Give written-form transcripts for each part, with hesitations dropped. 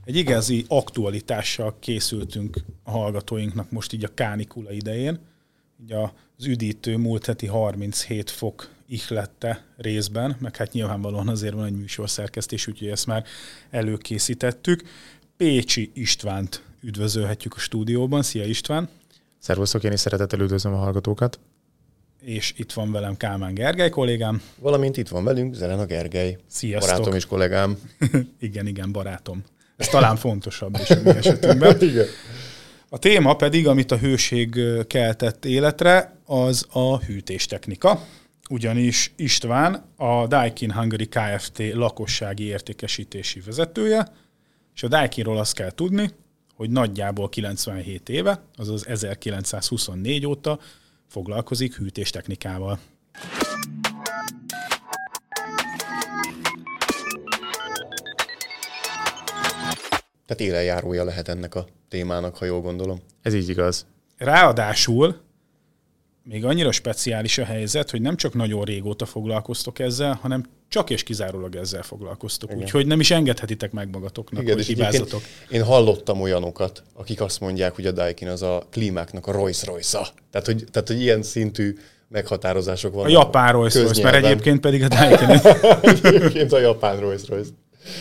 Egy igazi aktualitással készültünk a hallgatóinknak most így a kánikula idején. Így az üdítő múlt heti 37 fok ihlette részben, meg hát nyilvánvalóan azért van egy műsorszerkesztés, úgyhogy ezt már előkészítettük. Pécsi Istvánt üdvözölhetjük a stúdióban. Szia István! Szervusztok, én is szeretettel üdvözlöm a hallgatókat. És itt van velem Kálmán Gergely kollégám. Valamint itt van velünk Zelena Gergely. Sziasztok! Barátom és kollégám. igen, barátom. Ez talán fontosabb is a mi esetünkben. Igen. A téma pedig, amit a hőség keltett életre, az a hűtéstechnika. Ugyanis István a Daikin Hungary Kft. Lakossági értékesítési vezetője, és a Daikinról azt kell tudni, hogy nagyjából 97 éve, azaz 1924 óta foglalkozik hűtéstechnikával. Tehát élenjárója lehet ennek a témának, ha jól gondolom. Ez így igaz. Ráadásul még annyira speciális a helyzet, hogy nem csak nagyon régóta foglalkoztok ezzel, hanem csak és kizárólag ezzel foglalkoztok. Úgyhogy nem is engedhetitek meg magatoknak, igen, hogy hibázatok. Én hallottam olyanokat, akik azt mondják, hogy a Daikin az a klímáknak a Rolls-Royce-a. Tehát, hogy ilyen szintű meghatározások vannak. A japán Rolls-Royce, mert egyébként pedig a Daikin. Egyébként a japán Rolls-Royce.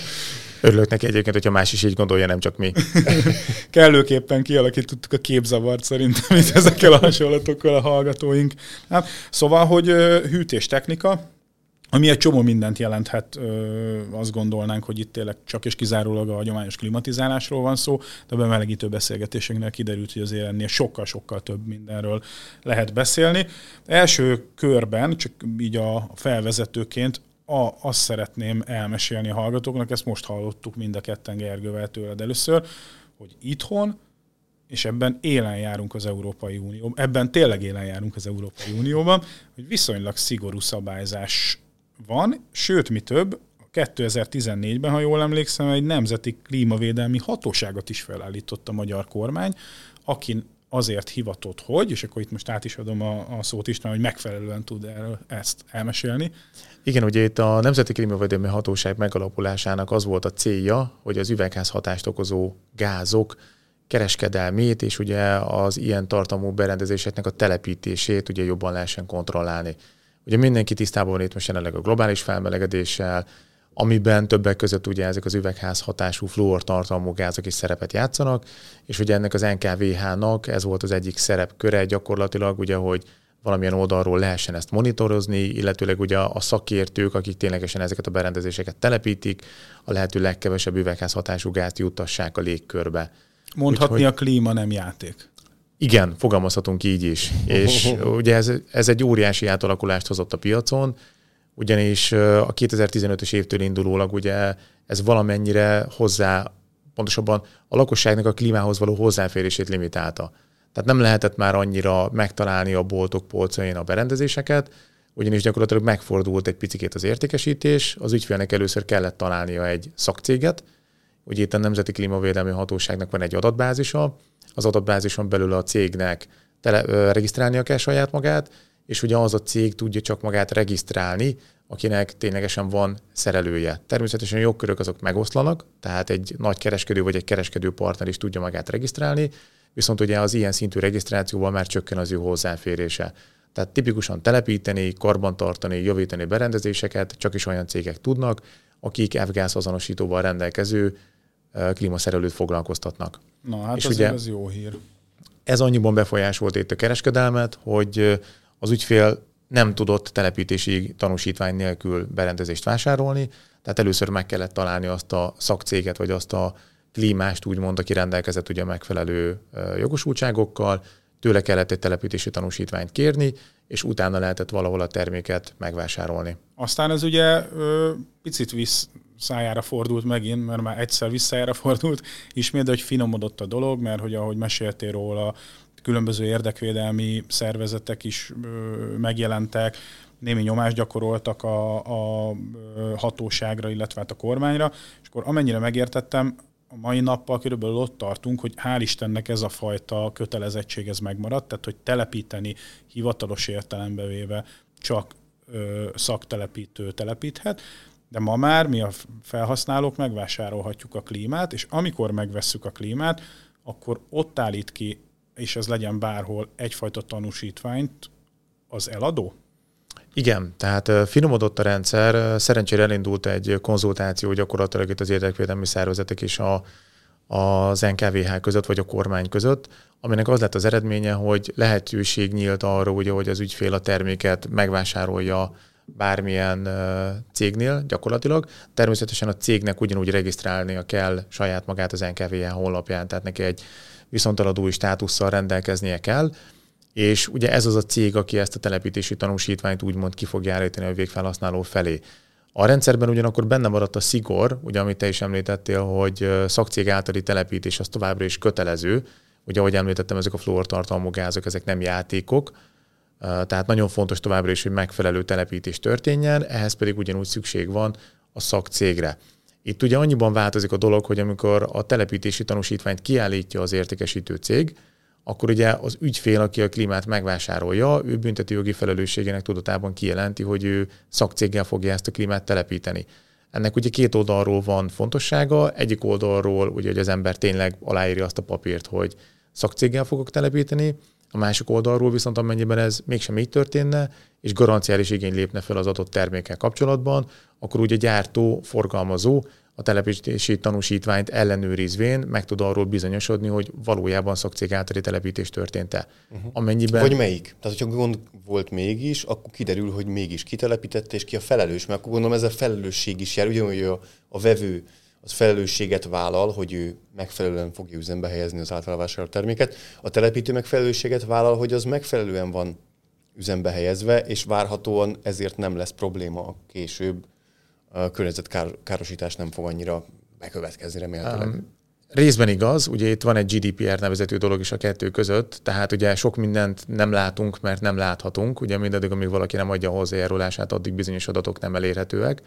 Örülök neki egyébként, hogyha más is így gondolja, nem csak mi. Kellőképpen kialakítottuk a képzavart szerintem itt ezekkel a hasonlatokkal a hallgatóink. Szóval, hogy hűtéstechnika, ami egy csomó mindent jelenthet, azt gondolnánk, hogy itt tényleg csak és kizárólag a hagyományos klimatizálásról van szó, de a bemelegítő beszélgetésünknél kiderült, hogy azért ennél sokkal-sokkal több mindenről lehet beszélni. Első körben, csak így a felvezetőként, azt szeretném elmesélni a hallgatóknak, ezt most hallottuk mind a ketten Gergővel tőled először, hogy itthon, és ebben élen járunk az Európai Unióban, ebben tényleg élen járunk az Európai Unióban, hogy viszonylag szigorú szabályzás van, sőt, mi több, 2014-ben, ha jól emlékszem, egy nemzeti klímavédelmi hatóságot is felállított a magyar kormány, akin azért hivatott, hogy, és akkor itt most át is adom a szót István, hogy megfelelően tud erről ezt elmesélni. Igen, ugye itt a Nemzeti Klímavédelmi Hatóság megalapulásának az volt a célja, hogy az üvegházhatást okozó gázok kereskedelmét és ugye az ilyen tartalmú berendezéseknek a telepítését ugye jobban lehessen kontrollálni. Ugye mindenki tisztában van itt most jelenleg a globális felmelegedéssel, amiben többek között ugye ezek az üvegházhatású fluor tartalmú gázok is szerepet játszanak, és ugye ennek az NKVH-nak ez volt az egyik szerepköre gyakorlatilag, ugye, hogy valamilyen oldalról lehessen ezt monitorozni, illetőleg ugye a szakértők, akik ténylegesen ezeket a berendezéseket telepítik, a lehető legkevesebb üvegházhatású gázt juttassák a légkörbe. Mondhatni, úgyhogy a klíma nem játék. Igen, fogalmazhatunk így is. És ugye ez egy óriási átalakulást hozott a piacon, ugyanis a 2015-ös évtől indulólag ugye ez valamennyire pontosabban a lakosságnak a klímához való hozzáférését limitálta. Tehát nem lehetett már annyira megtalálni a boltok polcain a berendezéseket, ugyanis gyakorlatilag megfordult egy picikét az értékesítés, az ügyfélnek először kellett találnia egy szakcéget, ugye itt a Nemzeti Klímavédelmi Hatóságnak van egy adatbázisa, az adatbázison belül a cégnek regisztrálnia kell saját magát, és ugye az a cég tudja csak magát regisztrálni, akinek ténylegesen van szerelője. Természetesen a jogkörök azok megoszlanak, tehát egy nagy kereskedő vagy egy kereskedő partner is tudja magát regisztrálni, viszont ugye az ilyen szintű regisztrációval már csökken az ő hozzáférése. Tehát tipikusan telepíteni, karbantartani, javítani berendezéseket csak is olyan cégek tudnak, akik F-gáz azonosítóval rendelkező klímaszerelőt foglalkoztatnak. Na hát és azért ugye ez jó hír. Ez annyiban befolyásolt itt a kereskedelmet, hogy az ügyfél nem tudott telepítési tanúsítvány nélkül berendezést vásárolni, tehát először meg kellett találni azt a szakcéget, vagy azt a klímást, úgymond, aki rendelkezett ugye megfelelő jogosultságokkal, tőle kellett egy telepítési tanúsítványt kérni, és utána lehetett valahol a terméket megvásárolni. Aztán ez ugye picit visszájára fordult megint, mert már egyszer visszájára fordult ismét, de hogy finomodott a dolog, mert hogy ahogy meséltél róla, különböző érdekvédelmi szervezetek is megjelentek, némi nyomást gyakoroltak a hatóságra, illetve a kormányra, és akkor amennyire megértettem, a mai nappal körülbelül ott tartunk, hogy hál' Istennek ez a fajta kötelezettség ez megmaradt, tehát hogy telepíteni hivatalos értelembe véve csak szaktelepítő telepíthet, De ma már mi a felhasználók megvásárolhatjuk a klímát, és amikor megvesszük a klímát, akkor ott állít ki, és ez legyen bárhol, egyfajta tanúsítványt az eladó? Igen, tehát finomodott a rendszer, szerencsére elindult egy konzultáció gyakorlatilag itt az érdekvédelmi szervezetek és az NKVH között, vagy a kormány között, aminek az lett az eredménye, hogy lehetőség nyílt arra, ugye, hogy az ügyfél a terméket megvásárolja bármilyen cégnél gyakorlatilag. Természetesen a cégnek ugyanúgy regisztrálnia kell saját magát az NKVH honlapján, tehát neki egy viszonteladói státusszal rendelkeznie kell, és ugye ez az a cég, aki ezt a telepítési tanúsítványt úgymond ki fogja állítani a végfelhasználó felé. A rendszerben ugyanakkor benne maradt a szigor, ugye amit te is említettél, hogy szakcég általi telepítés az továbbra is kötelező. Ugye ahogy említettem, ezek a fluortartalmú gázok, ezek nem játékok, tehát nagyon fontos továbbra is, hogy megfelelő telepítés történjen, ehhez pedig ugyanúgy szükség van a szakcégre. Itt ugye annyiban változik a dolog, hogy amikor a telepítési tanúsítványt kiállítja az értékesítő cég, akkor ugye az ügyfél, aki a klímát megvásárolja, ő büntetőjogi felelősségének tudatában kijelenti, hogy ő szakcéggel fogja ezt a klímát telepíteni. Ennek ugye két oldalról van fontossága. Egyik oldalról ugye, hogy az ember tényleg aláírja azt a papírt, hogy szakcéggel fogok telepíteni, a másik oldalról viszont amennyiben ez mégsem így történne, és garanciális igény lépne fel az adott termékkel kapcsolatban, akkor ugye gyártó, forgalmazó a telepítési tanúsítványt ellenőrizvén meg tud arról bizonyosodni, hogy valójában szakcég általi telepítés történt-e. Amennyiben... Vagy melyik? Tehát, hogyha gond volt mégis, akkor kiderül, hogy mégis kitelepítette, és ki a felelős, mert akkor gondolom ez a felelősség is jár, ugyanúgy a vevő az felelősséget vállal, hogy ő megfelelően fogja üzembe helyezni az általa vásárolt terméket. A telepítő meg felelősséget vállal, hogy az megfelelően van üzembe helyezve, és várhatóan ezért nem lesz probléma később. A környezetkárosítás nem fog annyira bekövetkezni remélhetőleg. Részben igaz, ugye itt van egy GDPR nevezetű dolog is a kettő között, tehát ugye sok mindent nem látunk, mert nem láthatunk, ugye mindaddig, amíg valaki nem adja a hozzájárulását, addig bizonyos adatok nem elérhetőek.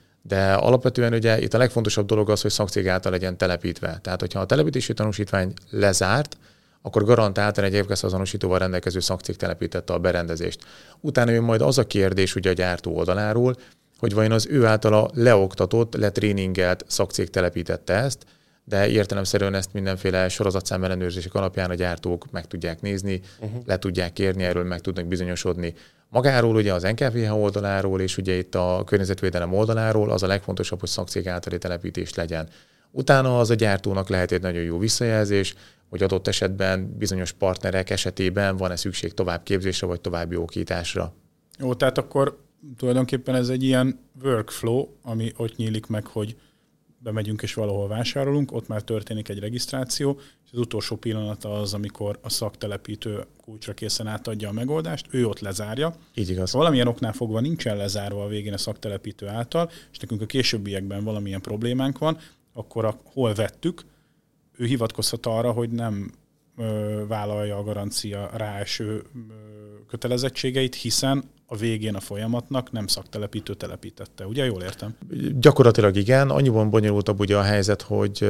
De alapvetően ugye itt a legfontosabb dolog az, hogy szakcég által legyen telepítve. Tehát, hogyha a telepítési tanúsítvány lezárt, akkor garantáltan egy évgázhazonosítóval rendelkező szakcég telepítette a berendezést. Utána jön majd az a kérdés ugye a gyártó oldaláról, hogy vajon az ő általa leoktatott, letréningelt szakcég telepítette ezt, de értelemszerűen ezt mindenféle sorozatszám ellenőrzések alapján a gyártók meg tudják nézni, le tudják kérni, erről meg tudnak bizonyosodni. Magáról ugye az NKVH oldaláról, és ugye itt a környezetvédelem oldaláról az a legfontosabb, hogy szakcég általi telepítés legyen. Utána az a gyártónak lehet egy nagyon jó visszajelzés, hogy adott esetben bizonyos partnerek esetében van-e szükség továbbképzésre vagy további okításra. Jó, tehát akkor tulajdonképpen ez egy ilyen workflow, ami ott nyílik meg, hogy bemegyünk és valahol vásárolunk, ott már történik egy regisztráció, és az utolsó pillanata az, amikor a szaktelepítő kulcsra készen átadja a megoldást, ő ott lezárja. Így igaz. Ha valamilyen oknál fogva nincsen lezárva a végén a szaktelepítő által, és nekünk a későbbiekben valamilyen problémánk van, akkor hol vettük, ő hivatkozhat arra, hogy nem vállalja a garancia ráeső kötelezettségeit, hiszen a végén a folyamatnak nem szaktelepítő telepítette. Ugye, jól értem? Gyakorlatilag igen. Annyiban bonyolultabb ugye a helyzet, hogy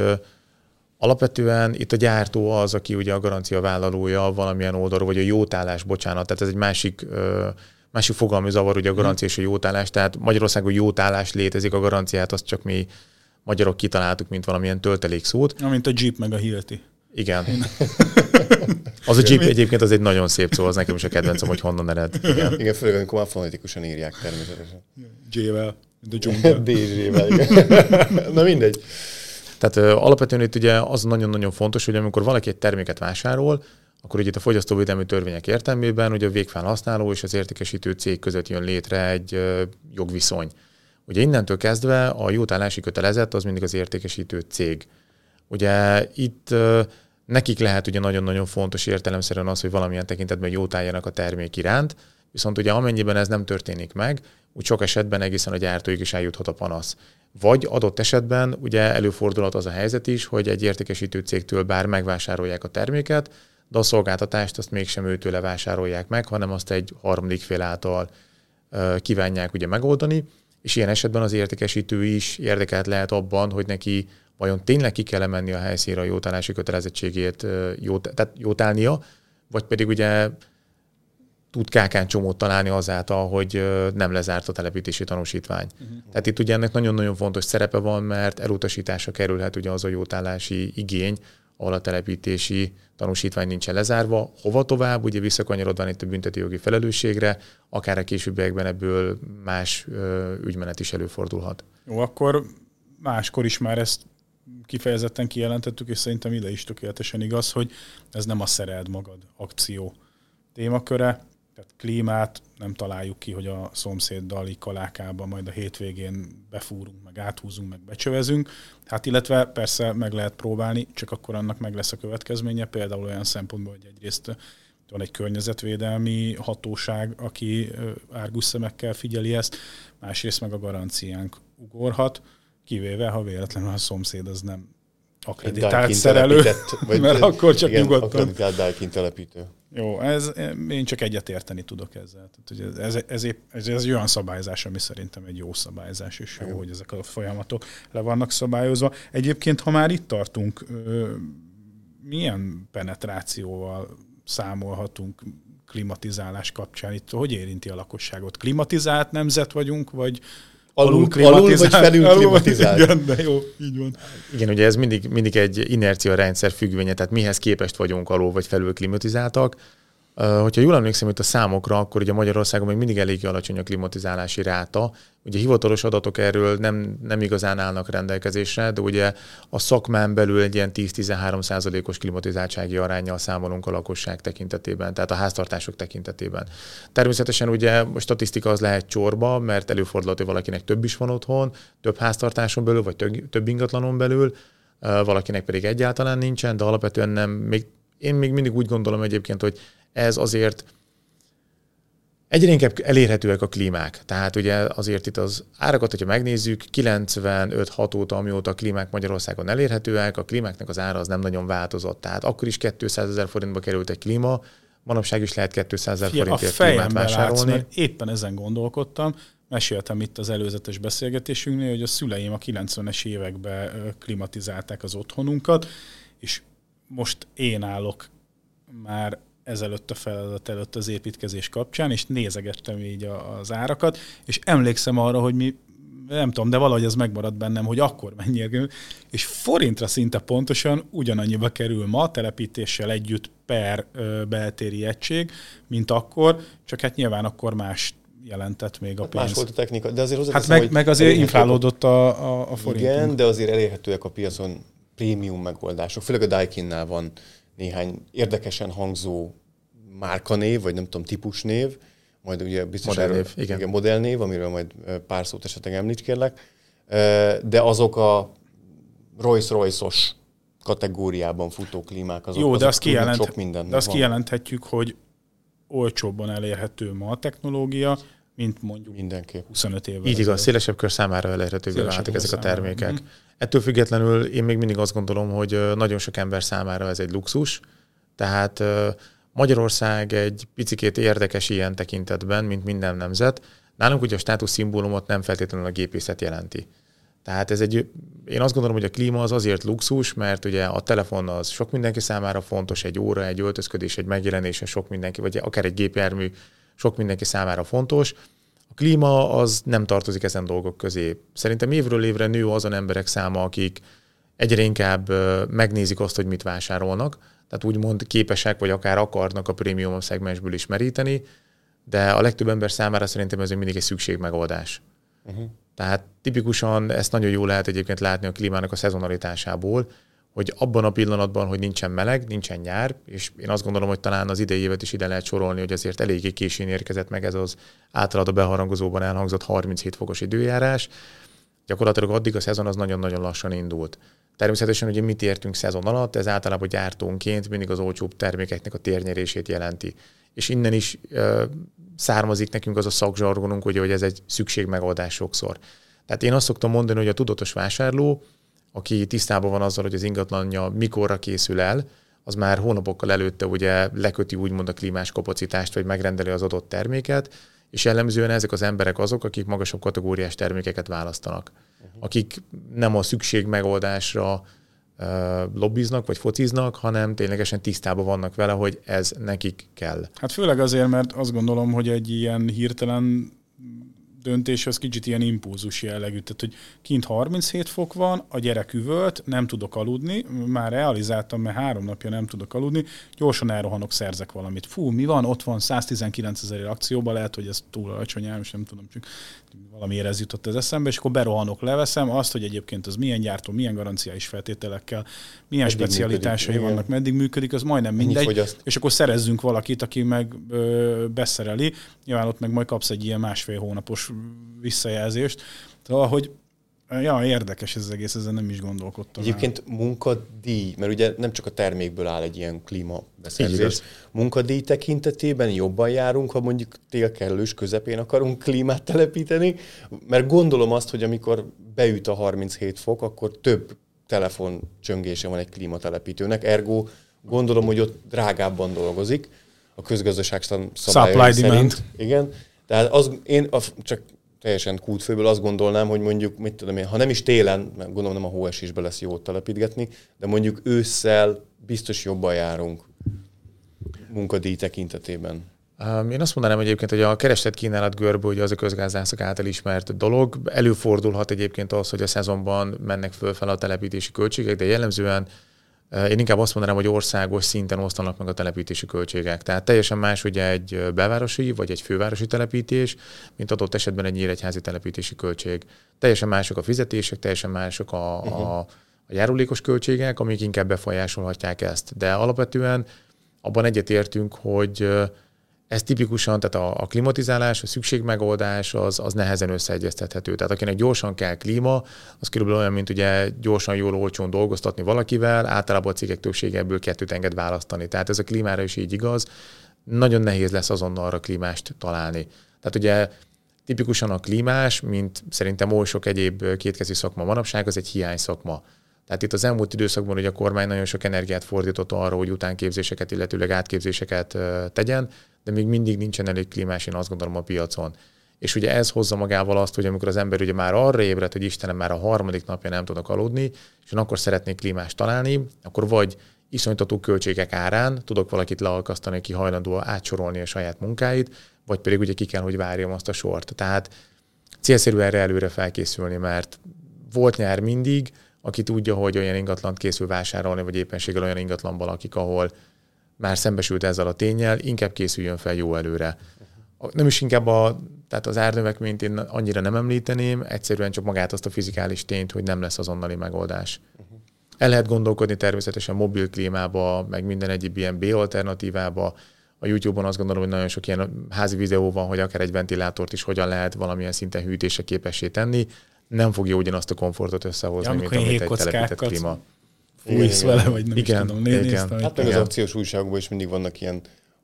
alapvetően itt a gyártó az, aki ugye a garancia vállalója valamilyen oldalról, vagy a jótállás, bocsánat, tehát ez egy másik fogalmi zavar, ugye a garancia és a jótállás. Tehát Magyarországon jótállás létezik, a garanciát azt csak mi magyarok kitaláltuk, mint valamilyen töltelékszót. Mint a Jeep meg a Hilti. Igen. Az a Jeep egyébként az egy nagyon szép szó, az nekem is a kedvencem, hogy honnan ered. Igen, főleg amikor már fonetikusan írják természetesen. J-vel, de dzsungel. DJ-vel, igen. Na mindegy. Tehát alapvetően itt ugye az nagyon-nagyon fontos, hogy amikor valaki egy terméket vásárol, akkor ugye itt a fogyasztóvédelmi törvények értelmében ugye a végfelhasználó és az értékesítő cég között jön létre egy jogviszony. Ugye innentől kezdve a jótállási kötelezett az mindig az értékesítő cég. Ugye itt nekik lehet ugye nagyon-nagyon fontos értelemszerűen az, hogy valamilyen tekintetben jótáljanak a termék iránt, viszont ugye amennyiben ez nem történik meg, úgy sok esetben egészen a gyártóig is eljuthat a panasz. Vagy adott esetben ugye előfordulhat az a helyzet is, hogy egy értékesítő cégtől bár megvásárolják a terméket, de a szolgáltatást azt mégsem őtőle vásárolják meg, hanem azt egy harmadik fél által kívánják ugye megoldani, és ilyen esetben az értékesítő is érdekelt lehet abban, hogy neki vajon tényleg ki kell menni a helyszínre a jótállási kötelezettségét tehát jótálnia, vagy pedig ugye tud kákáncsomót találni azáltal, hogy nem lezárt a telepítési tanúsítvány. Tehát itt ugye ennek nagyon-nagyon fontos szerepe van, mert elutasításra kerülhet ugye az a jótállási igény, ahol a telepítési tanúsítvány nincsen lezárva. Hova tovább, ugye visszakanyarodván itt a büntetőjogi felelősségre, akár a későbbiekben ebből más ügymenet is előfordulhat. Jó, akkor máskor is már ezt kifejezetten kijelentettük, és szerintem ide is tökéletesen igaz, hogy ez nem a szereld magad akció témaköre, tehát klímát nem találjuk ki, hogy a szomszéddal így kalákába majd a hétvégén befúrunk, meg áthúzunk, meg becsövezünk. Hát illetve persze meg lehet próbálni, csak akkor annak meg lesz a következménye, például olyan szempontból, hogy egyrészt van egy környezetvédelmi hatóság, aki árgus szemekkel figyeli ezt, másrészt meg a garanciánk ugorhat, kivéve, ha véletlenül a szomszéd az nem akreditált szerelő, mert akkor csak igen, nyugodtan. Akreditált Daikin telepítő. Jó, én csak egyetérteni tudok ezzel. Tehát, hogy ez egy olyan szabályzás, ami szerintem egy jó szabályzás, és jó, hogy ezek a folyamatok le vannak szabályozva. Egyébként, ha már itt tartunk, milyen penetrációval számolhatunk klimatizálás kapcsán? Itt hogy érinti a lakosságot? Klimatizált nemzet vagyunk, vagy alul vagy felül klimatizált? Igen, de jó, így van. Igen, ugye ez mindig egy inercia rendszer függvénye, tehát mihez képest vagyunk alul vagy felül klimatizáltak. Hogyha jól emlékszem itt a számokra, akkor ugye Magyarországon még mindig eléggé alacsony a klimatizálási ráta. Ugye hivatalos adatok erről nem igazán állnak rendelkezésre, de ugye a szakmán belül egy ilyen 10-13%-os klimatizáltsági aránnyal számolunk a lakosság tekintetében, tehát a háztartások tekintetében. Természetesen ugye a statisztika az lehet csorba, mert előfordulhat, hogy valakinek több is van otthon, több háztartáson belül, vagy több ingatlanon belül, valakinek pedig egyáltalán nincsen, de alapvetően nem. Én még mindig úgy gondolom egyébként, hogy ez azért egyre inkább elérhetőek a klímák. Tehát ugye azért itt az árakat, hogyha megnézzük, 95-6 óta, amióta a klímák Magyarországon elérhetőek, a klímáknak az ára az nem nagyon változott. Tehát akkor is 200 000 forintba került egy klíma, manapság is lehet 200 000 forintért klímát vásárolni. Mert éppen ezen gondolkodtam, meséltem itt az előzetes beszélgetésünknél, hogy a szüleim a 90-es években klimatizálták az otthonunkat, és most én állok már ezelőtt a feladat előtt az építkezés kapcsán, és nézegettem így az árakat, és emlékszem arra, hogy mi, nem tudom, de valahogy ez megmaradt bennem, hogy akkor mennyire kerül, és forintra szinte pontosan ugyanannyiba kerül ma telepítéssel együtt per beltéri egység, mint akkor, csak hát nyilván akkor más jelentett még a pénz. Más volt a technika, de azért hozzáteszem, meg azért inflálódott a forint. Igen, de azért elérhetőek a piacon prémium megoldások. Főleg a Daikinnál van néhány érdekesen hangzó márkanév, vagy nem tudom, típusnév, majd ugye biztos igen, modellnév, amiről majd pár szót esetleg említs, kérlek. De azok a Rolls-Royce-os kategóriában futó klímák, azok, jó, de azt sok mindent. De azt kijelenthetjük, hogy olcsóbban elérhető ma a technológia, mint mondjuk mindenképp 25 évvel. Így igaz, szélesebb kör számára elérhetővé váltak ezek a termékek. Ettől függetlenül én még mindig azt gondolom, hogy nagyon sok ember számára ez egy luxus, tehát Magyarország egy picikét érdekes ilyen tekintetben, mint minden nemzet. Nálunk ugye a státuszszimbólumot nem feltétlenül a gépészet jelenti. Tehát én azt gondolom, hogy a klíma az azért luxus, mert ugye a telefon az sok mindenki számára fontos, egy óra, egy öltözködés, egy megjelenése sok mindenki, vagy akár egy gépjármű sok mindenki számára fontos. A klíma az nem tartozik ezen dolgok közé. Szerintem évről évre nő azon emberek száma, akik egyre inkább megnézik azt, hogy mit vásárolnak, tehát úgymond képesek, vagy akár akarnak a prémium szegmensből is meríteni, de a legtöbb ember számára szerintem ez mindig egy szükségmegoldás. Tehát tipikusan ezt nagyon jól lehet egyébként látni a klímának a szezonalitásából, hogy abban a pillanatban, hogy nincsen meleg, nincsen nyár, és én azt gondolom, hogy talán az idei évet is ide lehet sorolni, hogy azért eléggé későn érkezett meg ez az általad a beharangozóban elhangzott 37 fokos időjárás. Gyakorlatilag addig a szezon az nagyon-nagyon lassan indult. Természetesen ugye mit értünk szezon alatt, ez általában gyártónként mindig az olcsóbb termékeknek a térnyerését jelenti. És innen is származik nekünk az a szakzsargonunk, ugye, hogy ez egy szükségmegoldás sokszor. Tehát én azt szoktam mondani, hogy a tudatos vásárló, aki tisztában van azzal, hogy az ingatlanja mikorra készül el, az már hónapokkal előtte ugye leköti úgymond a klímás kapacitást, vagy megrendeli az adott terméket, és jellemzően ezek az emberek azok, akik magasabb kategóriás termékeket választanak. Akik nem a szükség megoldásra lobbiznak, vagy fociznak, hanem ténylegesen tisztában vannak vele, hogy ez nekik kell. Hát főleg azért, mert azt gondolom, hogy egy ilyen hirtelen döntés az kicsit ilyen impulzus jellegű. Tehát, hogy kint 37 fok van, a gyerek üvölt, nem tudok aludni, már realizáltam, mert 3 napja nem tudok aludni, gyorsan elrohanok, szerzek valamit. Fú, mi van? Ott van 119 000 akcióban, lehet, hogy ez túl alacsony, most nem tudom, csak valamiért ez jutott az eszembe, és akkor berohanok, leveszem azt, hogy egyébként az milyen gyártó, milyen garanciális feltételekkel, milyen meddig specialitásai működik, vannak, meddig működik, az majdnem mindegy, és akkor szerezzünk valakit, aki meg beszereli, nyilván ott meg majd kapsz egy ilyen 1,5 hónapos visszajelzést. Tehát, hogy érdekes ez az egész, ezen nem is gondolkodtam. Egyébként munkadíj, mert ugye nem csak a termékből áll egy ilyen klímabeszerzés. Munkadíj tekintetében jobban járunk, ha mondjuk tél kellős közepén akarunk klímát telepíteni, mert gondolom azt, hogy amikor beüt a 37 fok, akkor több telefon csöngése van egy klímatelepítőnek, ergo gondolom, hogy ott drágábban dolgozik a közgazdaság szabályai szerint. Igen. Tehát csak teljesen kútfőből azt gondolnám, hogy mondjuk, mit tudom én, ha nem is télen, mert gondolom nem a hóesésbe lesz jó ott telepítgetni, de mondjuk ősszel biztos jobban járunk munkadíj tekintetében. Én azt mondanám egyébként, hogy a kereslet-kínálat görbe ugye az a közgazdászok által ismert dolog. Előfordulhat egyébként az, hogy a szezonban mennek fölfele a telepítési költségek, de jellemzően én inkább azt mondanám, hogy országos szinten osztanak meg a telepítési költségek. Tehát teljesen más ugye egy belvárosi vagy egy fővárosi telepítés, mint adott esetben egy nyíregyházi telepítési költség. Teljesen mások a fizetések, teljesen mások a járulékos költségek, amik inkább befolyásolhatják ezt. De alapvetően abban egyetértünk, hogy ez tipikusan, tehát a klimatizálás, a szükségmegoldás az nehezen összeegyeztethető. Tehát akinek gyorsan kell klíma, az körülbelül olyan, mint ugye gyorsan, jól, olcsón dolgoztatni valakivel, általában a cégek többsége ebből 2 enged választani. Tehát ez a klímára is így igaz. Nagyon nehéz lesz azonnal arra klímást találni. Tehát ugye tipikusan a klímás, mint szerintem oly sok egyéb kétkezű szakma manapság, az egy hiány szakma. Tehát itt az elmúlt időszakban ugye a kormány nagyon sok energiát fordított arra, hogy utánképzéseket, illetőleg átképzéseket tegyen, de még mindig nincsen elég klímás, én azt gondolom, a piacon. És ugye ez hozza magával azt, hogy amikor az ember ugye már arra ébred, hogy Istenem, már a 3. napja nem tudok aludni, és én akkor szeretnék klímást találni, akkor vagy iszonytató költségek árán tudok valakit lealkasztani, aki hajlandó átsorolni a saját munkáit, vagy pedig ugye ki kell, hogy várjam azt a sort. Tehát célszerű erre előre felkészülni, mert volt nyár mindig, aki tudja, hogy olyan ingatlant készül vásárolni, vagy éppenséggel olyan ingatlanban lakik, ahol már szembesült ezzel a ténnyel, inkább készüljön fel jó előre. Nem is inkább tehát az árnövekményt én annyira nem említeném, egyszerűen csak magát azt a fizikális tényt, hogy nem lesz azonnali megoldás. El lehet gondolkodni természetesen mobil klímába, meg minden egyéb ilyen B-alternatívába. A YouTube-on azt gondolom, hogy nagyon sok ilyen házi videó van, hogy akár egy ventilátort is hogyan lehet valamilyen szinten hűtésre képessé tenni. Nem fogja ugyanazt a komfortot összehozni, mint amit egy telepített klíma. Fújsz vele, vagy nem is tudom. Hát meg az akciós újságokban is mindig vannak ilyen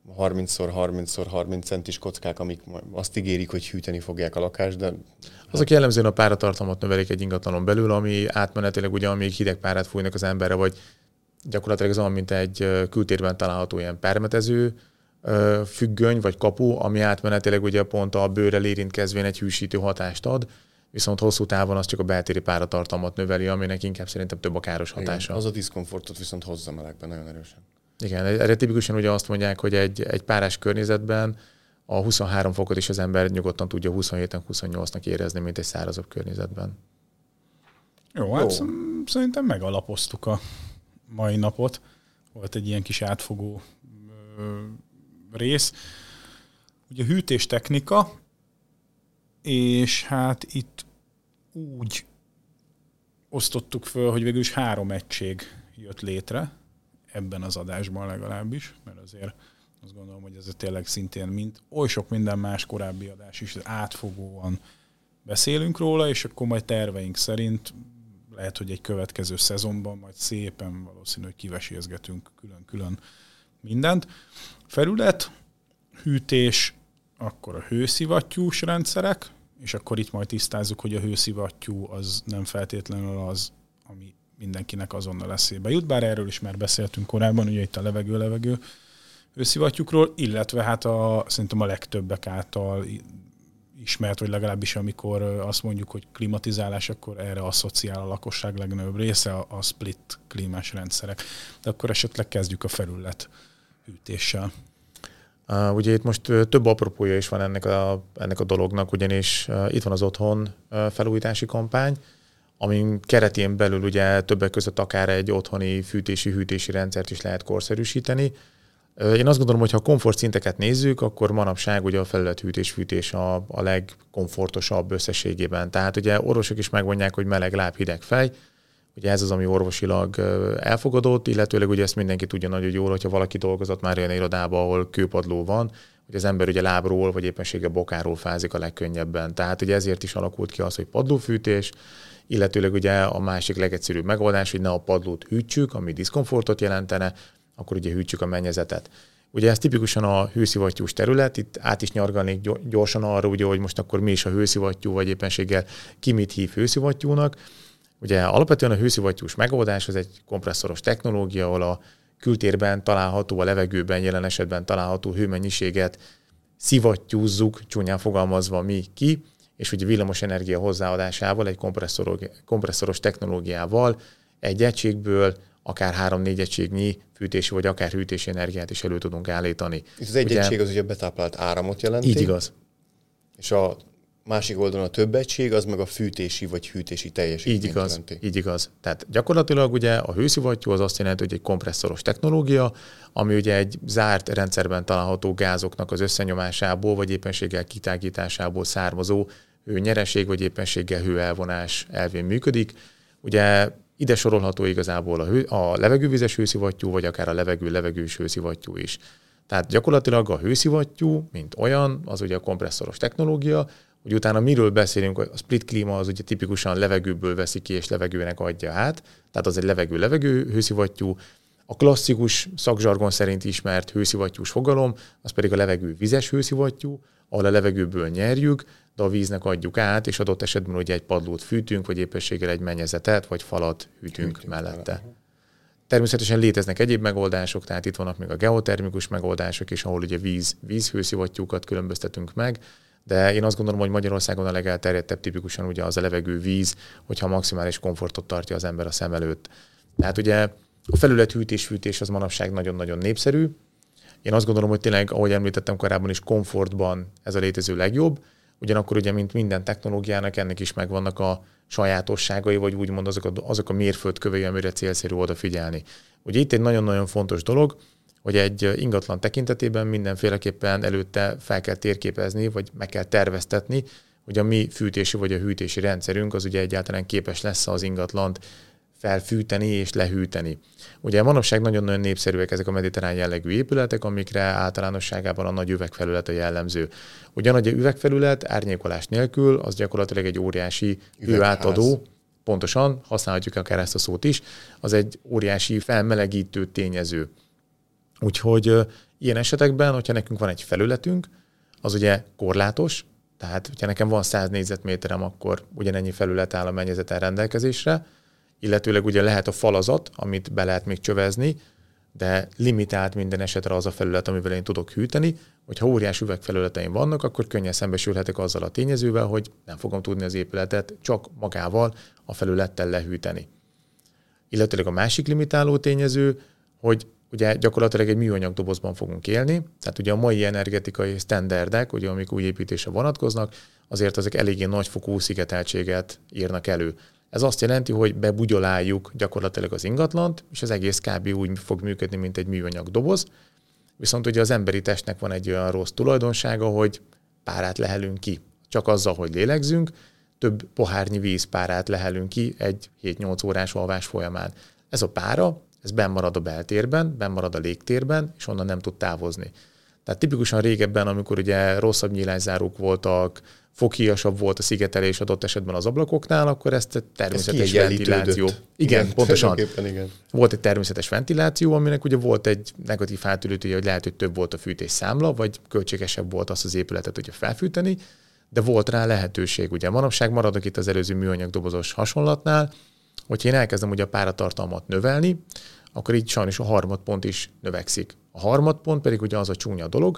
30x30x30 centis kockák, amik azt ígérik, hogy hűteni fogják a lakást, de... Azok jellemzően a páratartalmat növelik egy ingatlanon belül, ami átmenetileg ugye, amíg hideg párát fújnak az emberre, vagy gyakorlatilag az olyan, mint egy kültérben található ilyen permetező függöny, vagy kapu, ami átmenetileg ugye pont a bőrrel érintkezvén egy hűsítő hatást ad, viszont hosszú távon az csak a beltéri páratartalmat növeli, aminek inkább szerintem több a káros hatása. Igen, az a diszkomfortot viszont hozza melegben nagyon erősen. Igen, erre tipikusan ugye azt mondják, hogy egy párás környezetben a 23 fokot is az ember nyugodtan tudja 27-28-nak érezni, mint egy szárazabb környezetben. Jó, hát szerintem megalapoztuk a mai napot. Volt egy ilyen kis átfogó rész. Ugye hűtéstechnika, és hát itt úgy osztottuk föl, hogy végül is 3 egység jött létre, ebben az adásban legalábbis, mert azért azt gondolom, hogy ez tényleg szintén mint oly sok minden más korábbi adás is átfogóan beszélünk róla, és akkor majd terveink szerint lehet, hogy egy következő szezonban majd szépen valószínű, hogy kivesézgetünk külön-külön mindent. Felület, hűtés, akkor a hőszivattyús rendszerek, és akkor itt majd tisztázzuk, hogy a hőszivattyú az nem feltétlenül az, ami mindenkinek azonnal eszébe jut, bár erről is már beszéltünk korábban, ugye itt a levegő hőszivattyúkról, illetve hát szerintem a legtöbbek által ismert, vagy legalábbis amikor azt mondjuk, hogy klimatizálás, akkor erre asszociál a lakosság legnagyobb része a split klímás rendszerek. De akkor esetleg kezdjük a felület hűtéssel. Ugye itt most több apropója is van ennek a dolognak, ugyanis itt van az otthon felújítási kampány, amin keretén belül ugye többek között akár egy otthoni fűtési-hűtési rendszert is lehet korszerűsíteni. Én azt gondolom, hogy ha a komfortszinteket nézzük, akkor manapság ugye a felülethűtés-fűtés a legkomfortosabb összességében. Tehát ugye orvosok is megmondják, hogy meleg láb, hideg fej. Ugye ez az, ami orvosilag elfogadott, illetőleg ugye ezt mindenki tudja nagyon jól, hogyha valaki dolgozott már olyan irodában, ahol kőpadló van, hogy az ember ugye lábról vagy éppenséggel bokáról fázik a legkönnyebben. Tehát ugye ezért is alakult ki az, hogy padlófűtés, illetőleg ugye a másik legegyszerűbb megoldás, hogy ne a padlót hűtsük, ami diszkomfortot jelentene, akkor ugye hűtsük a mennyezetet. Ugye ez tipikusan a hőszivattyús terület, itt át is nyargalnék gyorsan arra, ugye, hogy most akkor mi is a hőszivattyú, vagy éppenséggel ki mit hív hőszivattyúnak. Ugye alapvetően a hőszivattyús megoldás az egy kompresszoros technológia, ahol a kültérben található, a levegőben jelen esetben található hőmennyiséget szivattyúzzuk, csúnyán fogalmazva mi ki, és ugye villamos energia hozzáadásával, egy kompresszoros technológiával egy egységből akár 3-4 egységnyi fűtési vagy akár hűtési energiát is elő tudunk állítani. Itt az egy egység az ugye betáplált áramot jelenti. Így igaz. És a másik oldalon a több egység, az meg a fűtési vagy hűtési teljesítményt jelenti. Így igaz. Tehát gyakorlatilag ugye a hőszivattyú az azt jelenti, hogy egy kompresszoros technológia, ami ugye egy zárt rendszerben található gázoknak az összenyomásából, vagy éppenséggel kitágításából származó hőnyereség, vagy éppenséggel hőelvonás elvén működik. Ugye ide sorolható igazából a levegővizes hőszivattyú, vagy akár a levegő-levegős hőszivattyú is. Tehát gyakorlatilag a hőszivattyú, mint olyan, az ugye a kompresszoros technológia, hogy utána miről beszélünk, a split klíma az ugye tipikusan levegőből veszi ki, és levegőnek adja át, tehát az egy levegő-levegő hőszivattyú. A klasszikus szakzsargon szerint ismert hőszivattyús fogalom, az pedig a levegő-vizes hőszivattyú, ahol a levegőből nyerjük, de a víznek adjuk át, és adott esetben ugye egy padlót fűtünk, vagy éppenséggel egy mennyezetet, vagy falat hűtünk mellette. Természetesen léteznek egyéb megoldások, tehát itt vannak még a geotermikus megoldások is, ahol ugye vízhőszivattyúkat különböztetünk meg, de én azt gondolom, hogy Magyarországon a legelterjedtebb tipikusan ugye az a levegő-víz, hogyha maximális komfortot tartja az ember a szem előtt. Tehát ugye a felülethűtés-fűtés az manapság nagyon-nagyon népszerű. Én azt gondolom, hogy tényleg, ahogy említettem korábban is, komfortban ez a létező legjobb. Ugyanakkor ugye, mint minden technológiának, ennek is megvannak a sajátosságai, vagy úgymond azok a mérföldkövei, amire célszerű odafigyelni. Ugye itt egy nagyon-nagyon fontos dolog, hogy egy ingatlan tekintetében mindenféleképpen előtte fel kell térképezni, vagy meg kell terveztetni, hogy a mi fűtési vagy a hűtési rendszerünk az ugye egyáltalán képes lesz az ingatlant felfűteni és lehűteni. Ugye manapság nagyon-nagyon népszerűek ezek a mediterrán jellegű épületek, amikre általánosságában a nagy üvegfelület a jellemző. Ugyan egy üvegfelület árnyékolás nélkül az gyakorlatilag egy óriási hőátadó, pontosan, használhatjuk akár ezt a szót is, az egy óriási felmelegítő tényező. Úgyhogy ilyen esetekben, hogyha nekünk van egy felületünk, az ugye korlátos, tehát hogyha nekem van 100 négyzetméterem, akkor ugyanennyi felület áll a mennyezeten rendelkezésre, illetőleg ugye lehet a falazat, amit be lehet még csövezni, de limitált minden esetre az a felület, amivel én tudok hűteni, hogyha óriás üvegfelületeim vannak, akkor könnyen szembesülhetek azzal a tényezővel, hogy nem fogom tudni az épületet csak magával a felülettel lehűteni. Illetőleg a másik limitáló tényező, hogy ugye gyakorlatilag egy műanyag dobozban fogunk élni, tehát ugye a mai energetikai sztenderdek, ugye amik új építésre vonatkoznak, azért ezek eléggé nagyfokú szigeteltséget írnak elő. Ez azt jelenti, hogy bebugyoláljuk gyakorlatilag az ingatlant, és az egész kb. Úgy fog működni, mint egy műanyag doboz. Viszont ugye az emberi testnek van egy olyan rossz tulajdonsága, hogy párát lehelünk ki. Csak azzal, hogy lélegzünk, több pohárnyi vízpárát lehelünk ki egy 7-8 órás alvás folyamán. Ez a pára, ez benn marad a beltérben, benn marad a légtérben, és onnan nem tud távozni. Tehát tipikusan régebben, amikor ugye rosszabb nyílászárók voltak, foghíjasabb volt a szigetelés adott esetben az ablakoknál, akkor ezt a természetes ventiláció. Igen, pontosan. Igen. Volt egy természetes ventiláció, aminek ugye volt egy negatív hátulütője, hogy lehet, hogy több volt a fűtésszámla, vagy költségesebb volt azt az épületet ugye felfűteni, de volt rá lehetőség. Ugye manapság maradok itt az előző műanyag dobozos hasonlatnál, hogyha én elkezdem ugye a páratartalmat növelni, akkor így sajnos a harmadpont is növekszik. A harmadpont pedig ugye az a csúnya dolog,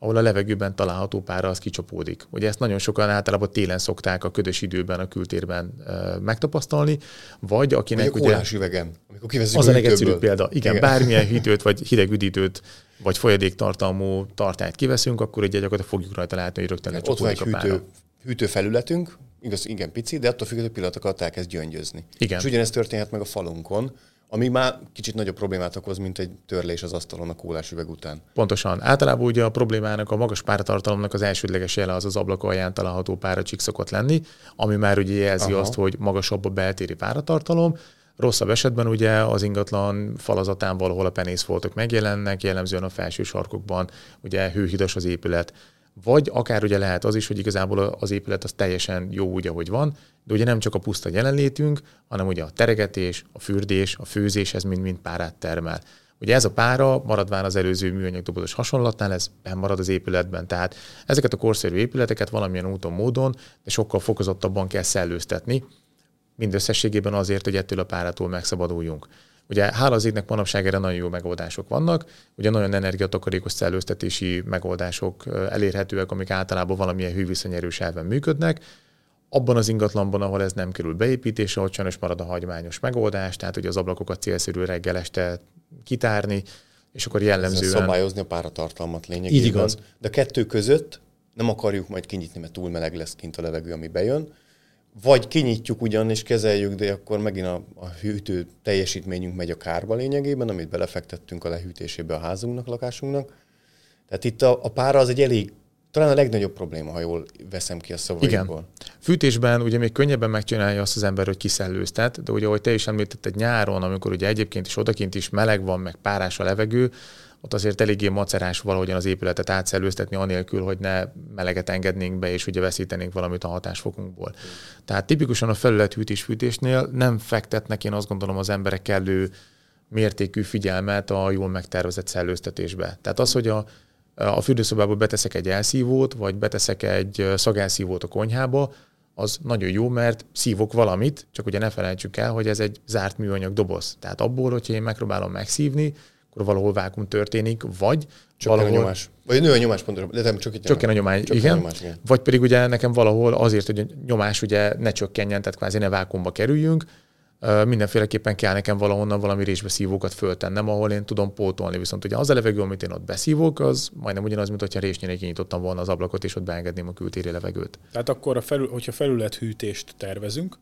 ahol a levegőben található pára az kicsapódik. Ugye ezt nagyon sokan általában télen szokták a ködös időben, a kültérben megtapasztalni, vagy akinek vagy a kólás üvegen, amikor kivesszük az a legegyszerűbb példa. Igen, bármilyen hűtőt, vagy hideg üdítőt, vagy folyadéktartalmú tartályt kiveszünk, akkor ugye gyakorlatilag fogjuk rajta látni, hogy rögtön lecsapódik a pára. Hűtőfelületünk, igaz, igen pici, de attól függ, hogy pillanatok alatt elkezd gyöngyözni. Igen. És ugyanezt történhet meg a falunkon, ami már kicsit nagyobb problémát okoz, mint egy törlés az asztalon a kólás üveg után. Pontosan. Általában ugye a problémának, a magas páratartalomnak az elsődleges jele az ablak alján található páracsik szokott lenni, ami már ugye jelzi azt, hogy magasabb a beltéri páratartalom. Rosszabb esetben ugye az ingatlan falazatán valahol a penészfoltok megjelennek, jellemzően a felső sarkokban ugye hőhidas az épület. Vagy akár ugye lehet az is, hogy igazából az épület az teljesen jó úgy, ahogy van, de ugye nem csak a puszta jelenlétünk, hanem ugye a teregetés, a fürdés, a főzés, ez mind-mind párát termel. Ugye ez a pára, maradván az előző műanyagdobozos hasonlatnál, ez marad az épületben. Tehát ezeket a korszerű épületeket valamilyen úton, módon, de sokkal fokozottabban kell szellőztetni, mindösszességében azért, hogy ettől a párától megszabaduljunk. Ugye hála az égnek manapság erre nagyon jó megoldások vannak, ugye nagyon energiatakarékos szellőztetési megoldások elérhetőek, amik általában valamilyen hőviszonyerős elven működnek. Abban az ingatlanban, ahol ez nem kerül beépítésre, ott sajnos marad a hagyományos megoldás, tehát ugye az ablakokat célszerű reggel este kitárni, és akkor jellemzően... Ezzel szabályozni a páratartalmat lényegében. Így igaz. De a kettő között nem akarjuk majd kinyitni, mert túl meleg lesz kint a levegő, ami bejön. Vagy kinyitjuk ugyan és kezeljük, de akkor megint a hűtő teljesítményünk megy a kárba lényegében, amit belefektettünk a lehűtésébe a házunknak, lakásunknak. Tehát itt a pára az egy elég, talán a legnagyobb probléma, ha jól veszem ki a szavaikból. Igen. Fűtésben ugye még könnyebben megcsinálja azt az ember, hogy kiszellőztet, de ugye ahogy te is említetted nyáron, amikor ugye egyébként is odakint is meleg van, meg párás a levegő, ott azért eléggé macerás valahogyan az épületet átszellőztetni, anélkül, hogy ne meleget engednénk be, és ugye veszítenénk valamit a hatásfokunkból. Tehát tipikusan a felülethűtés-fűtésnél nem fektetnek, én azt gondolom, az emberek kellő mértékű figyelmet a jól megtervezett szellőztetésbe. Tehát az, hogy a fürdőszobába beteszek egy elszívót, vagy beteszek egy szagelszívót a konyhába, az nagyon jó, mert szívok valamit, csak ugye ne felejtsük el, hogy ez egy zárt műanyag doboz. Tehát abból, hogyha én megpróbálom megszívni, akkor valahol vákum történik, vagy csökken valahol... a nyomás. Vagy nő a nyomás pontosabban, de nem csak itt csökken a nyomás, igen. Igen. Vagy pedig ugye nekem valahol azért, hogy a nyomás ugye ne csökkenjen, tehát kvázi ne vákumba kerüljünk, mindenféleképpen kell nekem valahonnan valami résbeszívókat föltennem, ahol én tudom pótolni. Viszont ugye az a levegő, amit én ott beszívok, az majdnem ugyanaz, mint hogyha résnyire kinyitottam volna az ablakot, és ott beengedném a kültéri levegőt. Tehát akkor, hogyha felülethűtést tervezünk,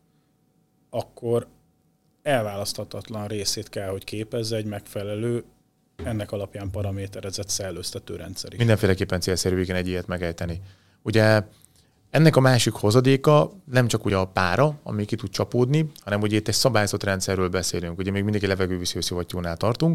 akkor elválaszthatatlan részét kell, hogy képezze egy megfelelő, ennek alapján paraméterezett szellőztető rendszer is. Mindenféleképpen célszerű igen egy ilyet megejteni. Ugye ennek a másik hozadéka nem csak ugye a pára, ami ki tud csapódni, hanem ugye itt egy szabályozott rendszerről beszélünk. Ugye még mindig egy levegővízű szivattyúnál tartunk.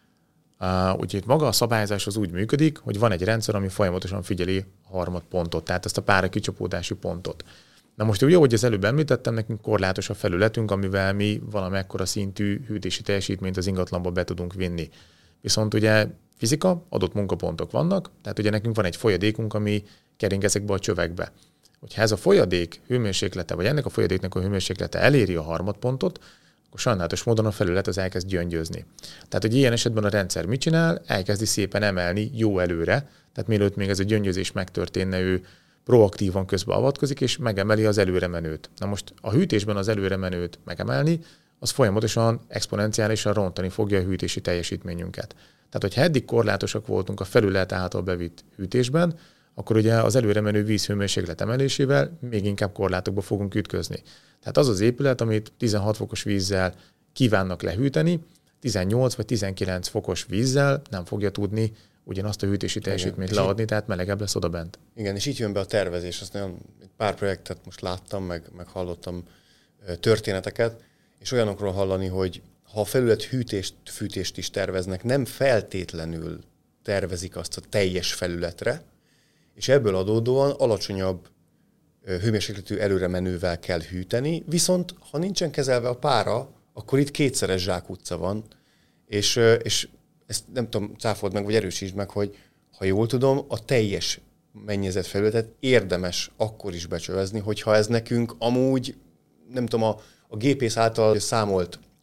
Ugye itt maga a szabályozás az úgy működik, hogy van egy rendszer, ami folyamatosan figyeli a harmadpontot, tehát ezt a pára kicsapódási pontot. Na most ugye, ahogy az előbb említettem, nekünk korlátos a felületünk, amivel mi valamekkora szintű hűtési teljesítményt az ingatlanba be tudunk vinni. Viszont ugye fizika, adott munkapontok vannak, tehát ugye nekünk van egy folyadékunk, ami kering ezekbe a csövekbe. Hogyha ez a folyadék hőmérséklete, vagy ennek a folyadéknek a hőmérséklete eléri a harmadpontot, akkor sajnálatos módon a felület az elkezd gyöngyözni. Tehát, hogy ilyen esetben a rendszer mit csinál? Elkezdi szépen emelni jó előre, tehát mielőtt még ez a gyöngyözés megtörténne, ő proaktívan közbeavatkozik, és megemeli az előremenőt. Na most a hűtésben az előremenőt megemelni, az folyamatosan exponenciálisan rontani fogja a hűtési teljesítményünket. Tehát, hogyha eddig korlátosak voltunk a felület által bevitt hűtésben, akkor ugye az előremenő vízhőmérséklet emelésével még inkább korlátokba fogunk ütközni. Tehát az az épület, amit 16 fokos vízzel kívánnak lehűteni, 18 vagy 19 fokos vízzel nem fogja tudni ugyanazt a hűtési teljesítményt leadni, tehát melegebb lesz odabent. Igen, és így jön be a tervezés. Azt nagyon pár projektet most láttam, meg hallottam történeteket, és olyanokról hallani, hogy ha a felület fűtést is terveznek, nem feltétlenül tervezik azt a teljes felületre, és ebből adódóan alacsonyabb hőmérsékletű előremenővel kell hűteni, viszont ha nincsen kezelve a pára, akkor itt kétszeres zsákutca van, és ezt nem tudom, cáfold meg, vagy erősítsd meg, hogy ha jól tudom, a teljes mennyezett felületet érdemes akkor is becsövezni, hogyha ez nekünk amúgy, nem tudom, a gépész által számolt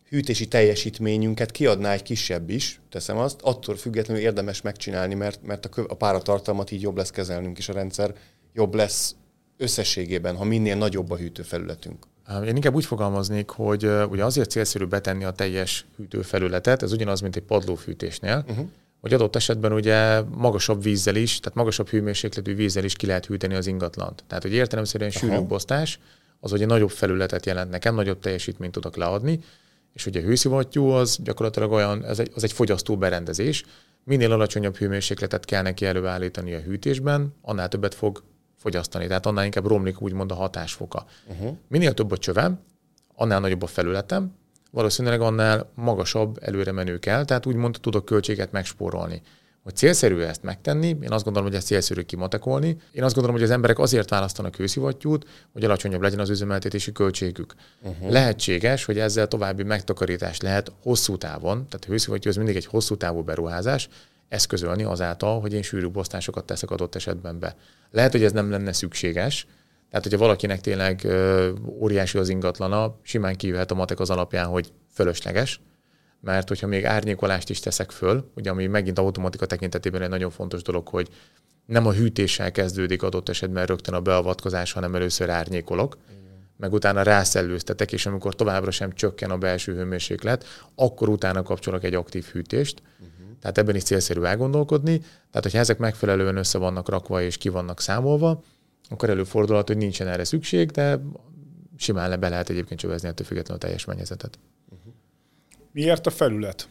hűtési teljesítményünket kiadná egy kisebb is, teszem azt, attól függetlenül érdemes megcsinálni, mert a páratartalmat így jobb lesz kezelnünk, és a rendszer jobb lesz összességében, ha minél nagyobb a hűtőfelületünk. Én inkább úgy fogalmaznék, hogy ugye azért célszerű betenni a teljes hűtőfelületet, ez ugyanaz, mint egy padlófűtésnél, hogy adott esetben ugye magasabb vízzel is, tehát magasabb hőmérsékletű vízzel is ki lehet hűteni az ingatlant. Tehát, hogy értelemszerűen sűrűbb osztás, az ugye nagyobb felületet jelent nekem, nagyobb teljesítményt tudok leadni, és ugye a hőszivattyú az gyakorlatilag olyan, az egy fogyasztó berendezés. Minél alacsonyabb hőmérsékletet kell neki előállítani a hűtésben, annál többet fog fogyasztani, tehát annál inkább romlik úgymond a hatásfoka. Minél több a csövem, annál nagyobb a felületem, valószínűleg annál magasabb előre menő kell, tehát úgymond tudok költséget megspórolni. Hogy célszerű ezt megtenni, én azt gondolom, hogy ezt célszerű kimatekolni. Én azt gondolom, hogy az emberek azért választanak hőszivattyút, hogy alacsonyabb legyen az üzemeltetési költségük. Lehetséges, hogy ezzel további megtakarítás lehet hosszú távon, tehát a hőszivattyú az mindig egy hosszú távú beruházás, eszközölni azáltal, hogy én sűrűbb osztásokat teszek adott esetben be. Lehet, hogy ez nem lenne szükséges, tehát hogyha valakinek tényleg óriási az ingatlana, simán kijöhet a matek az alapján, hogy fölösleges, mert hogyha még árnyékolást is teszek föl, ugye ami megint automatika tekintetében egy nagyon fontos dolog, hogy nem a hűtéssel kezdődik adott esetben rögtön a beavatkozás, hanem először árnyékolok, meg utána rászellőztetek, és amikor továbbra sem csökken a belső hőmérséklet, akkor utána kapcsolok egy aktív hűtést. Tehát ebben is célszerű elgondolkodni. Tehát, hogyha ezek megfelelően össze vannak rakva és ki vannak számolva, akkor előfordulhat, hogy nincsen erre szükség, de simán be lehet egyébként csövezni ettől függetlenül a teljes mennyezetet. Miért a felület?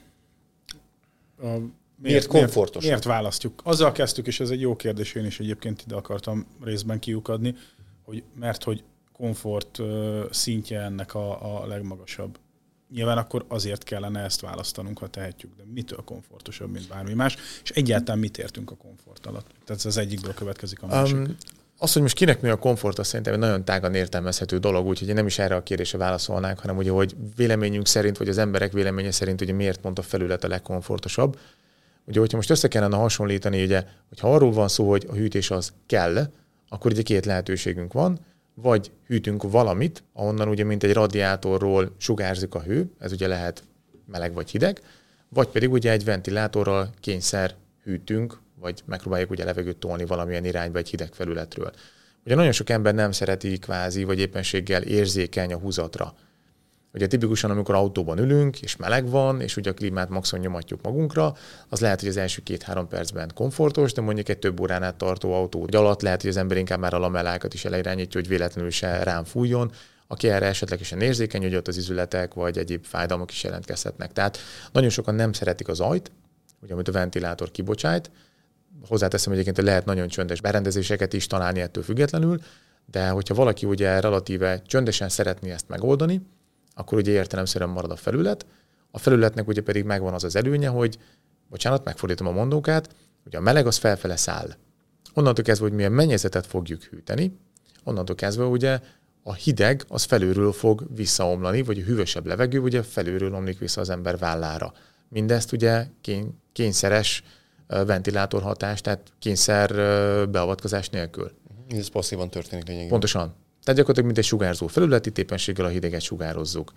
Miért komfortos? Miért választjuk? Azzal kezdtük, és ez egy jó kérdés, én is egyébként ide akartam részben kiukadni, hogy mert hogy komfort szintje ennek a legmagasabb. Nyilván akkor azért kellene ezt választanunk, ha tehetjük, de mitől komfortosabb, mint bármi más, és egyáltalán mit értünk a komfort alatt? Tehát ez az egyikből következik a másik. Az, hogy most kinek mi a komfort, az szerintem egy nagyon tágan értelmezhető dolog, úgyhogy én nem is erre a kérdésre válaszolnánk, hanem ugye, hogy véleményünk szerint, vagy az emberek véleménye szerint, ugye miért pont a felület a legkomfortosabb. Ugye, hogyha most össze kellene hasonlítani, ugye, hogyha arról van szó, hogy a hűtés az kell, akkor ugye két lehetőségünk van, vagy hűtünk valamit, ahonnan ugye mint egy radiátorról sugárzik a hő, ez ugye lehet meleg vagy hideg, vagy pedig ugye egy ventilátorral kényszer hűtünk, vagy megpróbáljuk ugye levegőt tolni valamilyen irányba egy hideg felületről. Ugye nagyon sok ember nem szereti kvázi, vagy éppenséggel érzékeny a húzatra. Ugye tipikusan, amikor autóban ülünk, és meleg van, és ugye a klímát maximum nyomatjuk magunkra, az lehet, hogy az első 2-3 percben komfortos, de mondjuk egy több órán át tartó autó alatt lehet, hogy az ember inkább már a lamellákat is elirányítja, hogy véletlenül se rám fújjon, aki erre esetlegesen érzékeny, hogy ott az izületek vagy egyéb fájdalmak is jelentkezhetnek. Tehát nagyon sokan nem szeretik az zajt, ugye, amit a ventilátor kibocsájt. Hozzáteszem, hogy egyébként lehet nagyon csöndes berendezéseket is találni ettől függetlenül, de hogyha valaki ugye relatíve csöndesen szeretné ezt megoldani, akkor ugye értelemszerűen marad a felület. A felületnek ugye pedig megvan az az előnye, hogy, megfordítom a mondókát, hogy a meleg az felfele száll. Onnantól kezdve, hogy milyen mennyezetet fogjuk hűteni, onnantól kezdve ugye a hideg az felülről fog visszaomlani, vagy a hűvösebb levegő ugye felülről omlik vissza az ember vállára. Mindezt ugye kényszeres ventilátorhatás, tehát kényszer beavatkozás nélkül. Ez passzívan történik lényegében. Pontosan. Tehát gyakorlatilag mint egy sugárzó felület, itt éppenséggel a hideget sugározzuk.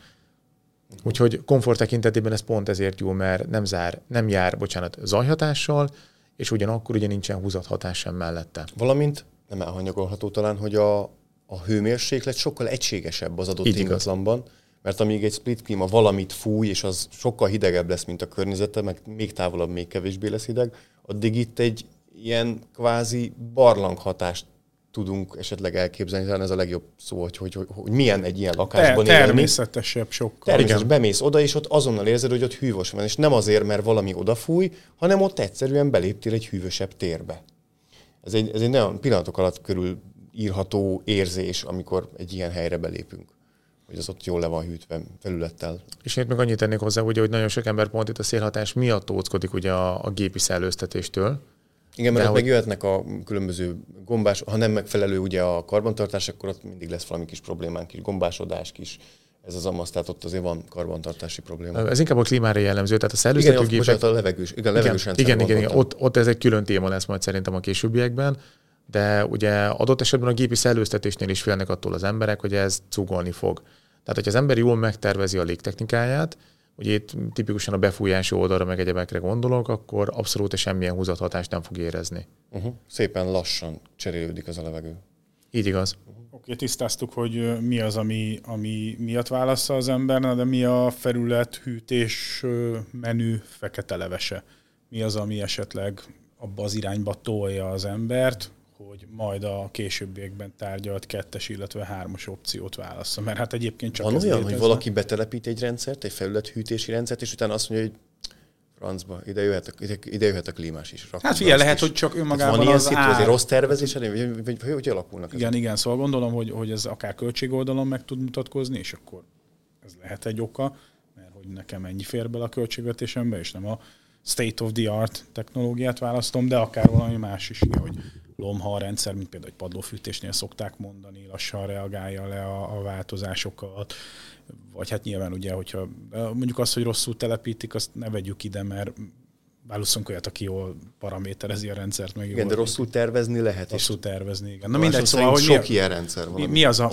Úgyhogy komfort tekintetében ez pont ezért jó, mert nem jár zajhatással, és ugyanakkor ugye nincsen húzathatás sem mellette. Valamint nem elhanyagolható talán, hogy a hőmérséklet sokkal egységesebb az adott ingatlanban, mert amíg egy split klíma valamit fúj, és az sokkal hidegebb lesz, mint a környezete, meg még távolabb még kevésbé lesz hideg, addig itt egy ilyen kvázi barlanghatást tudunk esetleg elképzelni, talán ez a legjobb szó, hogy milyen egy ilyen lakásban élni. Természetesebb sokkal. Természetesen bemész oda, és ott azonnal érzed, hogy ott hűvös van, és nem azért, mert valami odafúj, hanem ott egyszerűen beléptél egy hűvösebb térbe. Ez egy nagyon pillanatok alatt körül írható érzés, amikor egy ilyen helyre belépünk, hogy az ott jól le van hűtve felülettel. És én még annyit tennék hozzá, ugye, hogy nagyon sok ember pont itt a szélhatás miatt óckodik ugye a gépi szellőztetéstől. Igen, mert ott megjöhetnek a különböző gombás, ha nem megfelelő ugye a karbantartás, akkor ott mindig lesz valami kis problémánk, kis gombásodás, kis ez az amasz, tehát ott azért van karbantartási probléma. Ez inkább a klímára jellemző, tehát a szellőztetőgépek... Igen, a levegős rendszer. Igen. Ott ez egy külön téma lesz majd szerintem a későbbiekben, de ugye adott esetben a gépi szellőztetésnél is félnek attól az emberek, hogy ez cugolni fog. Tehát, hogyha az ember jól megtervezi a légtechnikáját, ugye itt tipikusan a befújási oldalra meg egyebekre gondolok, akkor abszolút semmilyen húzathatást nem fog érezni. Szépen lassan cserélődik az a levegő. Így igaz. Oké, tisztáztuk, hogy mi az, ami miatt válassza az ember, de mi a felülethűtés menü fekete levese? Mi az, ami esetleg abba az irányba tolja az embert, hogy majd a későbbiekben tárgyalt 2, illetve 3 opciót válassza? Mert hát egyébként csak van olyan, hogy valaki betelepít egy rendszert, egy felülethűtési rendszert, és utána azt mondja, hogy francba, ide jöhet a klímás is. Hát figyelj, lehet, hogy csak önmagában van ilyen az ár... egy rossz tervezés, vagy hogy alakulnak ezek? Igen, szóval gondolom, hogy ez akár költségoldalon meg tud mutatkozni, és akkor ez lehet egy oka, mert hogy nekem ennyi fér bele a költségvetésembe, és nem a state of the art technológiát választom, de akár valami más is, hogy lomha a rendszer, mint például egy padlófűtésnél szokták mondani, lassan reagálja le a változásokat, vagy hát nyilván ugye, hogyha mondjuk azt, hogy rosszul telepítik, azt ne vegyük ide, mert válaszolunk olyat, aki jól paraméterezi a rendszert. Meg igen, de rosszul tervezni lehet. Rosszul tervezni, igen. Na mindegy, szóval, hogy sok ilyen rendszer van.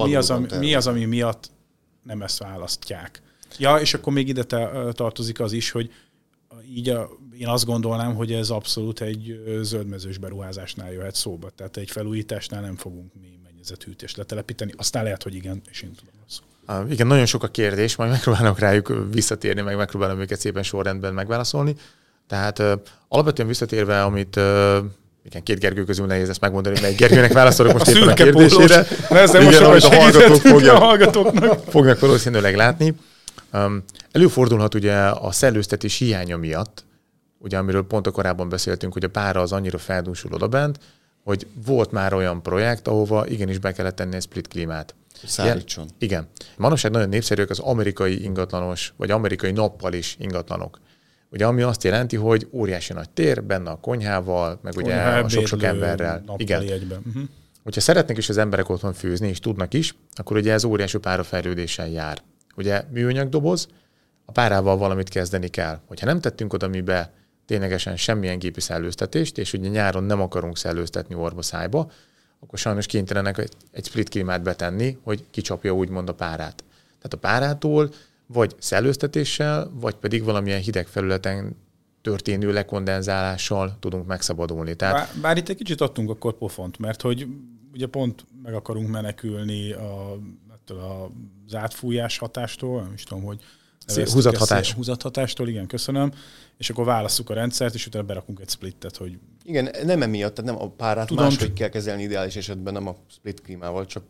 Mi az, ami miatt nem ezt választják. Ja, és akkor még ide tartozik az is, hogy így én azt gondolnám, hogy ez abszolút egy zöldmezős beruházásnál jöhet szóba. Tehát egy felújításnál nem fogunk mi mennyezetűtést letelepíteni. Aztán lehet, hogy igen, és én tudom rosszul. Igen, nagyon sok a kérdés, majd megpróbálok rájuk visszatérni, meg megpróbálom őket szépen sorrendben megválaszolni. Tehát alapvetően visszatérve, amit igen, 2 Gergő közül nehéz ezt megmondani, hogy melyik Gergőnek válaszolok most éppen a kérdésére. Igen, amit a hallgatók fognak valószínűleg látni. Előfordulhat ugye a szellőztetés hiánya miatt, ugye amiről pont korábban beszéltünk, hogy a pára az annyira feldúsul odabent, hogy volt már olyan projekt, ahova igenis be kellett tenni egy split klímát. Szállítson. Igen. Manapság nagyon népszerűek az amerikai ingatlanos, vagy amerikai nappalis ingatlanok. Ugye ami azt jelenti, hogy óriási nagy tér, benne a konyhával, meg ugye a sok-sok emberrel. Igen. Hogyha szeretnek is az emberek otthon főzni, és tudnak is, akkor ugye ez óriási párafejlődéssel jár. Ugye műanyag doboz, a párával valamit kezdeni kell. Hogyha nem tettünk oda mibe ténylegesen semmilyen gépi szellőztetést, és ugye nyáron nem akarunk szellőztetni orba szájba, akkor sajnos kénytelenek egy split klímát betenni, hogy kicsapja úgymond a párát. Tehát a párától vagy szellőztetéssel, vagy pedig valamilyen hideg felületen történő lekondenzálással tudunk megszabadulni. Tehát... Bár itt egy kicsit adtunk akkor pofont, mert hogy ugye pont meg akarunk menekülni ettől az átfújás hatástól, nem is tudom, hogy húzathatástól, igen, köszönöm, és akkor válasszuk a rendszert, és utána berakunk egy splittet, hogy... Igen, nem emiatt, tehát nem a párát máshogy kell kezelni ideális esetben, nem a split klímával, csak...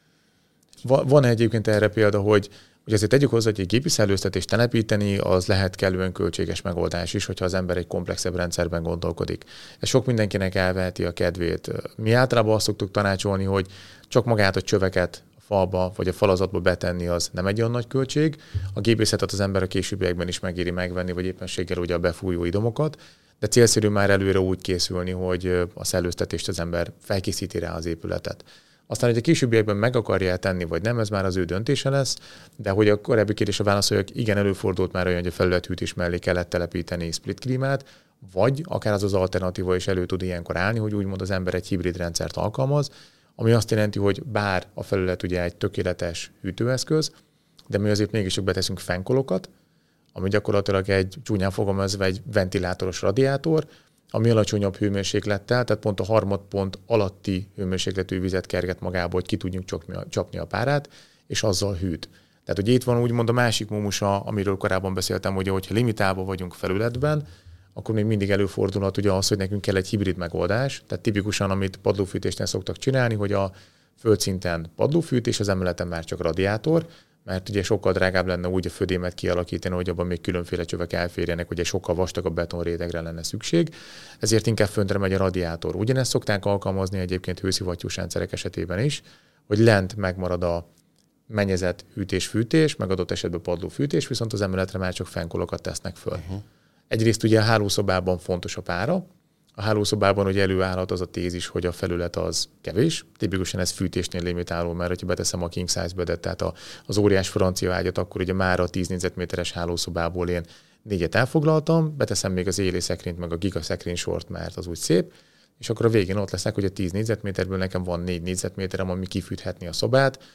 Van egyébként erre példa, hogy azért tegyük hozzá, hogy egy gépi szellőztetést telepíteni, az lehet kellően költséges megoldás is, hogyha az ember egy komplexebb rendszerben gondolkodik. Ez sok mindenkinek elveheti a kedvét. Mi általában azt szoktuk tanácsolni, hogy csak magát a csöveket a falba vagy a falazatba betenni az nem egy olyan nagy költség. A gépészetet az ember a későbbiekben is megéri megvenni, vagy éppenséggel ugye a befújó idomokat, de célszerű már előre úgy készülni, hogy a szellőztetést az ember felkészíti rá az épületet. Aztán, hogy a későbbiekben meg akarja tenni, vagy nem, ez már az ő döntése lesz, de hogy a korábbi kérdésre válaszoljak, igen, előfordult már olyan, hogy a felülethűtés mellé kellett telepíteni split klímát, vagy akár az alternatíva is elő tud ilyenkor állni, hogy úgymond az ember egy hibrid rendszert alkalmaz, ami azt jelenti, hogy bár a felület ugye egy tökéletes hűtőeszköz, de mi azért mégis beteszünk fenkolokat, ami gyakorlatilag egy csúnyán fogalmazva egy ventilátoros radiátor, ami alacsonyabb hőmérséklettel, tehát pont a harmadpont alatti hőmérsékletű vizet kerget magába, hogy ki tudjunk csapni a párát, és azzal hűt. Tehát ugye itt van úgymond a másik mómusa, amiről korábban beszéltem, hogy hogyha limitálva vagyunk felületben, akkor még mindig előfordulhat ugye az, hogy nekünk kell egy hibrid megoldás, tehát tipikusan, amit padlófűtésnél szoktak csinálni, hogy a földszinten padlófűtés, az emeleten már csak radiátor, mert ugye sokkal drágább lenne úgy a födémet kialakítani, hogy abban még különféle csövek elférjenek, ugye sokkal vastagabb betonrétegre lenne szükség, ezért inkább föntre megy a radiátor. Ugyanezt szokták alkalmazni egyébként hőszivattyús rendszerek esetében is, hogy lent megmarad a mennyezet hűtés-fűtés, meg adott esetben padlófűtés, viszont az emeletre már csak fenkolokat tesznek föl. Egyrészt ugye a hálószobában fontos a pára, a hálószobában ugye előállhat az a tézis, hogy a felület az kevés. Tipikusan ez fűtésnél limitáló, mert ha beteszem a king size bedet, tehát az óriás francia ágyat, akkor ugye már a 10 négyzetméteres hálószobából én 4-et elfoglaltam, beteszem még az élő szekrényt, meg a giga szekrénysort, mert az úgy szép, és akkor a végén ott leszek, hogy a 10 négyzetméterből nekem van 4 négyzetméterem, ami kifűthetni a szobát,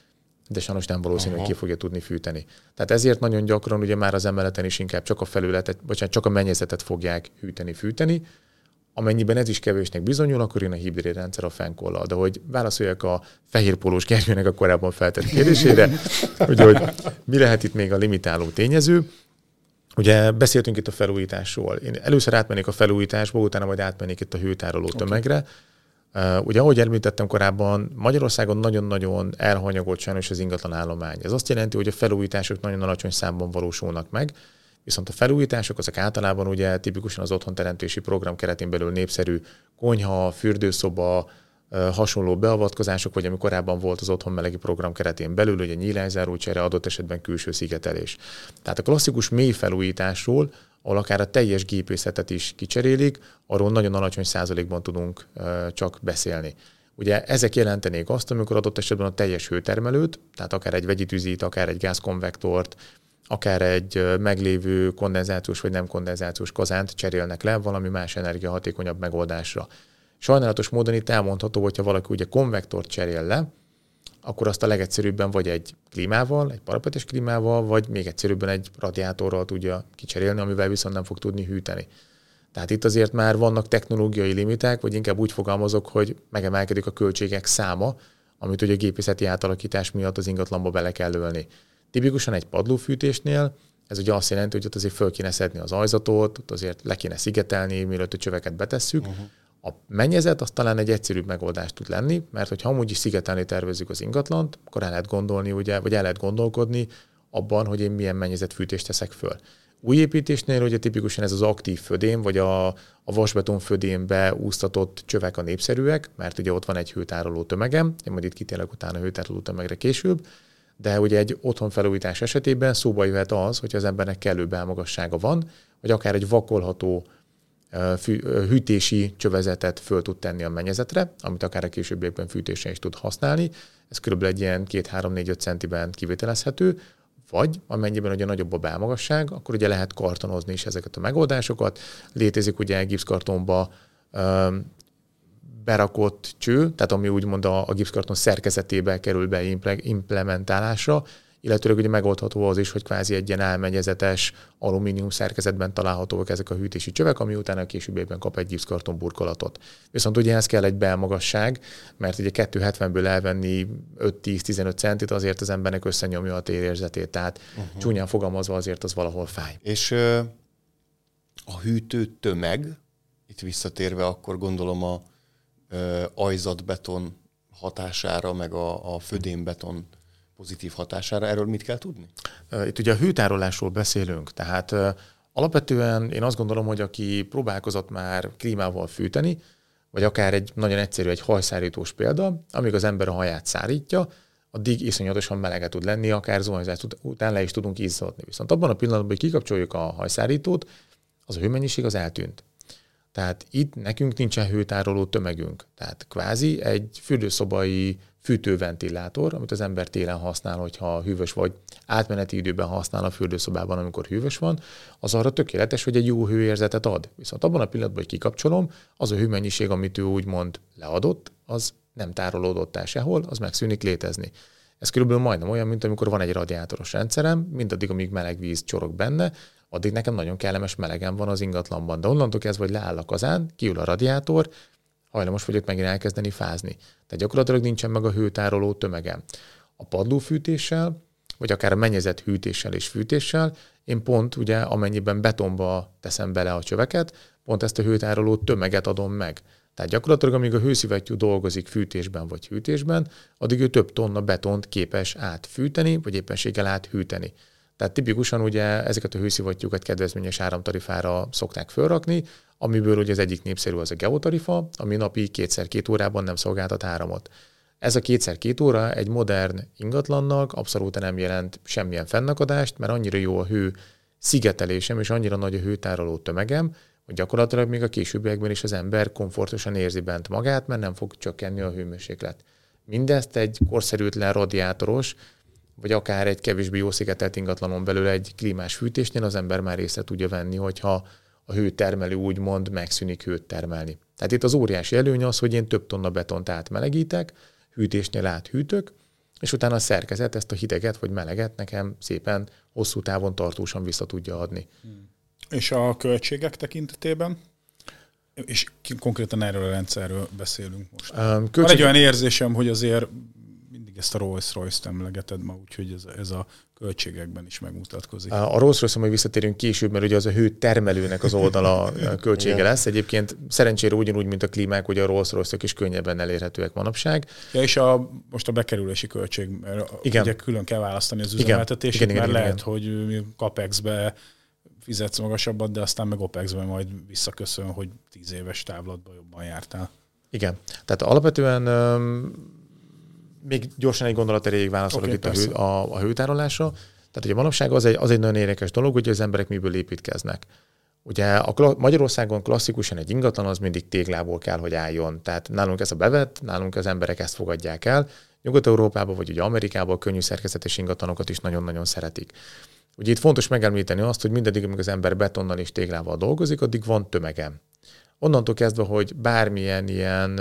de sajnos nem valószínű, hogy ki fogja tudni fűteni. Tehát ezért nagyon gyakran ugye már az emeleten is inkább csak a felületet, csak a mennyezetet fogják hűteni-fűteni. Amennyiben ez is kevésnek bizonyul, akkor jön a hibrid rendszer a fenkollal. De hogy válaszoljak a fehérpólós Gergőnek a korábban feltett kérdésére, ugye, hogy mi lehet itt még a limitáló tényező. Ugye beszéltünk itt a felújításról. Én először átmennék a felújításba, utána majd átmennék itt a hőtároló tömegre. Ugye, ahogy említettem korábban, Magyarországon nagyon-nagyon elhanyagolt sajnos az ingatlan állomány. Ez azt jelenti, hogy a felújítások nagyon alacsony számban valósulnak meg, viszont a felújítások azok általában ugye tipikusan az otthonteremtési program keretén belül népszerű konyha, fürdőszoba, hasonló beavatkozások, vagy ami korábban volt az otthonmelegi program keretén belül, ugye nyílászárócsere, adott esetben külső szigetelés. Tehát a klasszikus mély felújításról, ahol akár a teljes gépészetet is kicserélik, arról nagyon alacsony százalékban tudunk csak beszélni. Ugye ezek jelentenék azt, amikor adott esetben a teljes hőtermelőt, tehát akár egy vegyi tűzit, akár egy gázkonvektort, akár egy meglévő kondenzációs vagy nem kondenzációs kazánt cserélnek le valami más energiahatékonyabb megoldásra. Sajnálatos módon itt elmondható, hogyha valaki ugye konvektort cserél le, akkor azt a legegyszerűbben vagy egy klímával, egy parapetes klímával, vagy még egyszerűbben egy radiátorral tudja kicserélni, amivel viszont nem fog tudni hűteni. Tehát itt azért már vannak technológiai limitek, vagy inkább úgy fogalmazok, hogy megemelkedik a költségek száma, amit ugye a gépészeti átalakítás miatt az ingatlanba bele kell ölni. Tipikusan egy padlófűtésnél ez ugye azt jelenti, hogy ott azért föl kéne szedni az ajzatot, ott azért le kéne szigetelni, mielőtt a csöveket betesszük. A mennyezet az talán egy egyszerűbb megoldás tud lenni, mert hogyha amúgy is szigetelni tervezzük az ingatlant, akkor el lehet gondolni, ugye, vagy el lehet gondolkodni abban, hogy én milyen mennyezetfűtést teszek föl. Új építésnél ugye tipikusan ez az aktív födém, vagy a vasbeton födémbe úsztatott csövek a népszerűek, mert ugye ott van egy hőtároló tömegem, én majd itt kitérek utána a hőtároló tömegre később, de ugye egy otthonfelújítás esetében szóba jöhet az, hogy az embernek kellő belmagassága van, vagy akár egy vakolható hűtési csövezetet föl tud tenni a mennyezetre, amit akár a későbbiekben fűtésre is tud használni. Ez körülbelül egy ilyen 2-3-4-5 centiben kivitelezhető, vagy amennyiben ugye nagyobb a belmagasság, akkor ugye lehet kartonozni is ezeket a megoldásokat. Létezik ugye gipszkartonba berakott cső, tehát ami úgymond a gipszkarton szerkezetébe kerül be implementálásra, illetőleg ugye megoldható az is, hogy kvázi egy ilyen álmennyezetes alumínium szerkezetben találhatóak ezek a hűtési csövek, ami utána a későbbiekben kap egy gipszkarton burkolatot. Viszont ugye ez kell egy belmagasság, mert ugye 2,70-ből elvenni 5-10-15 centit azért az embernek összenyomja a térérzetét, tehát csúnyán fogalmazva azért az valahol fáj. És a hűtő tömeg, itt visszatérve akkor gondolom a ajzatbeton hatására, meg a födémbeton pozitív hatására. Erről mit kell tudni? Itt ugye a hőtárolásról beszélünk, tehát alapvetően én azt gondolom, hogy aki próbálkozott már klímával fűteni, vagy akár egy nagyon egyszerű, egy hajszárítós példa, amíg az ember a haját szárítja, addig iszonyatosan melege tud lenni, akár zuhanyzás után le is tudunk izzadni. Viszont abban a pillanatban, hogy kikapcsoljuk a hajszárítót, az a hőmennyiség az eltűnt. Tehát itt nekünk nincsen hőtároló tömegünk. Tehát kvázi egy fürdőszobai fűtőventilátor, amit az ember télen használ, hogyha hűvös vagy átmeneti időben használ a fürdőszobában, amikor hűvös van, az arra tökéletes, hogy egy jó hőérzetet ad. Viszont abban a pillanatban, hogy kikapcsolom, az a hőmennyiség, amit ő úgymond leadott, az nem tárolódott el sehol, az megszűnik létezni. Ez körülbelül majdnem olyan, mint amikor van egy radiátoros rendszerem, mindaddig, amíg meleg víz csorog benne, addig nekem nagyon kellemes melegen van az ingatlanban. De onnantól kezdve, hogy leáll a kazán, kiül a radiátor, hajlamos vagyok megint elkezdeni fázni. Tehát gyakorlatilag nincsen meg a hőtároló tömegem. A padlófűtéssel, vagy akár a mennyezet hűtéssel és fűtéssel, én pont ugye amennyiben betonba teszem bele a csöveket, pont ezt a hőtároló tömeget adom meg. Tehát gyakorlatilag amíg a hőszivattyú dolgozik fűtésben vagy hűtésben, addig ő több tonna betont képes átfűteni, vagy éppenséggel áthűteni. Tehát tipikusan ugye ezeket a hőszivattyúkat kedvezményes áramtarifára szokták fölrakni, amiből ugye az egyik népszerű az a geotarifa, ami napi 2x2 órában nem szolgáltat áramot. Ez a 2x2 óra egy modern ingatlannak abszolút nem jelent semmilyen fennakadást, mert annyira jó a hő szigetelésem, és annyira nagy a hőtároló tömegem, hogy gyakorlatilag még a későbbiekben is az ember komfortosan érzi bent magát, mert nem fog csökkenni a hőmérséklet. Mindezt egy korszerűtlen radiátoros, vagy akár egy kevésbé jó szigetelt ingatlanon belül egy klímás fűtésnél az ember már észre tudja venni, hogyha a hőtermelő úgymond megszűnik hőt termelni. Tehát itt az óriási előny az, hogy én több tonna betont átmelegítek, hűtésnél áthűtök, és utána a szerkezet ezt a hideget vagy meleget nekem szépen hosszú távon tartósan vissza tudja adni. És a költségek tekintetében? És konkrétan erről a rendszerről beszélünk most. Van egy olyan érzésem, hogy azért mindig ezt a Rolls-Royce-t emlegeted ma, úgyhogy ez a költségekben is megmutatkozik. A Rolls-Royce-on majd visszatérünk később, mert ugye az a hőtermelőnek az oldala költsége lesz. Egyébként szerencsére ugyanúgy, mint a klímák, ugye a Rolls-Royce-ok is könnyebben elérhetőek manapság. Ja, és most a bekerülési költség, mert ugye külön kell választani az üzemeltetést, mert lehet, hogy CAPEX-be fizetsz magasabbat, de aztán meg OPEX-ben majd visszaköszön, hogy 10 éves távlatban jobban jártál. Igen. Tehát alapvetően még gyorsan egy gondolat erejéig válaszolok itt a hőtárolásra. Tehát ugye manapság az egy nagyon érdekes dolog, hogy az emberek miből építkeznek. Ugye Magyarországon klasszikusan egy ingatlan az mindig téglából kell, hogy álljon. Tehát nálunk ez a bevett, nálunk az emberek ezt fogadják el. Nyugat-Európában vagy ugye Amerikában a könnyű szerkezetes ingatlanokat is nagyon-nagyon szeretik. Ugye itt fontos megemlíteni azt, hogy mindaddig, amíg az ember betonnal és téglával dolgozik, addig van tömegem. Onnantól kezdve, hogy bármilyen ilyen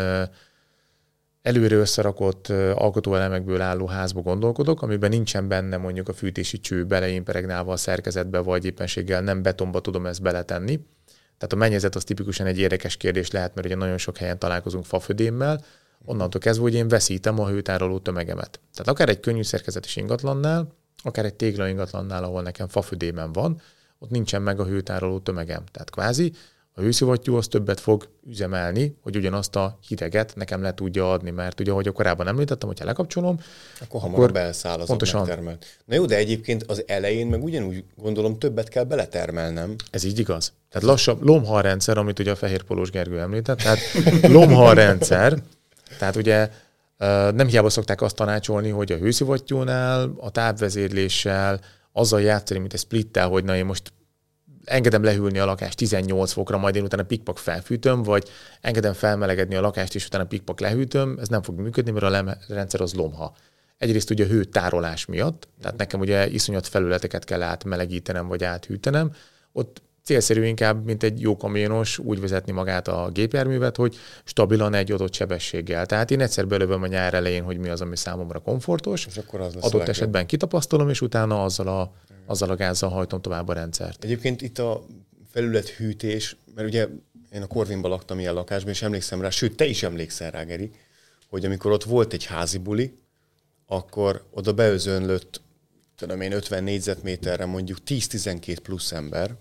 előre összerakott alkotóelemekből álló házba gondolkodok, amiben nincsen benne mondjuk a fűtési cső beleimpregnálva a szerkezetbe, vagy éppenséggel nem betonba tudom ezt beletenni. Tehát a mennyezet az tipikusan egy érdekes kérdés lehet, mert ugye nagyon sok helyen találkozunk fafödémmel, onnantól kezdve, hogy én veszítem a hőtároló tömegemet. Tehát akár egy könnyű szerkezetes ingatlannál, akár egy tégla ingatlannál, ahol nekem fafüdémem van, ott nincsen meg a hőtároló tömegem. Tehát kvázi a hőszivattyú az többet fog üzemelni, hogy ugyanazt a hideget nekem le tudja adni, mert ugye, ahogy korábban említettem, hogyha lekapcsolom, akkor hamarabb elszáll az a megtermelt. Na jó, de egyébként az elején meg ugyanúgy gondolom többet kell beletermelnem. Ez így igaz. Tehát lassabb lomhalrendszer, amit ugye a Fehér Pólós Gergő említett, tehát lomhalrendszer, tehát ugye nem hiába szokták azt tanácsolni, hogy a hőszivattyúnál, a távvezérléssel, azzal játszani, mint egy splittel, hogy na én most engedem lehűlni a lakást 18 fokra, majd én utána pikpak felfűtöm, vagy engedem felmelegedni a lakást, és utána pikpak lehűtöm, ez nem fog működni, mert a rendszer az lomha. Egyrészt ugye a hőtárolás miatt, tehát nekem ugye iszonyat felületeket kell átmelegítenem, vagy áthűtenem, ott célszerű inkább, mint egy jó kamionos úgy vezetni magát a gépjárművet, hogy stabilan egy adott sebességgel. Tehát én egyszer belövöm a nyár elején, hogy mi az, ami számomra komfortos, és akkor az adott esetben kitapasztalom, és utána azzal a gázzal hajtom tovább a rendszert. Egyébként itt a felülethűtés, mert ugye én a Corvinban laktam ilyen lakásban, és emlékszem rá, sőt, te is emlékszel rá, Geri, hogy amikor ott volt egy házi buli, akkor oda beözönlött, tudom én, 50 négyzetméterre mondjuk 10-12 plusz ember,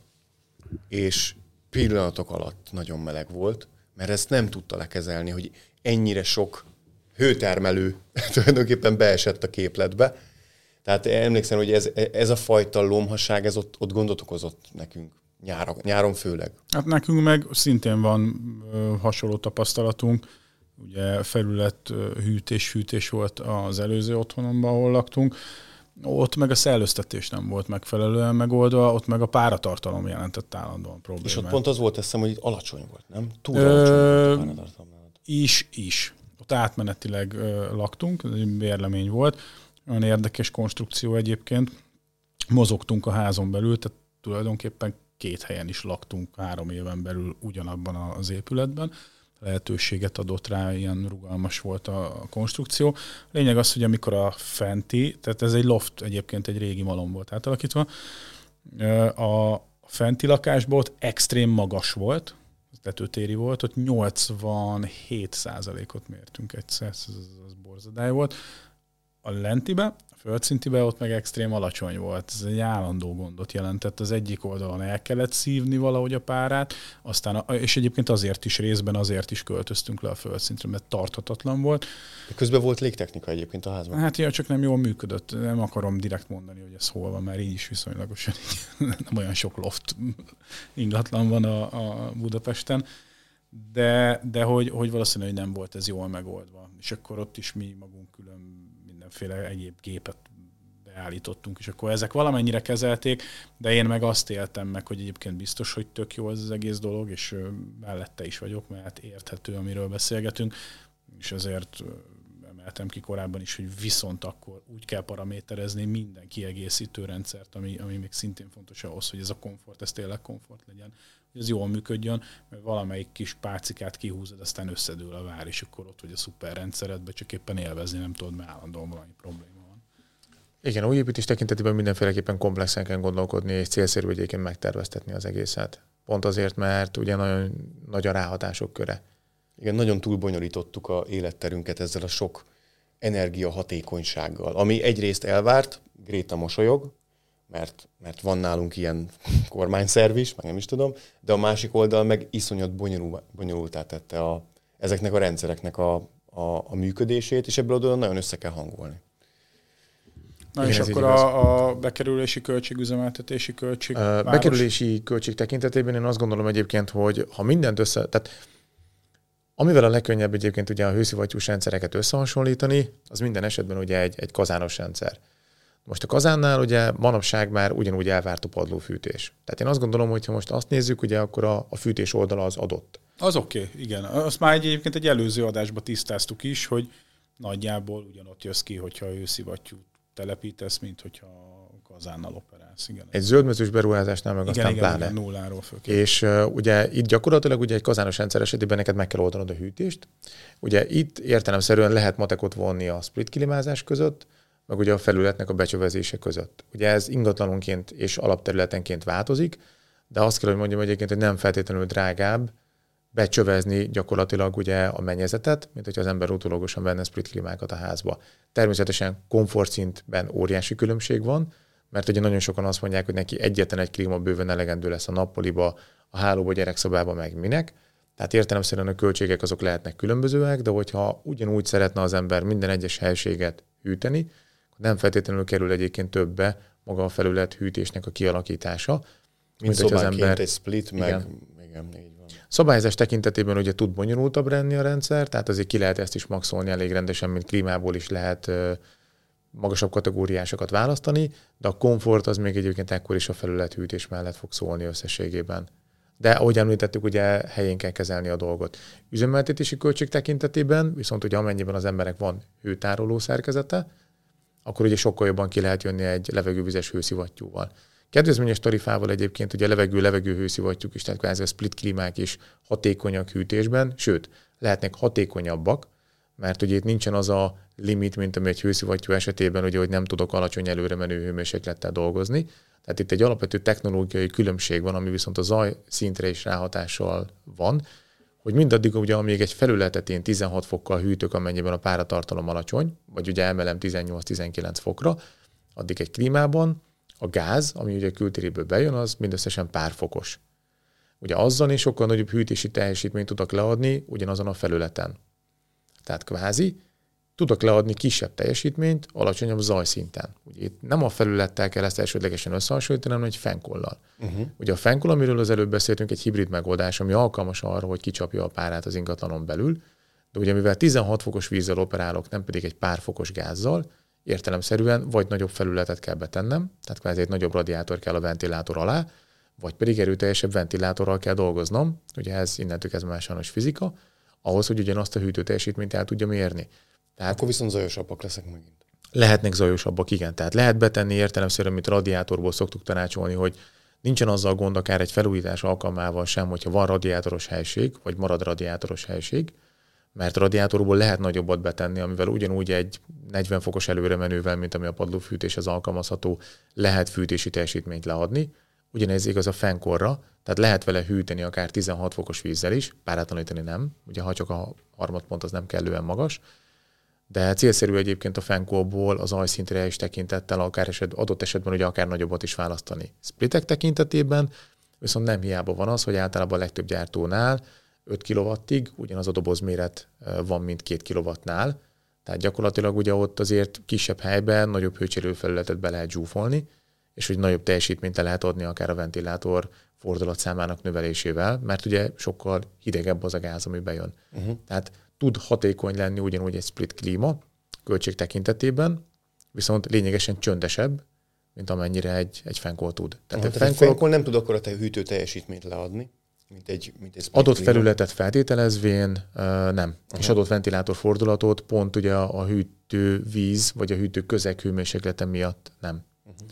és pillanatok alatt nagyon meleg volt, mert ezt nem tudta lekezelni, hogy ennyire sok hőtermelő tulajdonképpen beesett a képletbe. Tehát emlékszem, hogy ez a fajta lomhaság, ez ott gondot okozott nekünk, nyáron főleg. Hát nekünk meg szintén van hasonló tapasztalatunk. Ugye felület hűtés volt az előző otthonomban, ahol laktunk. Ott meg a szellőztetés nem volt megfelelően megoldva, ott meg a páratartalom jelentett állandóan problémát. És ott pont az volt, eszem, hogy itt alacsony volt, nem? Túl alacsony volt a páratartalom. Is. Ott átmenetileg laktunk, ez egy bérlemény volt. Olyan érdekes konstrukció egyébként. Mozogtunk a házon belül, tehát tulajdonképpen 2 helyen is laktunk 3 éven belül ugyanabban az épületben. Lehetőséget adott rá, ilyen rugalmas volt a konstrukció. Lényeg az, hogy amikor a fenti, tehát ez egy loft, egyébként egy régi malom volt átalakítva, a fenti lakásból ott extrém magas volt, tetőtéri volt, ott 87%-ot mértünk egyszer, ez borzadály volt. A lentibe, a földszintibe ott meg extrém alacsony volt. Ez egy állandó gondot jelentett. Az egyik oldalon el kellett szívni valahogy a párát, aztán, és egyébként részben azért is költöztünk le a földszintre, mert tarthatatlan volt. De közben volt légtechnika egyébként a házban. Hát ja, csak nem jól működött. Nem akarom direkt mondani, hogy ez hol van, mert így is viszonylagosan nem olyan sok loft ingatlan van a Budapesten. De hogy valószínűleg nem volt ez jól megoldva. És akkor ott is mi magunk külön mindenféle egyéb gépet beállítottunk, és akkor ezek valamennyire kezelték, de én meg azt éltem meg, hogy egyébként biztos, hogy tök jó ez az egész dolog, és mellette is vagyok, mert érthető, amiről beszélgetünk, és ezért emeltem ki korábban is, hogy viszont akkor úgy kell paraméterezni minden kiegészítő rendszert, ami még szintén fontos ahhoz, hogy ez a komfort, ez tényleg komfort legyen, hogy ez jól működjön, mert valamelyik kis pálcikát kihúzod, aztán összedől a vár, és akkor ott vagy a szuper rendszeredbe, csak éppen élvezni nem tudod, mert állandóan valami probléma van. Igen, új építés tekintetében mindenféleképpen komplexen kell gondolkodni, és célszerű egyébként megterveztetni az egészet. Pont azért, mert ugye nagyon nagy a ráhatások köre. Igen, nagyon túlbonyolítottuk a életterünket ezzel a sok energiahatékonysággal, ami egyrészt elvárt, Gréta mosolyog, mert van nálunk ilyen kormányszerv is, meg nem is tudom, de a másik oldal meg iszonyat bonyolultá tette ezeknek a rendszereknek a működését, és ebből oda nagyon össze kell hangolni. Na igen, és akkor a bekerülési költség, üzemeltetési költség? Bekerülési költség tekintetében én azt gondolom egyébként, hogy ha mindent tehát amivel a legkönnyebb egyébként ugye a hőszivattyús rendszereket összehasonlítani, az minden esetben ugye egy kazános rendszer. Most a kazánnál ugye manapság már ugyanúgy elvárt a padlófűtés. Tehát én azt gondolom, hogy ha most azt nézzük, ugye akkor a fűtés oldala az adott. Az oké, igen. Azt már egyébként egy előző adásban tisztáztuk is, hogy nagyjából ugyanott jössz ki, hogyha hőszivattyút telepítesz, mint hogyha kazánnal operálsz. Igen. Egy zöldmezős beruházásnál meg aztán pláne. Igen, nulláról föl. És ugye itt gyakorlatilag ugye egy kazános rendszer esetében neked meg kell oldanod a hűtést. Ugye itt értelemszerűen lehet matekot vonni a split klimázás között, meg ugye a felületnek a becsövezése között. Ugye ez ingatlanonként és alapterületenként változik, de azt kell, hogy mondjam egyébként, hogy nem feltétlenül drágább becsövezni gyakorlatilag ugye a mennyezetet, mint hogyha az ember utólagosan venne split klímákat a házba. Természetesen komfortszintben óriási különbség van, mert ugye nagyon sokan azt mondják, hogy neki egyetlen egy klíma bőven elegendő lesz a nappaliba, a hálóba, gyerekszobába, meg minek. Tehát értelemszerűen a költségek azok lehetnek különbözőek, de hogyha ugyanúgy szeretne az ember minden egyes helységet hűteni, nem feltétlenül kerül egyébként többe maga a felület hűtésnek a kialakítása. Mint szobánként egy split, meg... Igen, így van. Szabályozás tekintetében ugye tud bonyolultabb lenni a rendszer, tehát azért ki lehet ezt is maxolni elég rendesen, mint klímából is lehet magasabb kategóriásokat választani, de a komfort az még egyébként ekkor is a felülethűtés mellett fog szólni összességében. De ahogy említettük, ugye helyén kell kezelni a dolgot. Üzemeltetési költség tekintetében viszont ugye amennyiben az emberek van hőtároló szerkezete, akkor ugye sokkal jobban ki lehet jönni egy levegővizes hőszivattyúval. Kedvezményes tarifával egyébként ugye levegő hőszivattyúk is, tehát kvázi a split klímák is hatékonyak hűtésben, sőt, lehetnek hatékonyabbak, mert ugye itt nincsen az a limit, mint ami egy hőszivattyú esetében, ugye, hogy nem tudok alacsony előre menő hőmérséklettel dolgozni. Tehát itt egy alapvető technológiai különbség van, ami viszont a zaj szintre is ráhatással van, hogy mindaddig, ugye, amíg egy felületet én 16 fokkal hűtök, amennyiben a páratartalom alacsony, vagy ugye emelem 18-19 fokra, addig egy klímában a gáz, ami ugye kültéréből bejön, az mindösszesen pár fokos. Ugye azzal is sokkal nagyobb hűtési teljesítményt tudok leadni ugyanazon a felületen. Tehát kvázi tudok leadni kisebb teljesítményt alacsonyabb zajszinten. Ugye itt nem a felülettel kell ezt elsődlegesen összehasonlítani, hanem egy fenkollal. Ugye a fenkol, amiről az előbb beszéltünk, egy hibrid megoldás, ami alkalmas arra, hogy kicsapja a párát az ingatlanon belül, de ugye mivel 16 fokos vízzel operálok, nem pedig egy pár fokos gázzal, értelemszerűen vagy nagyobb felületet kell betennem, tehát kvázi egy nagyobb radiátor kell a ventilátor alá, vagy pedig erőteljesebb ventilátorral kell dolgoznom, ugye ez innentől kezdve már sajnos fizika, ahhoz, hogy ugyanazt a hűtőteljesítményt el tudja mérni. Tehát akkor viszont zajosabbak leszek megint. Lehetnek zajosabbak, igen. Tehát lehet betenni értelemszerűen, mint radiátorból szoktuk tanácsolni, hogy nincsen azzal gond akár egy felújítás alkalmával sem, hogyha van radiátoros helység, vagy marad radiátoros helység, mert radiátorból lehet nagyobbat betenni, amivel ugyanúgy egy 40 fokos előre menővel, mint ami a padlófűtés az alkalmazható, lehet fűtési teljesítményt leadni. Ugyanez igaz a fenkorra, tehát lehet vele hűteni akár 16 fokos vízzel is, páratlanítani nem, ugye ha csak a harmadpont az nem kellően magas, de célszerű egyébként a fenkorból az ajszintre is tekintettel akár adott esetben ugye akár nagyobbat is választani. Splitek tekintetében viszont nem hiába van az, hogy általában a legtöbb gyártónál 5 kW-ig ugyanaz a dobozméret van, mint 2 kW-nál, tehát gyakorlatilag ugye ott azért kisebb helyben nagyobb hőcserélőfelületet be lehet zsúfolni, és hogy nagyobb teljesítményt le lehet adni akár a ventilátor fordulatszámának növelésével, mert ugye sokkal hidegebb az a gáz, ami bejön. Tehát tud hatékony lenni ugyanúgy egy split klíma költség tekintetében, viszont lényegesen csöndesebb, mint amennyire egy fenkol tud. Tehát egy fenkol nem tud akkor a hűtő teljesítményt leadni. mint egy adott felületet feltételezvén nem. És adott ventilátorfordulatot pont ugye a hűtő víz, vagy a hűtő közeghőmérséklete miatt nem.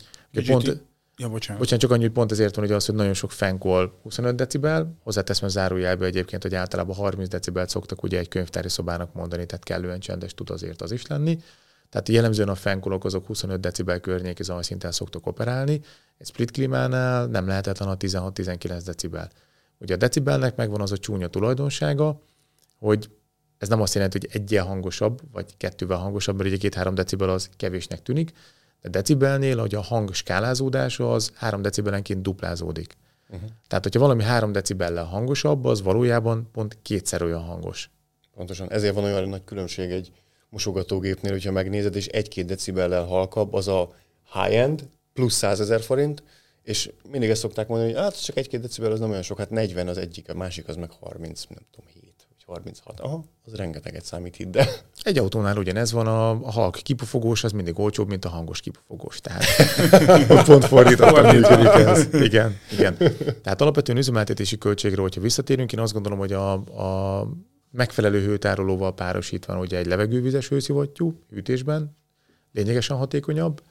Bocsánat, csak annyit pont ezért van, hogy az, hogy nagyon sok fenkol 25 decibel, hozzáteszem a zárójelbe egyébként, hogy általában 30 decibelt szoktak ugye egy könyvtári szobának mondani, tehát kellően csendes tud azért az is lenni. Tehát jellemzően a fenkolok azok 25 decibel környéki zajszinten szoktak operálni, egy split klímánál nem lehetetlen a 16-19 decibel. Ugye a decibelnek megvan az a csúnya tulajdonsága, hogy ez nem azt jelenti, hogy egyel hangosabb, vagy kettővel hangosabb, mert ugye 2-3 decibel az kevésnek tűnik, de decibelnél, hogy a hang skálázódása az 3 decibelenként duplázódik. Tehát, hogyha valami 3 decibellel hangosabb, az valójában pont 2-szer olyan hangos. Pontosan. Ezért van olyan nagy különbség egy mosogatógépnél, hogyha megnézed, és 1-2 decibellel halkabb, az a high-end, plusz 100 000 forint, és mindig ezt szokták mondani, hogy hát csak 1-2 decibel, az nem olyan sok, hát 40 az egyik, a másik az meg 30, nem tudom, 7 vagy 36. Aha, az rengeteget számít, hidd el. Egy autónál ugyanez van, a halk kipufogós, az mindig olcsóbb, mint a hangos kipufogós. Tehát pont fordítottan működik ez. Igen. Tehát alapvetően üzemeltetési költségről, hogyha visszatérünk, én azt gondolom, hogy a megfelelő hőtárolóval párosítva ugye egy levegővizes hőszivattyú hűtésben lényegesen hatékonyabb,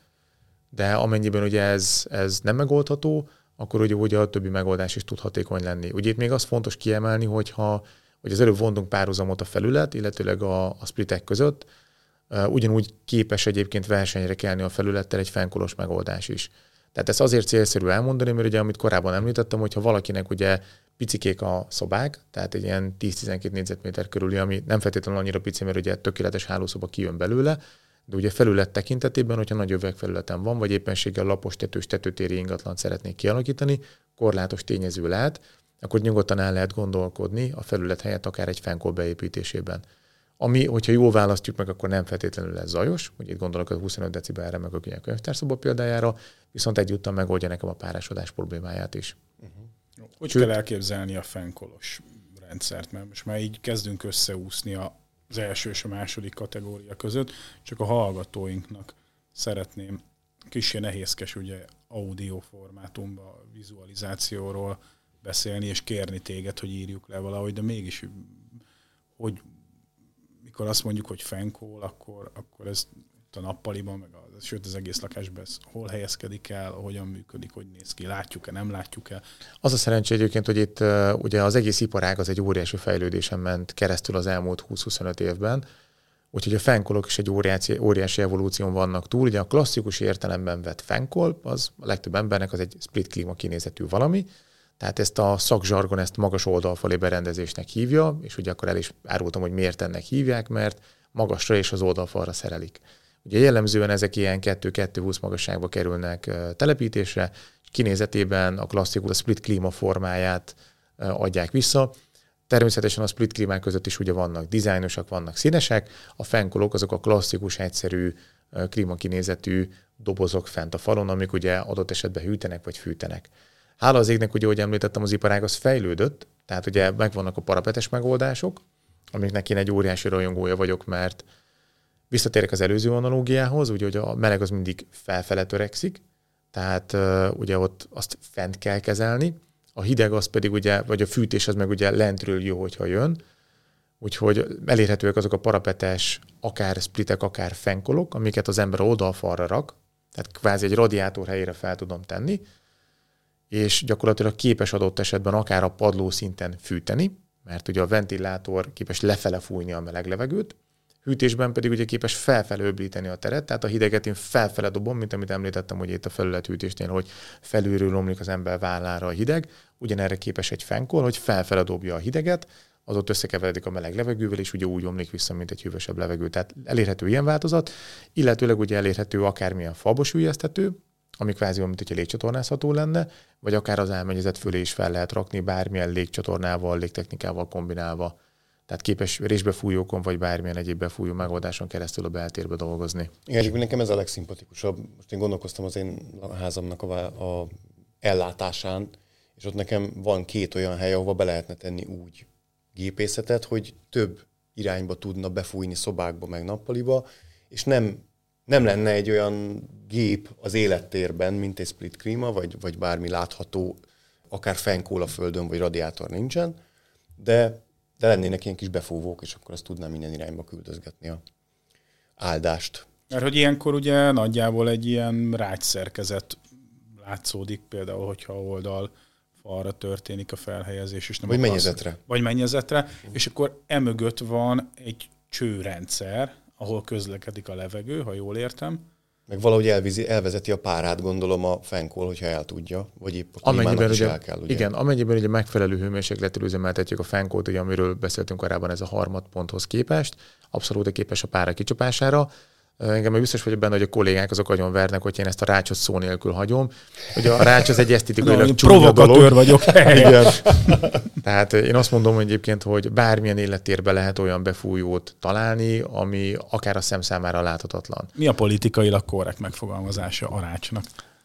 de amennyiben ugye ez nem megoldható, akkor ugye a többi megoldás is tud hatékony lenni. Ugye itt még az fontos kiemelni, hogy az előbb vontunk párhuzamot a felület, illetőleg a splitek között, ugyanúgy képes egyébként versenyre kelni a felülettel egy fenkolos megoldás is. Tehát ez azért célszerű elmondani, mert ugye amit korábban említettem, hogyha valakinek ugye picikék a szobák, tehát egy ilyen 10-12 négyzetméter körüli, ami nem feltétlenül annyira pici, mert ugye tökéletes hálószoba kijön belőle, de ugye felület tekintetében, hogyha nagy üvegfelületen van, vagy éppenséggel lapos tetős tetőtéri ingatlant szeretnék kialakítani, korlátos tényező lehet, akkor nyugodtan el lehet gondolkodni a felület helyett akár egy fenkol beépítésében. Ami, hogyha jól választjuk meg, akkor nem feltétlenül lesz zajos, ugye itt gondolok a 25 decibelre, meg a könyvtárszoba példájára, viszont egyúttal megoldja nekem a párásodás problémáját is. Hogy kell elképzelni a fenkolos rendszert? Mert most már így kezdünk összeúszni az első és a második kategória között, csak a hallgatóinknak szeretném kicsi nehézkes ugye audio formátumban, vizualizációról beszélni, és kérni téged, hogy írjuk le valahogy, de mégis, hogy mikor azt mondjuk, hogy fenkol, akkor ez a nappaliban, meg sőt az egész lakásban ez hol helyezkedik el, hogyan működik, hogy néz ki, látjuk-e, nem látjuk-e? Az a szerencsé egyébként, hogy itt ugye az egész iparág az egy óriási fejlődésen ment keresztül az elmúlt 20-25 évben, úgyhogy a fenkolok is egy óriási evolúción vannak túl. Ugye a klasszikus értelemben vett fenkol, az a legtöbb embernek az egy split klíma kinézetű valami, tehát ezt a szakzsargon ezt magas oldalfali berendezésnek hívja, és ugye akkor el is árultam, hogy miért ennek hívják, mert magasra és az oldalfalra szerelik. Ugye jellemzően ezek ilyen 2-2-20 magasságba kerülnek telepítésre, és kinézetében a klasszikus a split klíma formáját adják vissza. Természetesen a split klímák között is ugye vannak dizájnosak, vannak színesek, a fenkolok azok a klasszikus, egyszerű klímakinézetű dobozok fent a falon, amik ugye adott esetben hűtenek vagy fűtenek. Hála az égnek, ugye, ahogy említettem, az iparág az fejlődött, tehát ugye megvannak a parapetes megoldások, amiknek én egy óriási rajongója vagyok, mert visszatérek az előző analógiához, ugye, hogy a meleg az mindig felfele törekszik, tehát ugye ott azt fent kell kezelni, a hideg az pedig ugye, vagy a fűtés az meg ugye lentről jó, hogyha jön, úgyhogy elérhetőek azok a parapetes, akár splitek, akár fenkolok, amiket az ember oldalfalra rak, tehát kvázi egy radiátor helyére fel tudom tenni, és gyakorlatilag képes adott esetben akár a padló szinten fűteni, mert ugye a ventilátor képes lefele fújni a meleg levegőt, hűtésben pedig ugye képes felfele öblíteni a teret, tehát a hideget én felfele dobom, mint amit említettem, hogy itt a felülethűtésnél, hogy felülről omlik az ember vállára a hideg, ugyanerre képes egy fenkol, hogy felfele dobja a hideget, az ott összekeveredik a meleg levegővel, és ugye úgy omlik vissza, mint egy hűvösebb levegő. Tehát elérhető ilyen változat, illetőleg ugye elérhető akármilyen falbosüllyeszthető, ami kvázi olyan, mint hogyha légcsatornázható lenne, vagy akár az elmennyezet fölé is fel lehet rakni bármilyen légcsatornával, légtechnikával kombinálva. Tehát képes résbefújókon, vagy bármilyen egyéb befújó megoldáson keresztül a beltérbe dolgozni. Igen, nekem ez a legszimpatikusabb. Most én gondolkoztam az én házamnak a ellátásán, és ott nekem van 2 olyan hely, ahova be lehetne tenni úgy gépészetet, hogy több irányba tudna befújni szobákba, meg nappaliba, és nem lenne egy olyan gép az élettérben, mint egy split klíma, vagy bármi látható akár fenkól a földön, vagy radiátor nincsen, de lennének ilyen kis befúvók, és akkor azt tudnám minden irányba küldözgetni a áldást. Mert hogy ilyenkor ugye nagyjából egy ilyen rácsszerkezet látszódik, például, hogyha oldal falra történik a felhelyezés, és nem vagy mennyezetre. Vagy mennyezetre, és akkor emögött van egy csőrendszer, ahol közlekedik a levegő, ha jól értem. Meg valahogy elvezeti a párát, gondolom, a fenkól, hogyha el tudja, vagy épp a klímának is el kell. Ugye? Igen, amennyiben ugye megfelelő hőmérséklettel üzemeltetjük a fenkót, ugye, amiről beszéltünk korábban, ez a harmadponthoz képest, abszolút képes a pára kicsapására. Engem biztos vagyok benne, hogy a kollégák azok nagyon vernek, hogy én ezt a rácsot szó nélkül hagyom. Ugye a rács az egy esztetikailag csúnya dolog. Vagyok. Igen. Tehát én azt mondom hogy egyébként, hogy bármilyen élettérben lehet olyan befújót találni, ami akár a szem számára láthatatlan. Mi a politikailag korrekt megfogalmazása a rácsnak?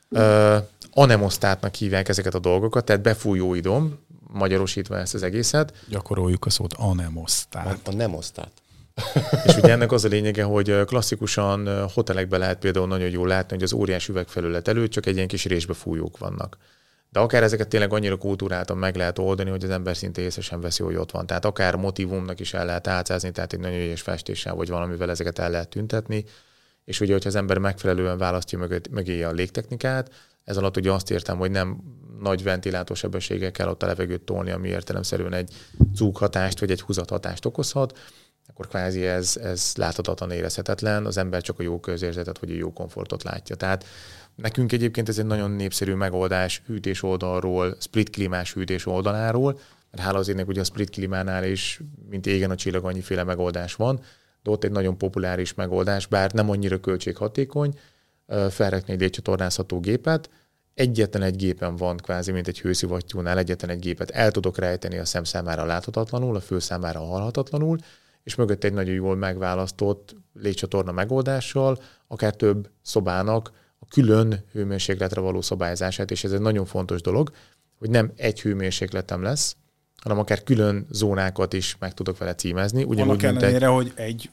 Anemosztátnak hívják ezeket a dolgokat, tehát befújóidom, magyarosítva ezt az egészet. Gyakoroljuk a szót anemosztát. A nemosztát. És ugye ennek az a lényege, hogy klasszikusan hotelekben lehet például nagyon jól látni, hogy az óriás üvegfelület előtt csak egy ilyen kis résbefújók vannak. De akár ezeket tényleg annyira kultúráltan meg lehet oldani, hogy az ember szinte észre sem veszi, hogy ott van. Tehát akár motívumnak is el lehet álcázni, tehát egy nagyon ügyes festéssel vagy valamivel ezeket el lehet tüntetni. És ugye, hogyha az ember megfelelően választja mögé a légtechnikát, ez alatt ugye azt értem, hogy nem nagy ventilátorsebességgel kell ott a levegőt tolni, ami értelemszerűen egy zúghatást vagy egy húzathatást okozhat, akkor kvázi ez láthatatlan, érezhetetlen, az ember csak a jó közérzetet vagy a jó komfortot látja. Tehát nekünk egyébként ez egy nagyon népszerű megoldás hűtés oldalról, split klímás hűtés oldaláról, mert hála az égnek ugye a split klímánál is, mint égen a csillag, annyiféle megoldás van, de ott egy nagyon populáris megoldás, bár nem annyira költséghatékony, felrakni egy légcsatornázható gépet, egyetlen egy gépen van kvázi, mint egy hőszivattyúnál, egyetlen egy gépet el tudok rejteni a szem számára láthatatlanul, a fül számára hallhatatlanul, és mögött egy nagyon jól megválasztott légcsatorna megoldással, akár több szobának a külön hőmérsékletre való szabályzását, és ez egy nagyon fontos dolog, hogy nem egy hőmérsékletem lesz, hanem akár külön zónákat is meg tudok vele címezni. Annak ellenére, hogy egy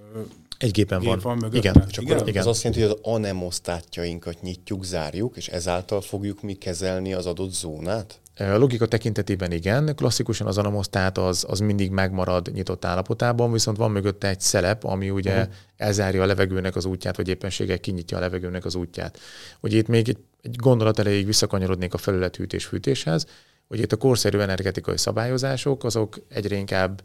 gépen van mögötte. Igen. És akkor igen. Az azt jelenti, hogy az anemosztátjainkat nyitjuk, zárjuk, és ezáltal fogjuk mi kezelni az adott zónát? A logika tekintetében igen, klasszikusan az anemosztát az mindig megmarad nyitott állapotában, viszont van mögötte egy szelep, ami ugye elzárja a levegőnek az útját, vagy éppenséggel kinyitja a levegőnek az útját. Ugye itt még egy gondolat elejéig visszakanyarodnék a felülethűtés-fűtéshez, hogy itt a korszerű energetikai szabályozások, azok egyre inkább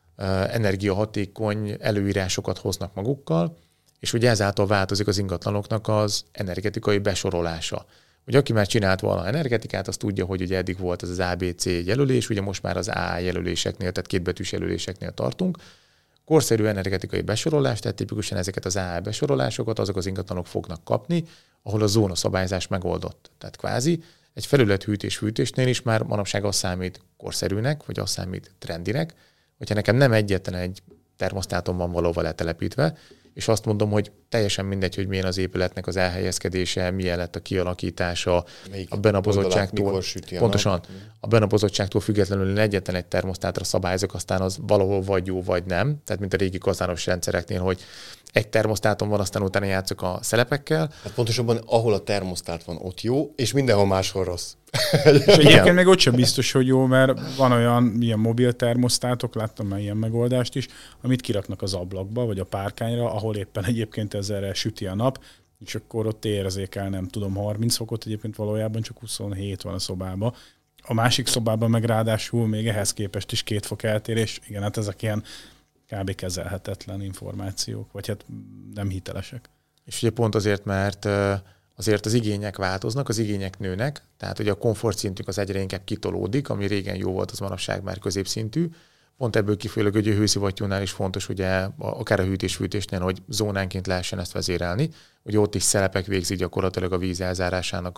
energiahatékony előírásokat hoznak magukkal, és ugye ezáltal változik az ingatlanoknak az energetikai besorolása. Ugye aki már csinált volna energetikát, az tudja, hogy ugye eddig volt ez az ABC jelölés, ugye most már az A jelöléseknél, tehát kétbetűs jelöléseknél tartunk. Korszerű energetikai besorolás, tehát tipikusan ezeket az A besorolásokat azok az ingatlanok fognak kapni, ahol a zónaszabályzás megoldott. Tehát kvázi egy felülethűtés-fűtésnél is már manapság az számít korszerűnek, vagy az számít trendinek, hogyha nekem nem egyetlen egy termosztátom van valahol letelepítve, és azt mondom, hogy teljesen mindegy, hogy milyen az épületnek az elhelyezkedése, milyen lett a kialakítása, a benapozottságtól, pontosan a benapozottságtól függetlenül egyetlen egy termosztátra szabályozok, aztán az valahol vagy jó, vagy nem. Tehát mint a régi kazános rendszereknél, hogy egy termosztáton van, aztán utána játszok a szelepekkel. Hát pontosabban, ahol a termosztát van, ott jó, és mindenhol máshol rossz. És egyébként még ott sem biztos, hogy jó, mert van olyan ilyen mobil termosztátok, láttam már ilyen megoldást is, amit kiraknak az ablakba, vagy a párkányra, ahol éppen egyébként ezzel süti a nap, és akkor ott érzékel, nem tudom, 30 fokot, egyébként valójában csak 27 van a szobában. A másik szobában meg ráadásul még ehhez képest is 2 fok eltérés. Igen, hát ezek ilyen kb. Kezelhetetlen információk, vagy hát nem hitelesek. És ugye pont azért, mert azért az igények változnak, az igények nőnek, tehát ugye a komfortszintünk az egyre inkább kitolódik, ami régen jó volt, az manapság már középszintű. Pont ebből kifolyólag, hogy a hőszivattyúnál is fontos, ugye akár a hűtés-fűtésnél, hogy zónánként lehessen ezt vezérelni. Ugye ott is szelepek végzik gyakorlatilag a víz elzárásának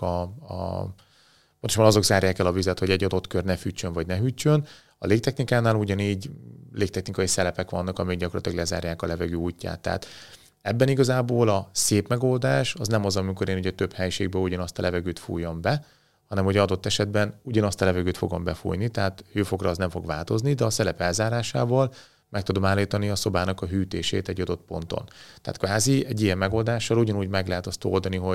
pontosan azok zárják el a vizet, hogy egy adott kör ne fűtsön vagy ne hűtsön. A légtechnikánál ugyanígy légtechnikai szelepek vannak, amik gyakorlatilag lezárják a levegő útját. Tehát ebben igazából a szép megoldás az nem az, amikor én ugye több helyiségben ugyanazt a levegőt fújjam be, hanem hogy adott esetben ugyanazt a levegőt fogom befújni, tehát hőfokra az nem fog változni, de a szelep elzárásával meg tudom állítani a szobának a hűtését egy adott ponton. Tehát kvázi egy ilyen megoldással ugyanúgy meg lehet azt oldani, hogy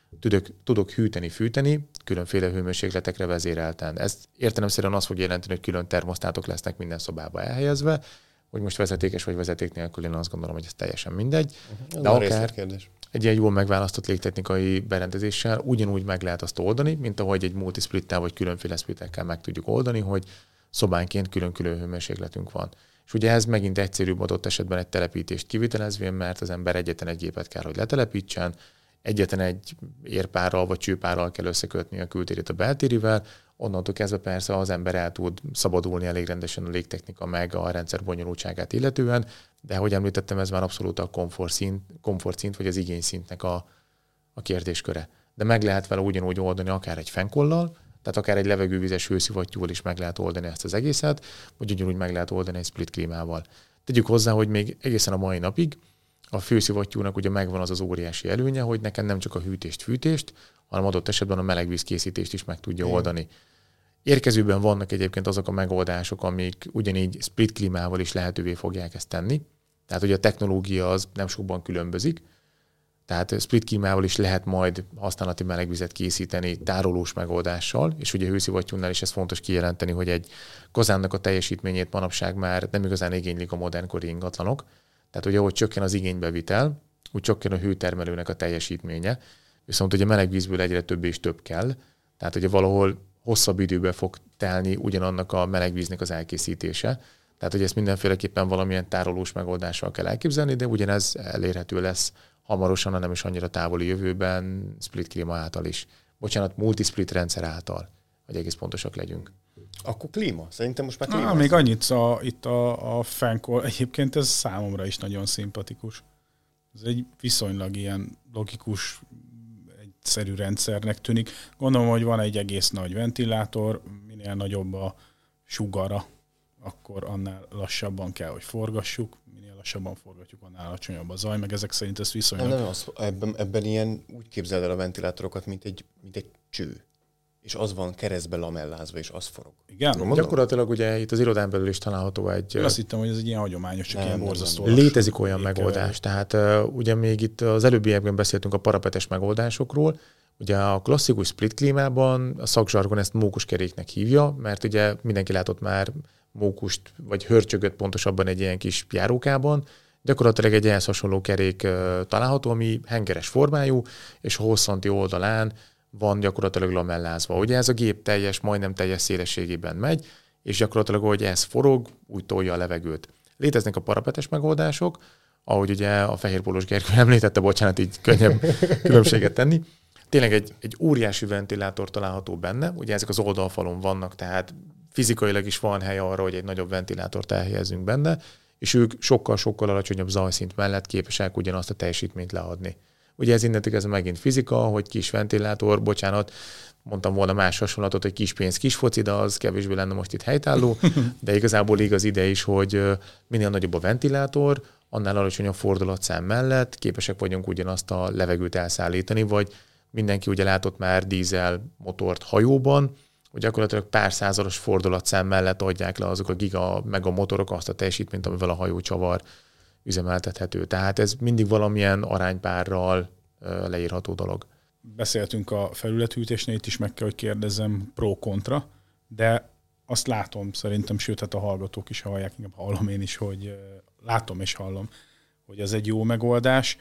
tudok hűteni, fűteni, különféle hőmérsékletekre vezérelten. Ez értelemszerűen azt fog jelenteni, hogy külön termosztátok lesznek minden szobába elhelyezve, hogy most vezetékes vagy vezeték nélkül, én azt gondolom, hogy ez teljesen mindegy. De akár egy ilyen jól megválasztott légtechnikai berendezéssel ugyanúgy meg lehet azt oldani, mint ahogy egy multisplittel vagy különféle splitekkel meg tudjuk oldani, hogy szobánként külön-külön hőmérsékletünk van. És ugye ez megint egyszerűbb adott esetben egy telepítést kivitelezvén, mert az ember egyetlen egy gépet kell, hogy letelepítsen, egyetlen egy érpárral vagy csőpárral kell összekötni a kültérét a beltérivel, onnantól kezdve persze az ember el tud szabadulni elég rendesen a légtechnika meg a rendszer bonyolultságát illetően, de ahogy említettem, ez már abszolút a komfortszint vagy az igényszintnek a kérdésköre. De meg lehet vele ugyanúgy oldani akár egy fenkollal, tehát akár egy levegővizes hőszivattyúval is meg lehet oldani ezt az egészet, vagy ugyanúgy meg lehet oldani egy split klímával. Tegyük hozzá, hogy még egészen a mai napig a főszivattyúnak ugye megvan az óriási előnye, hogy nekem nem csak a hűtést, hanem adott esetben a melegvíz készítést is meg tudja oldani. Érkezőben vannak egyébként azok a megoldások, amik ugyanígy split klímával is lehetővé fogják ezt tenni. Tehát ugye a technológia az nem sokban különbözik. Tehát split klímával is lehet majd használati melegvizet készíteni tárolós megoldással, és ugye hőszivattyúnál is ez fontos kijelenteni, hogy egy kazánnak a teljesítményét manapság már nem igazán igénylik a modernkori ingatlanok. Tehát ugye ahogy csökken az igénybevitel, úgy csökken a hőtermelőnek a teljesítménye, viszont ugye melegvízből egyre több és több kell, tehát ugye valahol hosszabb időben fog telni ugyanannak a melegvíznek az elkészítése. Tehát ugye ezt mindenféleképpen valamilyen tárolós megoldással kell elképzelni, de ugyanez elérhető lesz hamarosan, hanem is annyira távoli jövőben split klíma által is. Bocsánat, multisplit rendszer által, hogy egész pontosak legyünk. Akkor klíma? Szerintem most már klíma. Még annyit itt a Fenkol, egyébként ez számomra is nagyon szimpatikus. Ez egy viszonylag ilyen logikus, egyszerű rendszernek tűnik. Gondolom, hogy van egy egész nagy ventilátor, minél nagyobb a sugara, akkor annál lassabban kell, hogy forgassuk. Minél lassabban forgatjuk, annál alacsonyabb a zaj, meg ezek szerint ez viszonylag... Ebben ilyen úgy képzeld el a ventilátorokat, mint egy cső. És az van keresztbe lamellázva, és az forog. Igen? Gyakorlatilag ugye itt az irodán belül is található egy... Azt hittem, hogy ez egy ilyen hagyományos, csak ilyen borzasztó. Létezik olyan megoldás. Tehát ugye még itt az előbbiekben beszéltünk a parapetes megoldásokról. Ugye a klasszikus split klímában a szakzsargon ezt mókuskeréknek hívja, mert ugye mindenki látott már mókust, vagy hörcsögöt pontosabban egy ilyen kis járókában. Gyakorlatilag egy ehhez hasonló kerék található, ami hengeres formájú, és a hosszanti oldalán van gyakorlatilag lamellázva. Ugye ez a gép majdnem teljes szélességében megy, és gyakorlatilag, ahogy ez forog, úgy tolja a levegőt. Léteznek a parapetes megoldások, ahogy ugye a fehérpólós Gergő említette, bocsánat, így könnyebb különbséget tenni. Tényleg egy óriási ventilátor található benne, ugye ezek az oldalfalon vannak, tehát fizikailag is van hely arra, hogy egy nagyobb ventilátort elhelyezzünk benne, és ők sokkal-sokkal alacsonyabb zajszint mellett képesek ugyanazt a teljesítményt leadni. Ugye ez innentől ez megint fizika, hogy kis ventilátor, bocsánat, mondtam volna más hasonlatot, hogy kis pénz, kis foci, de az kevésbé lenne most itt helytálló, de igazából igaz ide is, hogy minél nagyobb a ventilátor, annál alacsonyabb fordulatszám mellett képesek vagyunk ugyanazt a levegőt elszállítani, vagy mindenki ugye látott már dízel motort hajóban, hogy gyakorlatilag pár százalos fordulatszám mellett adják le azok a giga mega motorok azt a teljesítményt, amivel a hajócsavar üzemeltethető. Tehát ez mindig valamilyen aránypárral leírható dolog. Beszéltünk a felülethűtésnél, itt is meg kell, hogy kérdezzem pro-kontra, de azt látom szerintem, sőt, hát a hallgatók is hallják, inkább hallom én is, hogy látom és hallom, hogy ez egy jó megoldás.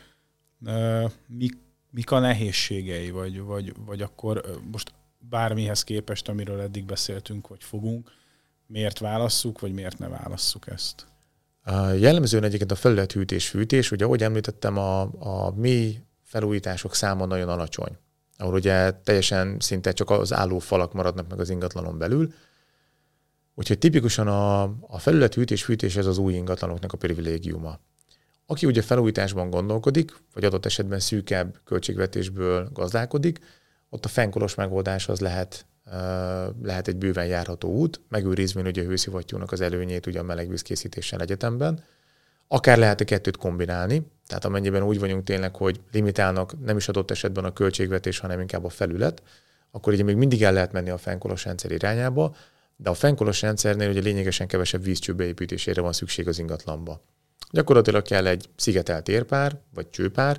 Mik a nehézségei, vagy akkor most bármihez képest, amiről eddig beszéltünk, vagy fogunk, miért válasszuk, vagy miért ne válasszuk ezt? Jellemzően egyébként a felülethűtés-fűtés, ugye ahogy említettem, a mély felújítások száma nagyon alacsony, ahol ugye teljesen szinte csak az álló falak maradnak meg az ingatlanon belül. Úgyhogy tipikusan a felülethűtés-fűtés ez az új ingatlanoknak a privilégiuma. Aki ugye felújításban gondolkodik, vagy adott esetben szűkebb költségvetésből gazdálkodik, ott a fenkolos megoldás az lehet egy bőven járható út, megőrizvén ugye a hőszivattyúnak az előnyét ugye a melegvízkészítéssel egyetemben. Akár lehet a kettőt kombinálni, tehát amennyiben úgy vagyunk tényleg, hogy limitálnak nem is adott esetben a költségvetés, hanem inkább a felület, akkor ugye még mindig el lehet menni a fenkolos rendszer irányába, de a fenkolos rendszernél ugye lényegesen kevesebb vízcső beépítésére van szükség az ingatlanba. Gyakorlatilag kell egy szigetelt érpár, vagy csőpár,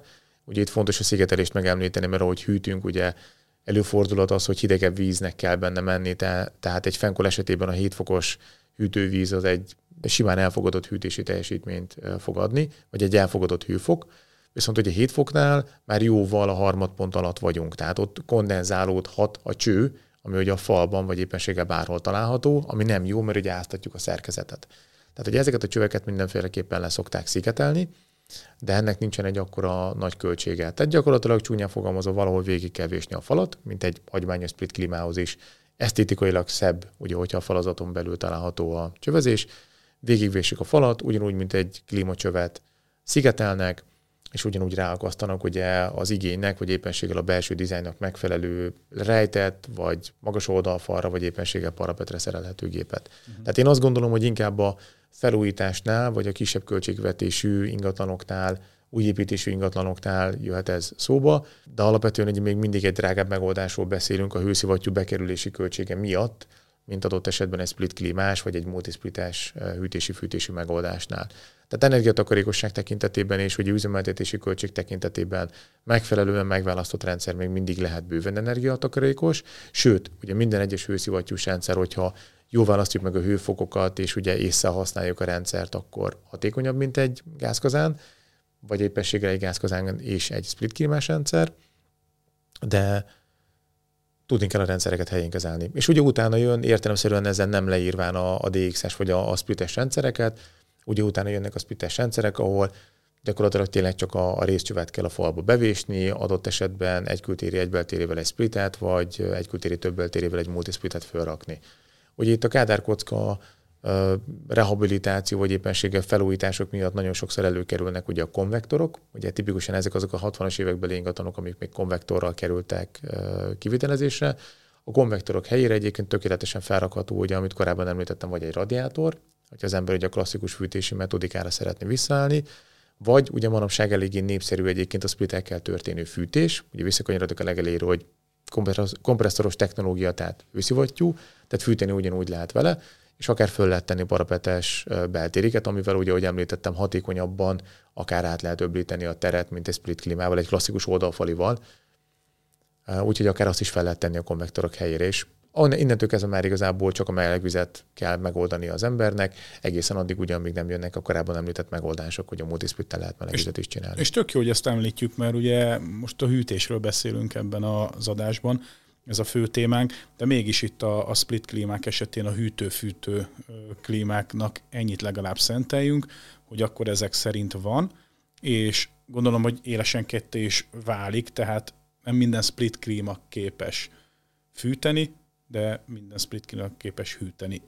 Ugye itt fontos a szigetelést megemlíteni, mert ahogy hűtünk, ugye előfordulhat az, hogy hidegebb víznek kell benne menni, tehát egy fenkol esetében a 7 fokos hűtővíz az egy simán elfogadott hűtési teljesítményt fog adni, vagy egy elfogadott hőfok. Viszont ugye 7 foknál már jóval a harmadpont alatt vagyunk, tehát ott kondenzálódhat a cső, ami ugye a falban vagy éppenséggel bárhol található, ami nem jó, mert ugye áztatjuk a szerkezetet. Tehát ugye ezeket a csöveket mindenféleképpen le szokták szigetelni, de ennek nincsen egy akkora nagy költsége. Tehát gyakorlatilag csúnyán fogalmazva valahol végig kell vésni a falat, mint egy hagyományos split klímához is. Esztétikailag szebb, ugye, hogyha a falazaton belül található a csövezés. Végigvésik a falat, ugyanúgy, mint egy klímacsövet szigetelnek, és ugyanúgy ráakasztanak ugye az igénynek, vagy éppenséggel a belső dizájnnak megfelelő rejtett, vagy magas oldalfalra, vagy éppenséggel parapetre szerelhető gépet. Tehát én azt gondolom, hogy inkább a felújításnál, vagy a kisebb költségvetésű ingatlanoknál, új építésű ingatlanoknál jöhet ez szóba, de alapvetően ugye még mindig egy drágább megoldásról beszélünk a hőszivattyú bekerülési költsége miatt, mint adott esetben egy split klímás, vagy egy multisplites hűtési-fűtési megoldásnál. Tehát energiatakarékosság tekintetében és ugye üzemeltetési költség tekintetében megfelelően megválasztott rendszer még mindig lehet bőven energiatakarékos, sőt, ugye minden egyes hőszivattyús rendszer, hogyha jól választjuk meg a hőfokokat, és ugye észre használjuk a rendszert, akkor hatékonyabb, mint egy gázkazán, vagy éppenséggel egy gázkazán és egy split klímás rendszer, de tudni kell a rendszereket helyén kezelni. És ugye utána jön, értelemszerűen ezen nem leírván a DX-es vagy a splites rendszereket, ugye utána jönnek a splites rendszerek, ahol gyakorlatilag tényleg csak a részcsövet kell a falba bevésni, adott esetben egy kültéri egybeltérével egy splitet, vagy egy kültéri többeltérével egy multisplitet fölrakni. Ugye itt a kádárkocka rehabilitáció vagy éppenséggel felújítások miatt nagyon sokszor előkerülnek ugye a konvektorok. Ugye tipikusan ezek azok a 60-as évekbeli ingatlanok, amik még konvektorral kerültek kivitelezésre. A konvektorok helyére egyébként tökéletesen felrakható, ugye, amit korábban említettem, vagy egy radiátor, hogy az ember ugye a klasszikus fűtési metodikára szeretné visszaállni, vagy ugye manapság eléggé népszerű egyébként a splitekkel történő fűtés. Ugye visszakanyarodok a legelejére, hogy kompresszoros technológia, tehát hőszivattyú, tehát fűteni ugyanúgy lehet vele, és akár föl lehet tenni parapetes beltériket, amivel ugye, ahogy említettem, hatékonyabban akár át lehet öblíteni a teret, mint egy split klímával, egy klasszikus oldalfalival. Úgyhogy akár azt is fel lehet tenni a konvektorok helyére is. Innentől kezdve már igazából csak a melegvizet kell megoldani az embernek, egészen addig ugyan, amíg nem jönnek a korábban említett megoldások, hogy a multisplittel lehet melegvizet is csinálni. És tök jó, hogy ezt említjük, mert ugye most a hűtésről beszélünk ebben az adásban, ez a fő témánk, de mégis itt a split klímák esetén a hűtő-fűtő klímáknak ennyit legalább szenteljünk, hogy akkor ezek szerint van, és gondolom, hogy élesen ketté is válik, tehát nem minden split klíma képes fűteni, de minden split klíma képes hűteni.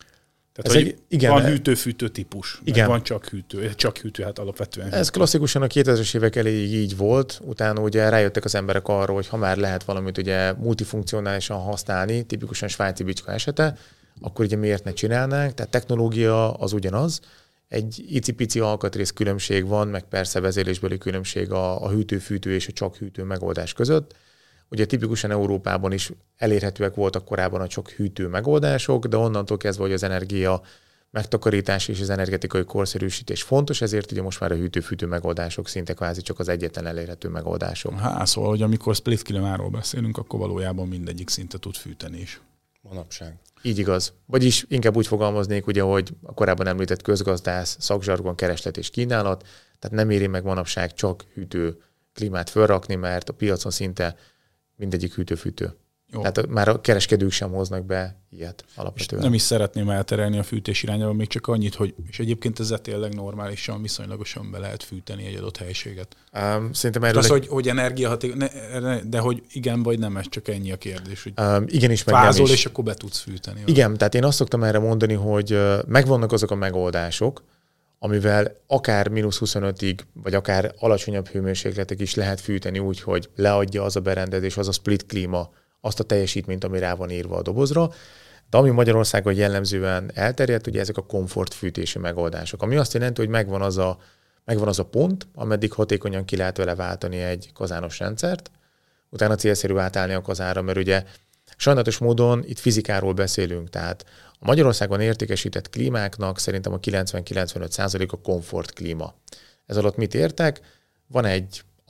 Tehát igen, van hűtő-fűtő típus, igen. Van csak hűtő, hát alapvetően. Ez klasszikusan a 2000-es évek elejéig így volt, utána ugye rájöttek az emberek arról, hogy ha már lehet valamit ugye multifunkcionálisan használni, tipikusan svájci bicska esete, akkor ugye miért ne csinálnánk? Tehát technológia az ugyanaz, egy icipici alkatrész különbség van, meg persze vezérlésbeli különbség a hűtő-fűtő és a csak hűtő megoldás között. Ugye tipikusan Európában is elérhetőek voltak korábban a csak hűtő megoldások, de onnantól kezdve, hogy az energia megtakarítás és az energetikai korszerűsítés fontos, ezért ugye most már a hűtő-fűtő megoldások szinte kvázi csak az egyetlen elérhető megoldások. Szóval, hogy amikor split klímáról beszélünk, akkor valójában mindegyik szinte tud fűteni is. Manapság. Így igaz. Vagyis inkább úgy fogalmaznék, ugye, hogy a korábban említett közgazdász, szakzsargon, kereslet és kínálat, tehát nem éri meg manapság csak hűtő klímát fölrakni, mert a piacon szinte mindegyik hűtő-fűtő. Jó. Tehát már a kereskedők sem hoznak be ilyet alapvetően. És nem is szeretném elterelni a fűtés irányába, még csak annyit, hogy és egyébként ezzel tényleg normálisan, viszonylagosan be lehet fűteni egy adott helyiséget. Szerintem erről... Az, hogy energiahaték, de hogy igen vagy nem, ez csak ennyi a kérdés. Hogy igenis, meg nem is. És akkor be tudsz fűteni. Igen, tehát én azt szoktam erre mondani, hogy megvannak azok a megoldások, amivel akár -25-ig, vagy akár alacsonyabb hőmérsékletek is lehet fűteni úgy, hogy leadja az a berendezés, az a split klíma azt a teljesítményt, ami rá van írva a dobozra. De ami Magyarországon jellemzően elterjedt, ugye ezek a komfortfűtési megoldások. Ami azt jelenti, hogy megvan az a pont, ameddig hatékonyan ki lehet vele váltani egy kazános rendszert, utána célszerű átállni a kazánra, mert ugye sajnálatos módon itt fizikáról beszélünk, tehát a Magyarországon értékesített klímáknak szerintem a 90-95% a komfort klíma. Ez alatt mit értek? Van egy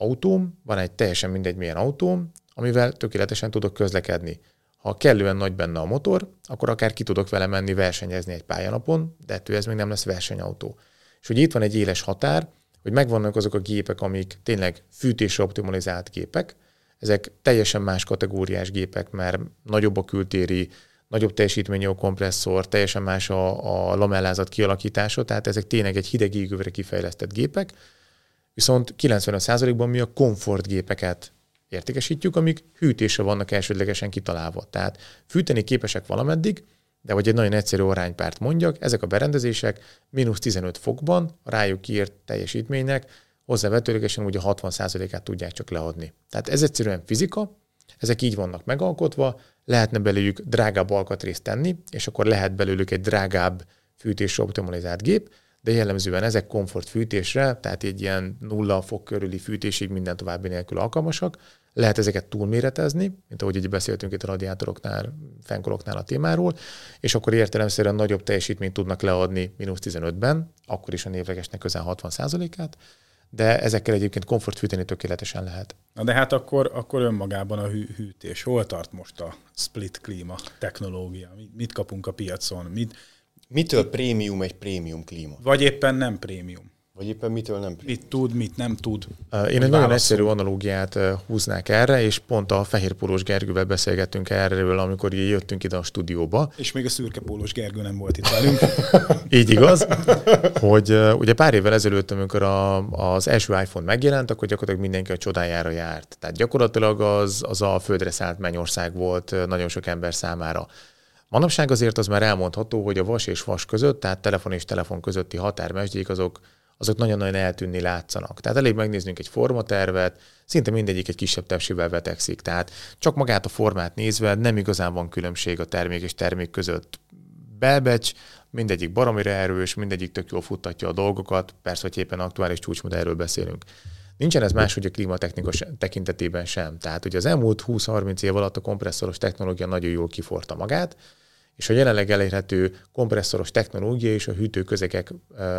autóm, van egy teljesen mindegy milyen autóm, amivel tökéletesen tudok közlekedni. Ha kellően nagy benne a motor, akkor akár ki tudok vele menni versenyezni egy pályanapon, de ettől ez még nem lesz versenyautó. És hogy itt van egy éles határ, hogy megvannak azok a gépek, amik tényleg fűtésre optimalizált gépek, ezek teljesen más kategóriás gépek, mert nagyobb a kültéri, nagyobb teljesítményű a kompresszor, teljesen más a lamellázat kialakítása, tehát ezek tényleg egy hideg égővre kifejlesztett gépek, viszont 95%-ban mi a komfortgépeket értékesítjük, amik hűtésre vannak elsődlegesen kitalálva. Tehát fűteni képesek valameddig, de hogy egy nagyon egyszerű aránypárt mondjak, ezek a berendezések -15 fokban a rájuk kiírt teljesítménynek hozzávetőlegesen ugye 60%-át tudják csak leadni. Tehát ez egyszerűen fizika, ezek így vannak megalkotva, lehetne belőlük drágább alkatrészt tenni, és akkor lehet belőlük egy drágább fűtésre optimalizált gép, de jellemzően ezek komfortfűtésre, tehát egy ilyen 0 fok körüli fűtésig minden további nélkül alkalmasak. Lehet ezeket túlméretezni, mint ahogy így beszéltünk itt a radiátoroknál, fenkoloknál a témáról, és akkor értelemszerűen nagyobb teljesítményt tudnak leadni -15-ben, akkor is a névlegesnek közel 60%-át, de ezekkel egyébként komfortfűteni tökéletesen lehet. Na de hát akkor önmagában a hűtés. Hol tart most a split klíma technológia? Mit kapunk a piacon? Mitől prémium egy prémium klíma? Vagy éppen nem prémium? Vagy éppen mitől nem prémium? Mit tud, mit nem tud? Én egy nagyon egyszerű analógiát húznák erre, és pont a fehérpólós Gergővel beszélgettünk erről, amikor így jöttünk ide a stúdióba. És még a szürkepólós Gergő nem volt itt velünk. Így igaz, hogy ugye pár évvel ezelőtt, amikor az első iPhone megjelent, akkor gyakorlatilag mindenki a csodájára járt. Tehát gyakorlatilag az a földre szállt mennyország volt nagyon sok ember számára. Manapság azért az már elmondható, hogy a vas és vas között, tehát telefon és telefon közötti határmesdjék azok nagyon-nagyon eltűnni látszanak. Tehát elég megnéznünk egy formatervet, szinte mindegyik egy kisebb tepsivel vetekszik. Tehát csak magát a formát nézve nem igazán van különbség a termék és termék között. Belbecs, mindegyik baromira erős, mindegyik tök jól futtatja a dolgokat, persze, hogy éppen aktuális csúcsmodellről beszélünk. Nincsen ez máshogy a klímatechnika tekintetében sem. Tehát ugye az elmúlt 20-30 év alatt a kompresszoros technológia nagyon jól kiforta magát, és a jelenleg elérhető kompresszoros technológia és a hűtőközegek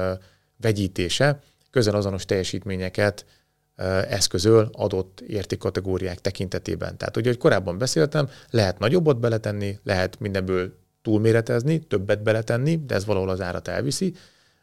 vegyítése közelazonos teljesítményeket eszközöl adott értékkategóriák tekintetében. Tehát ugye, hogy korábban beszéltem, lehet nagyobbat beletenni, lehet mindenből túlméretezni, többet beletenni, de ez valahol az árat elviszi,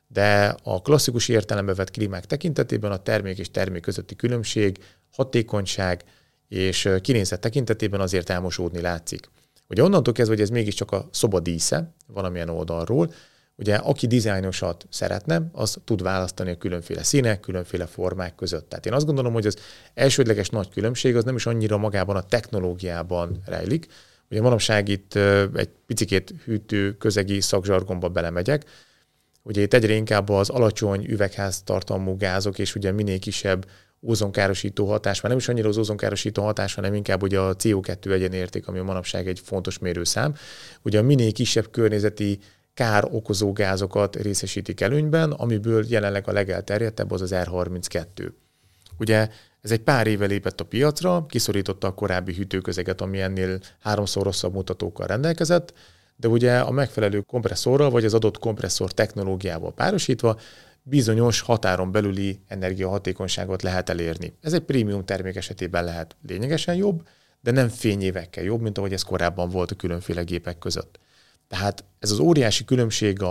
de a klasszikus értelembe vett klímák tekintetében a termék és termék közötti különbség, hatékonyság és kinézet tekintetében azért elmosódni látszik. Ugye onnantól kezdve, hogy ez mégiscsak a szoba dísze valamilyen oldalról, ugye aki dizájnosat szeretne, az tud választani a különféle színek, különféle formák között. Tehát én azt gondolom, hogy az elsődleges nagy különbség az nem is annyira magában a technológiában rejlik. Ugye manapság itt egy picikét hűtő közegi szakzsargonba belemegyek. Ugye itt egyre inkább az alacsony üvegháztartalmú gázok és ugye minél kisebb ózonkárosító hatás, már nem is annyira az ózonkárosító hatás, hanem inkább ugye a CO2 egyenérték, ami a manapság egy fontos mérőszám. Ugye a minél kisebb környezeti kár okozó gázokat részesítik előnyben, amiből jelenleg a legelterjedtebb az R32. Ugye ez egy pár éve lépett a piacra, kiszorította a korábbi hűtőközeget, ami ennél 3-szor rosszabb mutatókkal rendelkezett, de ugye a megfelelő kompresszorral vagy az adott kompresszor technológiával párosítva bizonyos határon belüli energiahatékonyságot lehet elérni. Ez egy prémium termék esetében lehet lényegesen jobb, de nem fényévekkel jobb, mint ahogy ez korábban volt a különféle gépek között. Tehát ez az óriási különbség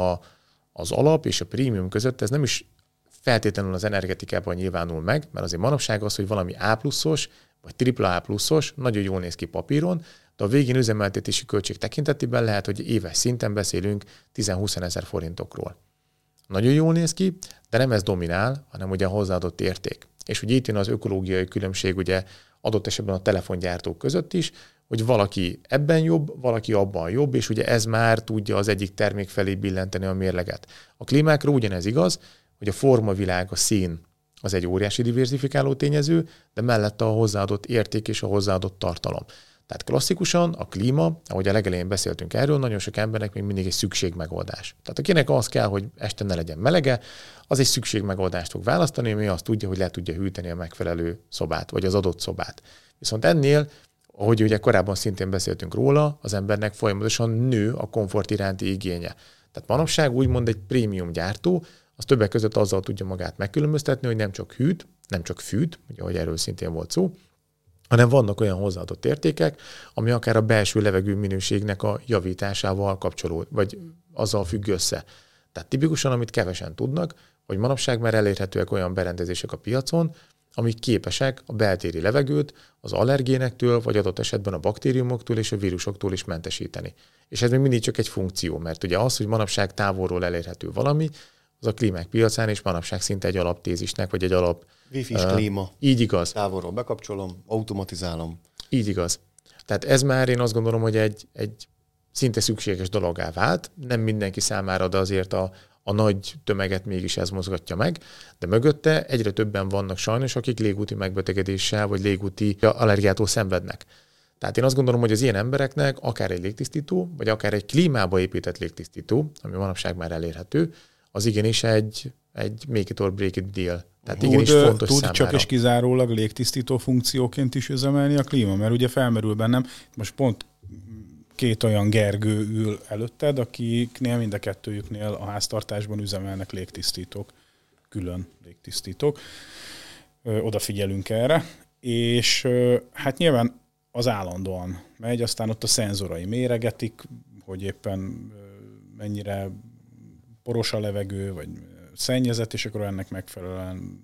az alap és a prémium között, ez nem is feltétlenül az energetikában nyilvánul meg, mert azért manapság az, hogy valami A+-os vagy AAA+-os nagyon jól néz ki papíron, de a végén üzemeltetési költség tekintetében lehet, hogy éves szinten beszélünk 10-20 ezer forintokról. Nagyon jól néz ki, de nem ez dominál, hanem ugye a hozzáadott érték. És ugye itt jön az ökológiai különbség ugye adott esetben a telefongyártók között is, hogy valaki ebben jobb, valaki abban jobb, és ugye ez már tudja az egyik termék felé billenteni a mérleget. A klímákra ugyanez igaz, hogy a formavilág, a szín az egy óriási diverzifikáló tényező, de mellette a hozzáadott érték és a hozzáadott tartalom. Tehát klasszikusan a klíma, ahogy a legelején beszéltünk erről, nagyon sok embernek még mindig egy szükségmegoldás. Tehát akinek az kell, hogy este ne legyen melege, az egy szükségmegoldást fog választani, ami azt tudja, hogy le tudja hűteni a megfelelő szobát, vagy az adott szobát. Viszont ennél, ahogy ugye korábban szintén beszéltünk róla, az embernek folyamatosan nő a komfort iránti igénye. Tehát manapság úgymond egy prémium gyártó, az többek között azzal tudja magát megkülönböztetni, hogy nem csak hűt, nem csak fűt, ugye, ahogy erről szintén volt szó, hanem vannak olyan hozzáadott értékek, ami akár a belső levegő minőségnek a javításával kapcsolód, vagy azzal függ össze. Tehát tipikusan, amit kevesen tudnak, hogy manapság már elérhetőek olyan berendezések a piacon, amik képesek a beltéri levegőt az allergénektől, vagy adott esetben a baktériumoktól és a vírusoktól is mentesíteni. És ez még mindig csak egy funkció, mert ugye az, hogy manapság távolról elérhető valami, az a klímák piacán, és manapság szinte egy alaptézisnek, vagy egy alap... Wi-Fi-s klíma. Így igaz. Távolról bekapcsolom, automatizálom. Így igaz. Tehát ez már én azt gondolom, hogy egy szinte szükséges dologgá vált. Nem mindenki számára, de azért a nagy tömeget mégis ez mozgatja meg, de mögötte egyre többen vannak sajnos, akik légúti megbetegedéssel vagy légúti allergiától szenvednek. Tehát én azt gondolom, hogy az ilyen embereknek akár egy légtisztító, vagy akár egy klímába épített légtisztító, ami manapság már elérhető, az igenis egy make it or break it deal. Tehát igenis fontos tud számára. csak és kizárólag légtisztító funkcióként is üzemelni a klíma, mert ugye felmerül bennem, most pont 2 olyan Gergő ül előtted, akiknél mind a kettőjüknél a háztartásban üzemelnek légtisztítók, külön légtisztítók. Odafigyelünk erre, és hát nyilván az állandóan megy, aztán ott a szenzorai méregetik, hogy éppen mennyire poros a levegő, vagy szennyezett, és akkor ennek megfelelően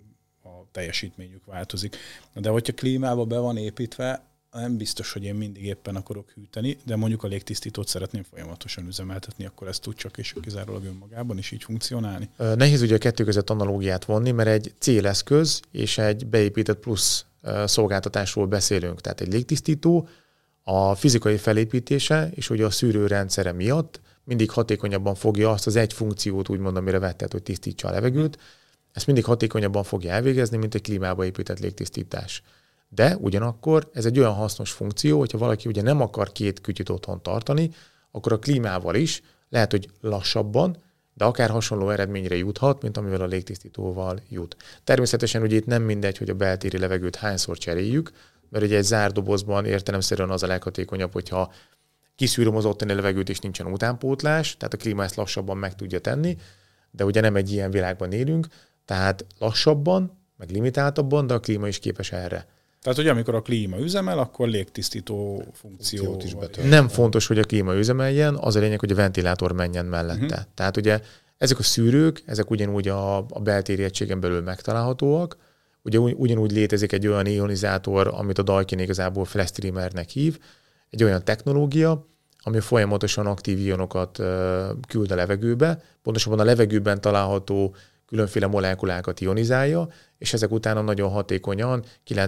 a teljesítményük változik. De hogyha klímába be van építve, nem biztos, hogy én mindig éppen akarok hűteni, de mondjuk a légtisztítót szeretném folyamatosan üzemeltetni, akkor ez tud csak és kizárólag önmagában is így funkcionálni. Nehéz ugye a kettő között analógiát vonni, mert egy céleszköz és egy beépített plusz szolgáltatásról beszélünk. Tehát egy légtisztító a fizikai felépítése és ugye a szűrőrendszere miatt mindig hatékonyabban fogja azt az egy funkciót, úgymond, amire vetted, hogy tisztítsa a levegőt, ezt mindig hatékonyabban fogja elvégezni, mint egy klímába épített légtisztítás. De ugyanakkor ez egy olyan hasznos funkció, hogyha valaki ugye nem akar 2 kütyüt otthon tartani, akkor a klímával is lehet, hogy lassabban, de akár hasonló eredményre juthat, mint amivel a légtisztítóval jut. Természetesen ugye itt nem mindegy, hogy a beltéri levegőt hányszor cseréljük, mert ugye egy zárt dobozban értelemszerűen az a leghatékonyabb, hogyha kiszűröm az ottani levegőt és nincsen utánpótlás, tehát a klíma ezt lassabban meg tudja tenni, de ugye nem egy ilyen világban élünk, tehát lassabban, meg limitáltabban, de a klíma is képes erre. Tehát, hogy amikor a klíma üzemel, akkor légtisztító funkciót is betölt. Nem fontos, hogy a klíma üzemeljen, az a lényeg, hogy a ventilátor menjen mellette. Tehát ugye ezek a szűrők, ezek ugyanúgy a beltéri egységen belül megtalálhatóak, ugye ugyanúgy létezik egy olyan ionizátor, amit a Daikin igazából flash streamernek hív, egy olyan technológia, ami folyamatosan aktív ionokat küld a levegőbe, pontosabban a levegőben található különféle molekulákat ionizálja, és ezek utána nagyon hatékonyan,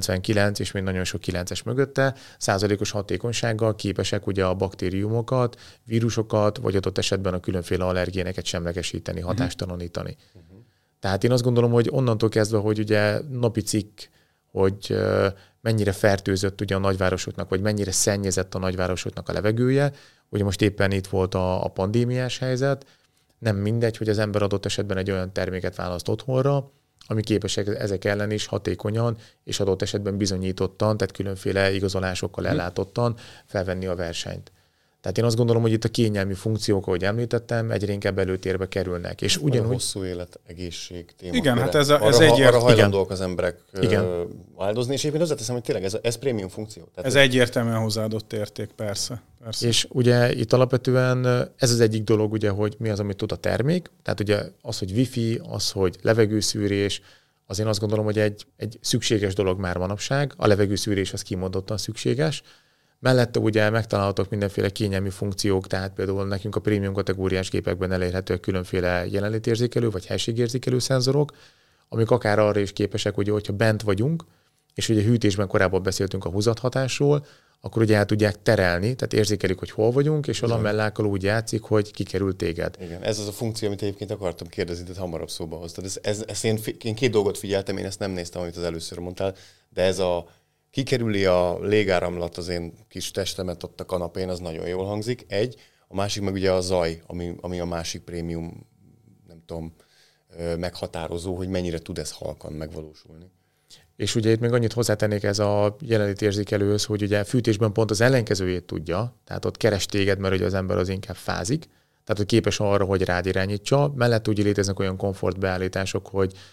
99 és még nagyon sok 9-es mögötte, százalékos hatékonysággal képesek ugye a baktériumokat, vírusokat, vagy adott esetben a különféle allergéneket semlegesíteni, hatástalanítani. Tehát én azt gondolom, hogy onnantól kezdve, hogy ugye napi cikk, hogy mennyire fertőzött ugye a nagyvárosoknak, vagy mennyire szennyezett a nagyvárosoknak a levegője, ugye most éppen itt volt a pandémiás helyzet, nem mindegy, hogy az ember adott esetben egy olyan terméket választ otthonra, ami képesek ezek ellen is hatékonyan és adott esetben bizonyítottan, tehát különféle igazolásokkal ellátottan felvenni a versenyt. Tehát én azt gondolom, hogy itt a kényelmi funkciók, ahogy említettem, egyre inkább előtérbe kerülnek. És ugyanúgy... hosszú élet, egészség téma. Igen, hát ez arra hajlandóak az emberek áldozni, és egyébként hozzáteszem, hogy tényleg ez prémium funkció. Tehát ez egyértelműen hozzáadott érték, persze. És ugye itt alapvetően ez az egyik dolog, ugye, hogy mi az, amit tud a termék. Tehát ugye az, hogy wifi, az, hogy levegőszűrés, az én azt gondolom, hogy egy szükséges dolog már manapság. A levegőszűrés az kimondottan szükséges. Mellette ugye megtalálhatók mindenféle kényelmi funkciók, tehát például nekünk a prémium kategóriás gépekben elérhetőek különféle jelenlétérzékelő vagy helységérzékelő szenzorok, amik akár arra is képesek, ugye, hogyha bent vagyunk, és ugye hűtésben korábban beszéltünk a húzathatásról, akkor ugye el tudják terelni, tehát érzékelik, hogy hol vagyunk, és a lamellákkal úgy játszik, hogy kikerül téged. Igen, ez az a funkció, amit egyébként akartam kérdezni, tehát hamarabb szóba hoztad. Ezt én 2 dolgot figyeltem, én ezt nem néztem, amit az először mondtál, de ez a kikerüli a légáramlat az én kis testemet ott a kanapén, az nagyon jól hangzik. A másik meg ugye a zaj, ami a másik prémium, nem tudom, meghatározó, hogy mennyire tud ez halkan megvalósulni. És ugye itt még annyit hozzátennék ez a jelenlétérzékelőhöz, hogy ugye fűtésben pont az ellenkezőjét tudja, tehát ott keres téged, mert ugye az ember az inkább fázik, tehát hogy képes arra, hogy rád irányítsa. Mellett ugye léteznek olyan komfortbeállítások, hogy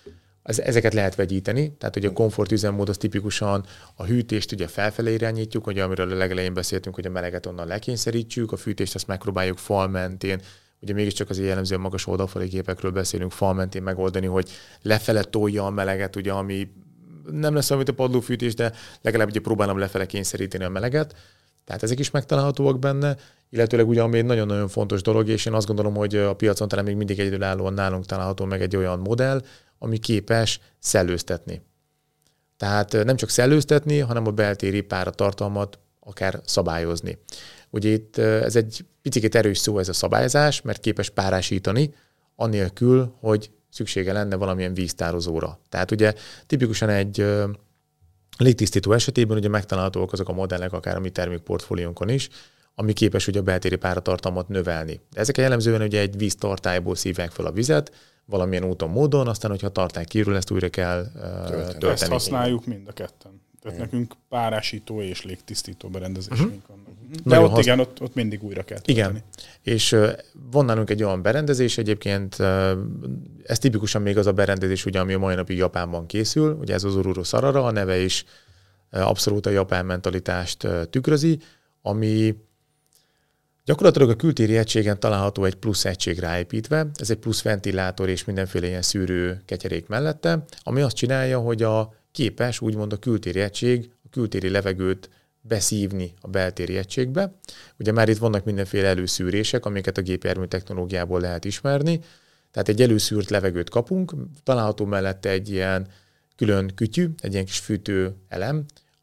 ezeket lehet vegyíteni, tehát ugye a komfort üzemmód az tipikusan a hűtést ugye felfelé irányítjuk, ugye amiről a legelején beszéltünk, hogy a meleget onnan lekényszerítsük, a fűtést azt megpróbáljuk fal mentén, ugye mégiscsak azért jellemzően magas oldalfali gépekről beszélünk, fal mentén megoldani, hogy lefele tolja a meleget, ugye, ami nem lesz olyan, mint a padlófűtés, de legalább ugye próbálom lefele kényszeríteni a meleget. Tehát ezek is megtalálhatóak benne, illetőleg ugye ami egy nagyon-nagyon fontos dolog, és én azt gondolom, hogy a piacon talán még mindig egyedülállóan nálunk található meg egy olyan modell, ami képes szellőztetni. Tehát nem csak szellőztetni, hanem a beltéri páratartalmat akár szabályozni. Ugye itt ez egy picit erős szó ez a szabályzás, mert képes párásítani, anélkül, hogy szüksége lenne valamilyen víztározóra. Tehát ugye tipikusan egy légtisztító esetében ugye megtalálhatóak azok a modellek, akár a mi termékportfóliónkon is, ami képes ugye a beltéri páratartalmat növelni. De ezek jellemzően ugye egy víztartályból szívják fel a vizet, valamilyen úton, módon, aztán, hogyha a tartály kiürül, ezt újra kell tölteni. Ezt használjuk mind a ketten. Tehát nekünk párásító és légtisztító berendezésünk vannak. De ott igen, ott mindig újra kell tölteni. Igen, és van nálunk egy olyan berendezés egyébként, ez tipikusan még az a berendezés, ugye, ami a mai napig Japánban készül, ugye ez az Oruro Sarara, a neve is abszolút a japán mentalitást tükrözi, ami gyakorlatilag a kültéri egységen található egy plusz egység ráépítve, ez egy plusz ventilátor és mindenféle ilyen szűrő ketyerék mellette, ami azt csinálja, hogy képes úgymond a kültéri egység, a kültéri levegőt beszívni a beltéri egységbe. Ugye már itt vannak mindenféle előszűrések, amiket a gépjármű technológiából lehet ismerni, tehát egy előszűrt levegőt kapunk, található mellette egy ilyen külön kütyű, egy ilyen kis fűtő elem,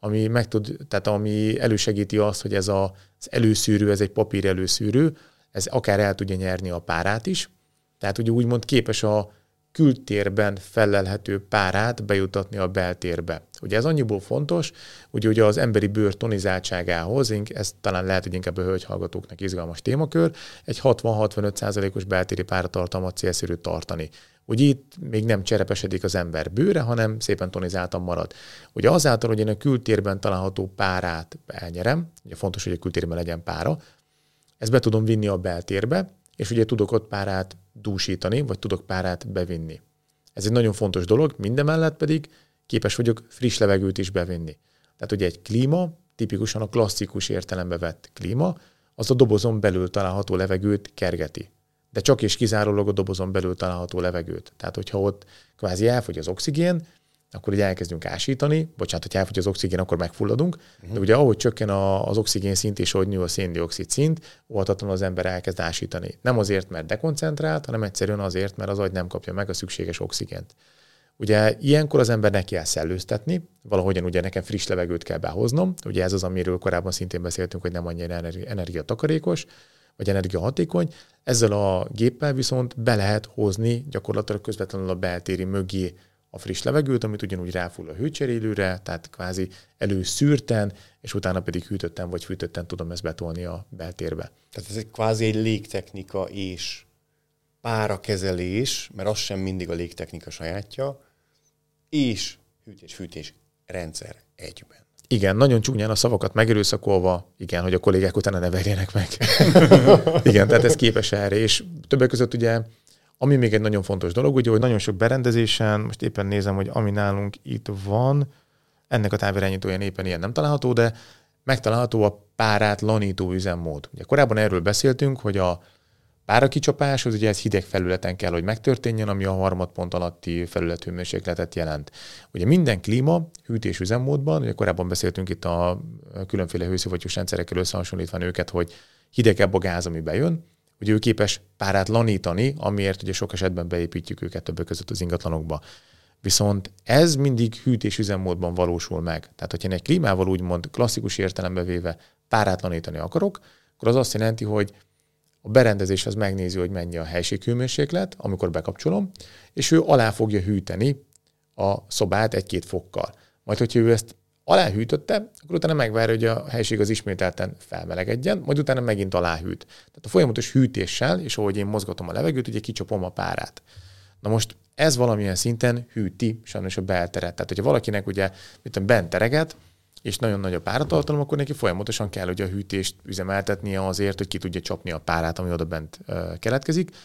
ami elősegíti azt, hogy ez az előszűrő, ez egy papír előszűrő, ez akár el tudja nyerni a párát is, tehát ugye úgymond képes a kültérben fellelhető párát bejutatni a beltérbe. Ugye ez annyiból fontos, ugye az emberi bőr tonizáltságához, ez talán lehet, hogy inkább a hölgyhallgatóknak izgalmas témakör, egy 60-65%-os beltéri páratartalmat célszerű tartani. Ugye itt még nem cserepesedik az ember bőre, hanem szépen tonizáltan marad. Ugye azáltal, hogy én a kültérben található párát elnyerem, ugye fontos, hogy a kültérben legyen pára, ezt be tudom vinni a beltérbe, és ugye tudok ott párát dúsítani, vagy tudok párát bevinni. Ez egy nagyon fontos dolog, mindemellett pedig képes vagyok friss levegőt is bevinni. Tehát ugye egy klíma, tipikusan a klasszikus értelembe vett klíma, az a dobozon belül található levegőt kergeti. De csak és kizárólag a dobozon belül található levegőt. Tehát hogyha ott kvázi elfogy az oxigén, akkor ugye elkezdünk ásítani, hogyha elfogy az oxigén, akkor megfulladunk, de ugye ahogy csökken az oxigén szint és ahogy nő a széndioxid szint, óhatatlanul az ember elkezd ásítani. Nem azért, mert dekoncentrált, hanem egyszerűen azért, mert az agy nem kapja meg a szükséges oxigént. Ugye ilyenkor az ember neki kell szellőztetni, valahogyan ugye nekem friss levegőt kell behoznom, ugye ez az, amiről korábban szintén beszéltünk, hogy nem annyira energiatakarékos, vagy energiahatékony, ezzel a géppel viszont be lehet hozni gyakorlatilag közvetlenül a beltéri mögé a friss levegőt, amit ugyanúgy ráfull a hőcserélőre, tehát kvázi előszűrten, és utána pedig hűtötten vagy fűtötten tudom ezt betolni a beltérbe. Tehát ez egy kvázi egy légtechnika és párakezelés, mert az sem mindig a légtechnika sajátja, és hűtés-fűtés rendszer egyben. Igen, nagyon csúnyán a szavakat megerőszakolva, igen, hogy a kollégák utána ne verjenek meg. Igen, tehát ez képes erre, és többek között ugye, ami még egy nagyon fontos dolog, ugye, hogy nagyon sok berendezésen, most éppen nézem, hogy ami nálunk itt van, ennek a távirányítóján éppen ilyen nem található, de megtalálható a párátlanító üzemmód. Ugye korábban erről beszéltünk, hogy a párakicsapás, az ugye ez hideg felületen kell, hogy megtörténjen, ami a harmadpont alatti felülethőmérsékletet jelent. Ugye minden klíma hűtés üzemmódban, ugye korábban beszéltünk itt a különféle hőszivattyús rendszerekkel összehasonlítva őket, hogy hidegebb a gáz, ami bejön, ugye ő képes párátlanítani, amiért ugye sok esetben beépítjük őket többek között az ingatlanokba. Viszont ez mindig hűtés üzemmódban valósul meg. Tehát, hogyha én egy klímával úgymond klasszikus értelembe véve párátlanítani akarok, akkor az azt jelenti, hogy a berendezés az megnézi, hogy mennyi a helységhőmérséklet, amikor bekapcsolom, és ő alá fogja hűteni a szobát 1-2 fokkal. Majd, hogyha ő ezt aláhűtötte, akkor utána megvárja, hogy a helység az ismételten felmelegedjen, majd utána megint aláhűt. Tehát a folyamatos hűtéssel, és ahogy én mozgatom a levegőt, ugye kicsapom a párát. Na most ez valamilyen szinten hűti sajnos a belteret. Tehát, hogyha valakinek ugye bent tereget, és nagyon nagy a páratartalom, akkor neki folyamatosan kell ugye a hűtést üzemeltetnie azért, hogy ki tudja csapni a párát, ami oda bent keletkezik.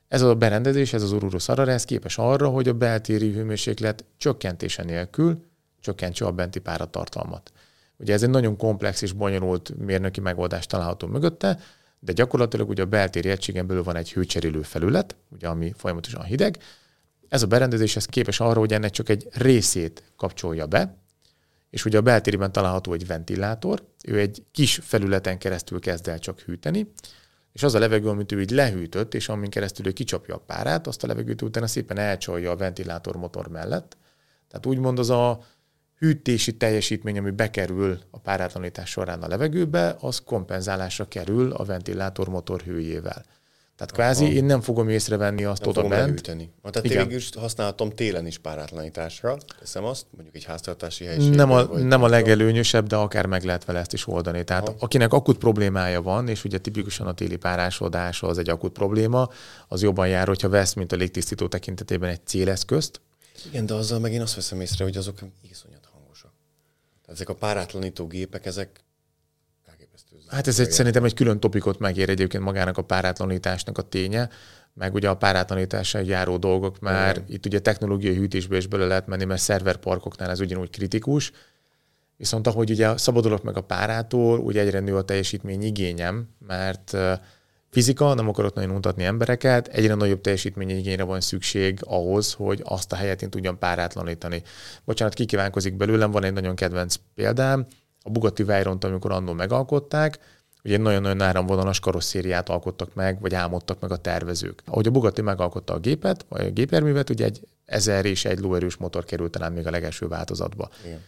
Ez a berendezés, ez az Ururus Arara, ez képes arra, hogy a beltéri hőmérséklet csökkentése nélkül csökkentse a benti páratartalmat. Ugye ez egy nagyon komplex és bonyolult mérnöki megoldás található mögötte, de gyakorlatilag ugye a beltéri egységen belül van egy hőcserélő felület, ugye, ami folyamatosan hideg. Ez a berendezés ez képes arra, hogy ennek csak egy részét kapcsolja be, és ugye a beltériben található egy ventilátor, ő egy kis felületen keresztül kezd el csak hűteni, és az a levegő, amit ő így lehűtött, és amin keresztül ő kicsapja a párát, azt a levegőt utána szépen elcsolja a ventilátormotor mellett. Tehát úgymond az a hűtési teljesítmény, ami bekerül a párátlanítás során a levegőbe, az kompenzálásra kerül a ventilátormotor hőjével. Tehát kvázi én nem fogom észrevenni azt nem oda fogom bent. lehűteni. Tehát végül is használhatom télen is párátlanításra. Teszem azt, mondjuk egy háztartási helyiségben. Nem a legelőnyösebb, de akár meg lehet vele ezt is oldani. Tehát akinek akut problémája van, és ugye tipikusan a téli párásodás az egy akut probléma, az jobban jár, hogyha vesz, mint a légtisztító tekintetében egy céleszközt. Igen, de azzal meg én azt veszem észre, hogy azok iszonyat hangosak. Tehát ezek a párátlanító gépek, ezek elképesztő. Hát ez szerintem egy külön topikot megér egyébként magának a párátlanításnak a ténye, meg ugye a párátlanítással járó dolgok már itt ugye technológiai hűtésbe is bele lehet menni, mert szerverparkoknál ez ugyanúgy kritikus. Viszont ahogy ugye szabadulok meg a párától, ugye egyre nő a teljesítmény igényem, mert fizika, nem akarok nagyon untatni embereket, egyre nagyobb teljesítményigényre van szükség ahhoz, hogy azt a helyet én tudjam párátlanítani. Bocsánat, kikívánkozik belőlem, van egy nagyon kedvenc példám, a Bugatti Veyront, amikor annól megalkották, ugye egy nagyon-nagyon áramvonalas karosszériát alkottak meg, vagy álmodtak meg a tervezők. Ahogy a Bugatti megalkotta a gépet, vagy a gépjárművet, ugye egy 1001 lóerős motor került talán még a legelső változatba. Igen.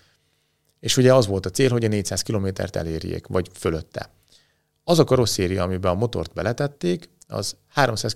És ugye az volt a cél, hogy a 400 kilométert elérjék, vagy fölötte. Az a karosszéria, amiben a motort beletették, az 300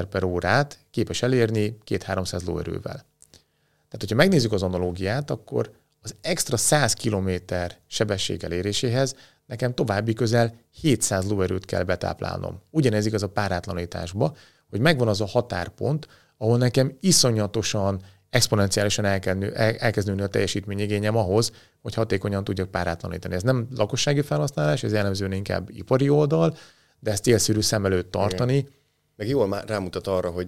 km/h képes elérni 200-300 lóerővel. Tehát, hogyha megnézzük az analógiát, akkor az extra 100 km sebesség eléréséhez nekem további közel 700 lóerőt kell betáplálnom. Ugyanez igaz a párátlanításba, hogy megvan az a határpont, ahol nekem iszonyatosan, exponenciálisan elkezd nőni a teljesítményigényem ahhoz, hogy hatékonyan tudjak párátlanítani. Ez nem lakossági felhasználás, ez jellemzően inkább ipari oldal, de ezt célszerű szem előtt tartani. Igen. Meg jól már rámutat arra, hogy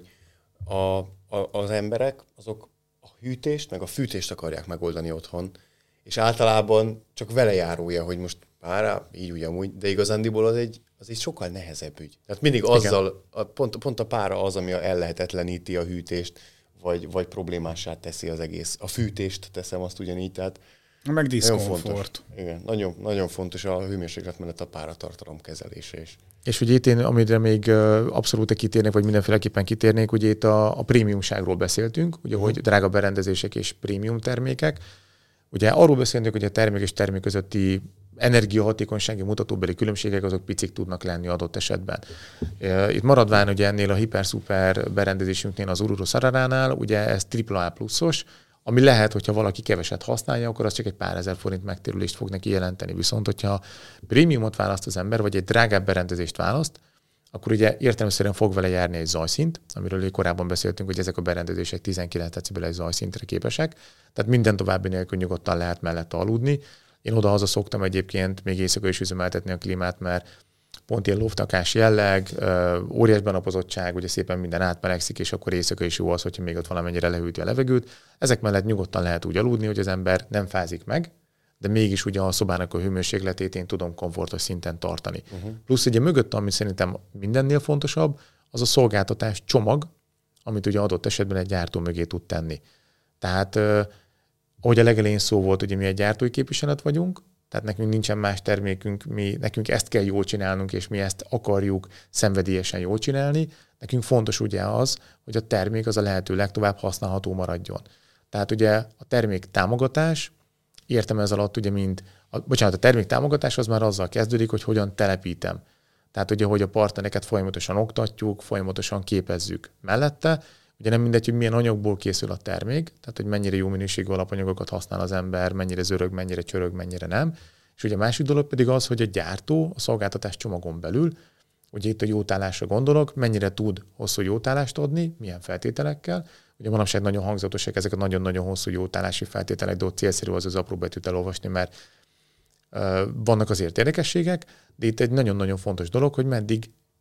az emberek azok a hűtést, meg a fűtést akarják megoldani otthon, és általában csak vele járója, hogy most pára, így úgy amúgy, de igazándiból az egy sokkal nehezebb ügy. Tehát mindig azzal, pont a pára az, ami ellehetetleníti a hűtést, vagy problémássá teszi az egész. A fűtést teszem azt ugyanígy, tehát meg diszkomfort. Igen, nagyon, nagyon fontos a hőmérséklet mellett a páratartalom kezelése is. És ugye itt én, amire még abszolút kitérnék, vagy mindenféleképpen kitérnék, ugye itt a prémiumságról beszéltünk, ugye, hogy drága berendezések és prémium termékek. Ugye arról beszélünk, hogy a termék és termék közötti energiahatékonysági mutatóbeli különbségek azok picik tudnak lenni adott esetben. Itt maradván ugye ennél a hiper-szuper berendezésünknél, az Ururus Araránál, ugye ez AAA pluszos, ami lehet, hogyha valaki keveset használja, akkor az csak egy pár ezer forint megtérülést fog neki jelenteni. Viszont, hogyha prémiumot választ az ember, vagy egy drágább berendezést választ, akkor ugye értelemszerűen fog vele járni egy zajszint, amiről korábban beszéltünk, hogy ezek a berendezések 19 decibeles zajszintre képesek, tehát minden további nélkül nyugodtan lehet mellette aludni. Én oda-haza szoktam egyébként még éjszaka is üzemeltetni a klímát, mert pont ilyen luftakás jelleg, óriás benapozottság, ugye szépen minden átmelegszik, és akkor éjszaka is jó az, hogyha még ott valamennyire lehűti a levegőt. Ezek mellett nyugodtan lehet úgy aludni, hogy az ember nem fázik meg, de mégis ugye a szobának a hőmérsékletét én tudom komfortos szinten tartani. Plusz ugye mögött, ami szerintem mindennél fontosabb, az a szolgáltatás csomag, amit ugye adott esetben egy gyártó mögé tud tenni. Tehát, ahogy a legelején szó volt, ugye mi egy gyártói képviselet vagyunk, tehát nekünk nincsen más termékünk, nekünk ezt kell jól csinálnunk, és mi ezt akarjuk szenvedélyesen jól csinálni. Nekünk fontos ugye az, hogy a termék az a lehető legtovább használható maradjon. Tehát ugye a termék támogatás, értem ez alatt ugye a termék támogatás az már azzal kezdődik, hogy hogyan telepítem. Tehát ugye, hogy a partnereket folyamatosan oktatjuk, folyamatosan képezzük mellette. Ugye nem mindegy, hogy milyen anyagból készül a termék, tehát hogy mennyire jó minőségű alapanyagokat használ az ember, mennyire zörög, mennyire csörög, mennyire nem. És ugye a másik dolog pedig az, hogy a gyártó a szolgáltatás csomagon belül, ugye itt a jótállásra gondolok, mennyire tud hosszú jótállást adni, milyen feltételekkel. Ugye manapság nagyon hangzatosak ezek a nagyon-nagyon hosszú jótállási feltételek, de ott célszerű az apró betűt elolvasni, mert vannak azért érdekességek, de itt egy nagyon-nagyon fontos dolog, hogy meddig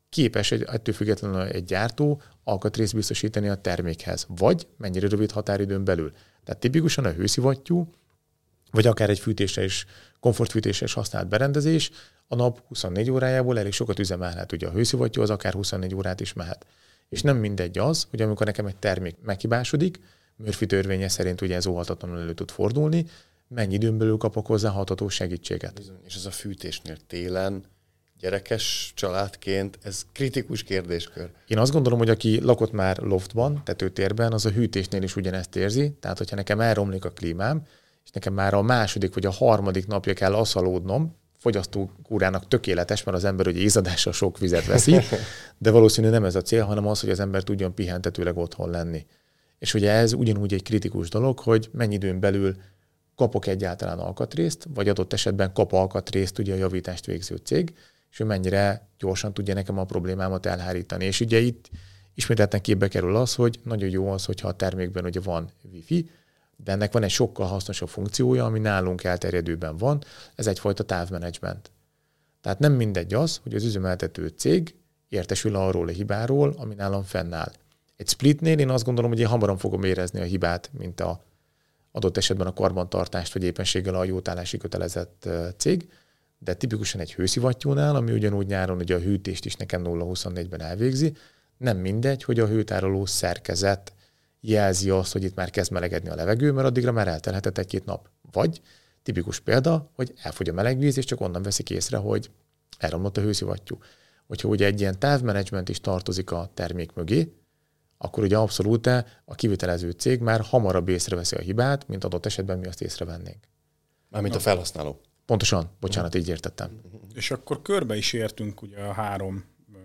képes ettől függetlenül egy gyártó alkatrészt biztosítani a termékhez, vagy mennyire rövid határidőn belül. Tehát tipikusan a hőszivattyú, vagy akár egy fűtésre és komfortfűtésre is használt berendezés a nap 24 órájából elég sokat üzemelhet. Ugye a hőszivattyú az akár 24 órát is mehet. És nem mindegy az, hogy amikor nekem egy termék meghibásodik, Murphy törvénye szerint ugye ez óhatatlanul elő tud fordulni, mennyi időn belül kapok hozzá hatható segítséget. Bizony. És ez a fűtésnél télen, gyerekes családként, ez kritikus kérdéskör. Én azt gondolom, hogy aki lakott már loftban, tetőtérben, az a hűtésnél is ugyanezt érzi. Tehát, hogyha nekem elromlik a klímám, és nekem már a második vagy a harmadik napja kell asszalódnom, fogyasztókúrának tökéletes, mert az ember ugye ízadással sok vizet veszi, de valószínű nem ez a cél, hanem az, hogy az ember tudjon pihentetőleg otthon lenni. És ugye ez ugyanúgy egy kritikus dolog, hogy mennyi időn belül kapok egyáltalán alkatrészt, vagy adott esetben kap alkatrészt ugye a javítást végző cég, és hogy mennyire gyorsan tudja nekem a problémámat elhárítani. És ugye itt ismételten képbe kerül az, hogy nagyon jó az, hogyha a termékben ugye van Wi-Fi, de ennek van egy sokkal hasznosabb funkciója, ami nálunk elterjedőben van, ez egyfajta távmenedzsment. Tehát nem mindegy az, hogy az üzemeltető cég értesül arról a hibáról, ami nálam fennáll. Egy splitnél én azt gondolom, hogy én hamarabb fogom érezni a hibát, mint a adott esetben a karbantartást, vagy éppenséggel a jótállási kötelezett cég, de tipikusan egy hőszivattyúnál, ami ugyanúgy nyáron ugye a hűtést is nekem 0-24-ben elvégzi, nem mindegy, hogy a hőtároló szerkezet jelzi azt, hogy itt már kezd melegedni a levegő, mert addigra már eltelhetett egy-két nap. Vagy tipikus példa, hogy elfogy a meleg víz, és csak onnan veszik észre, hogy elromlott a hőszivattyú. Hogyha ugye egy ilyen távmenedzsment is tartozik a termék mögé, akkor ugye abszolút a kivitelező cég már hamarabb észreveszi a hibát, mint adott esetben mi azt észrevennénk. Mármint a felhasználó. Pontosan, bocsánat, így értettem. És akkor körbe is értünk ugye a 3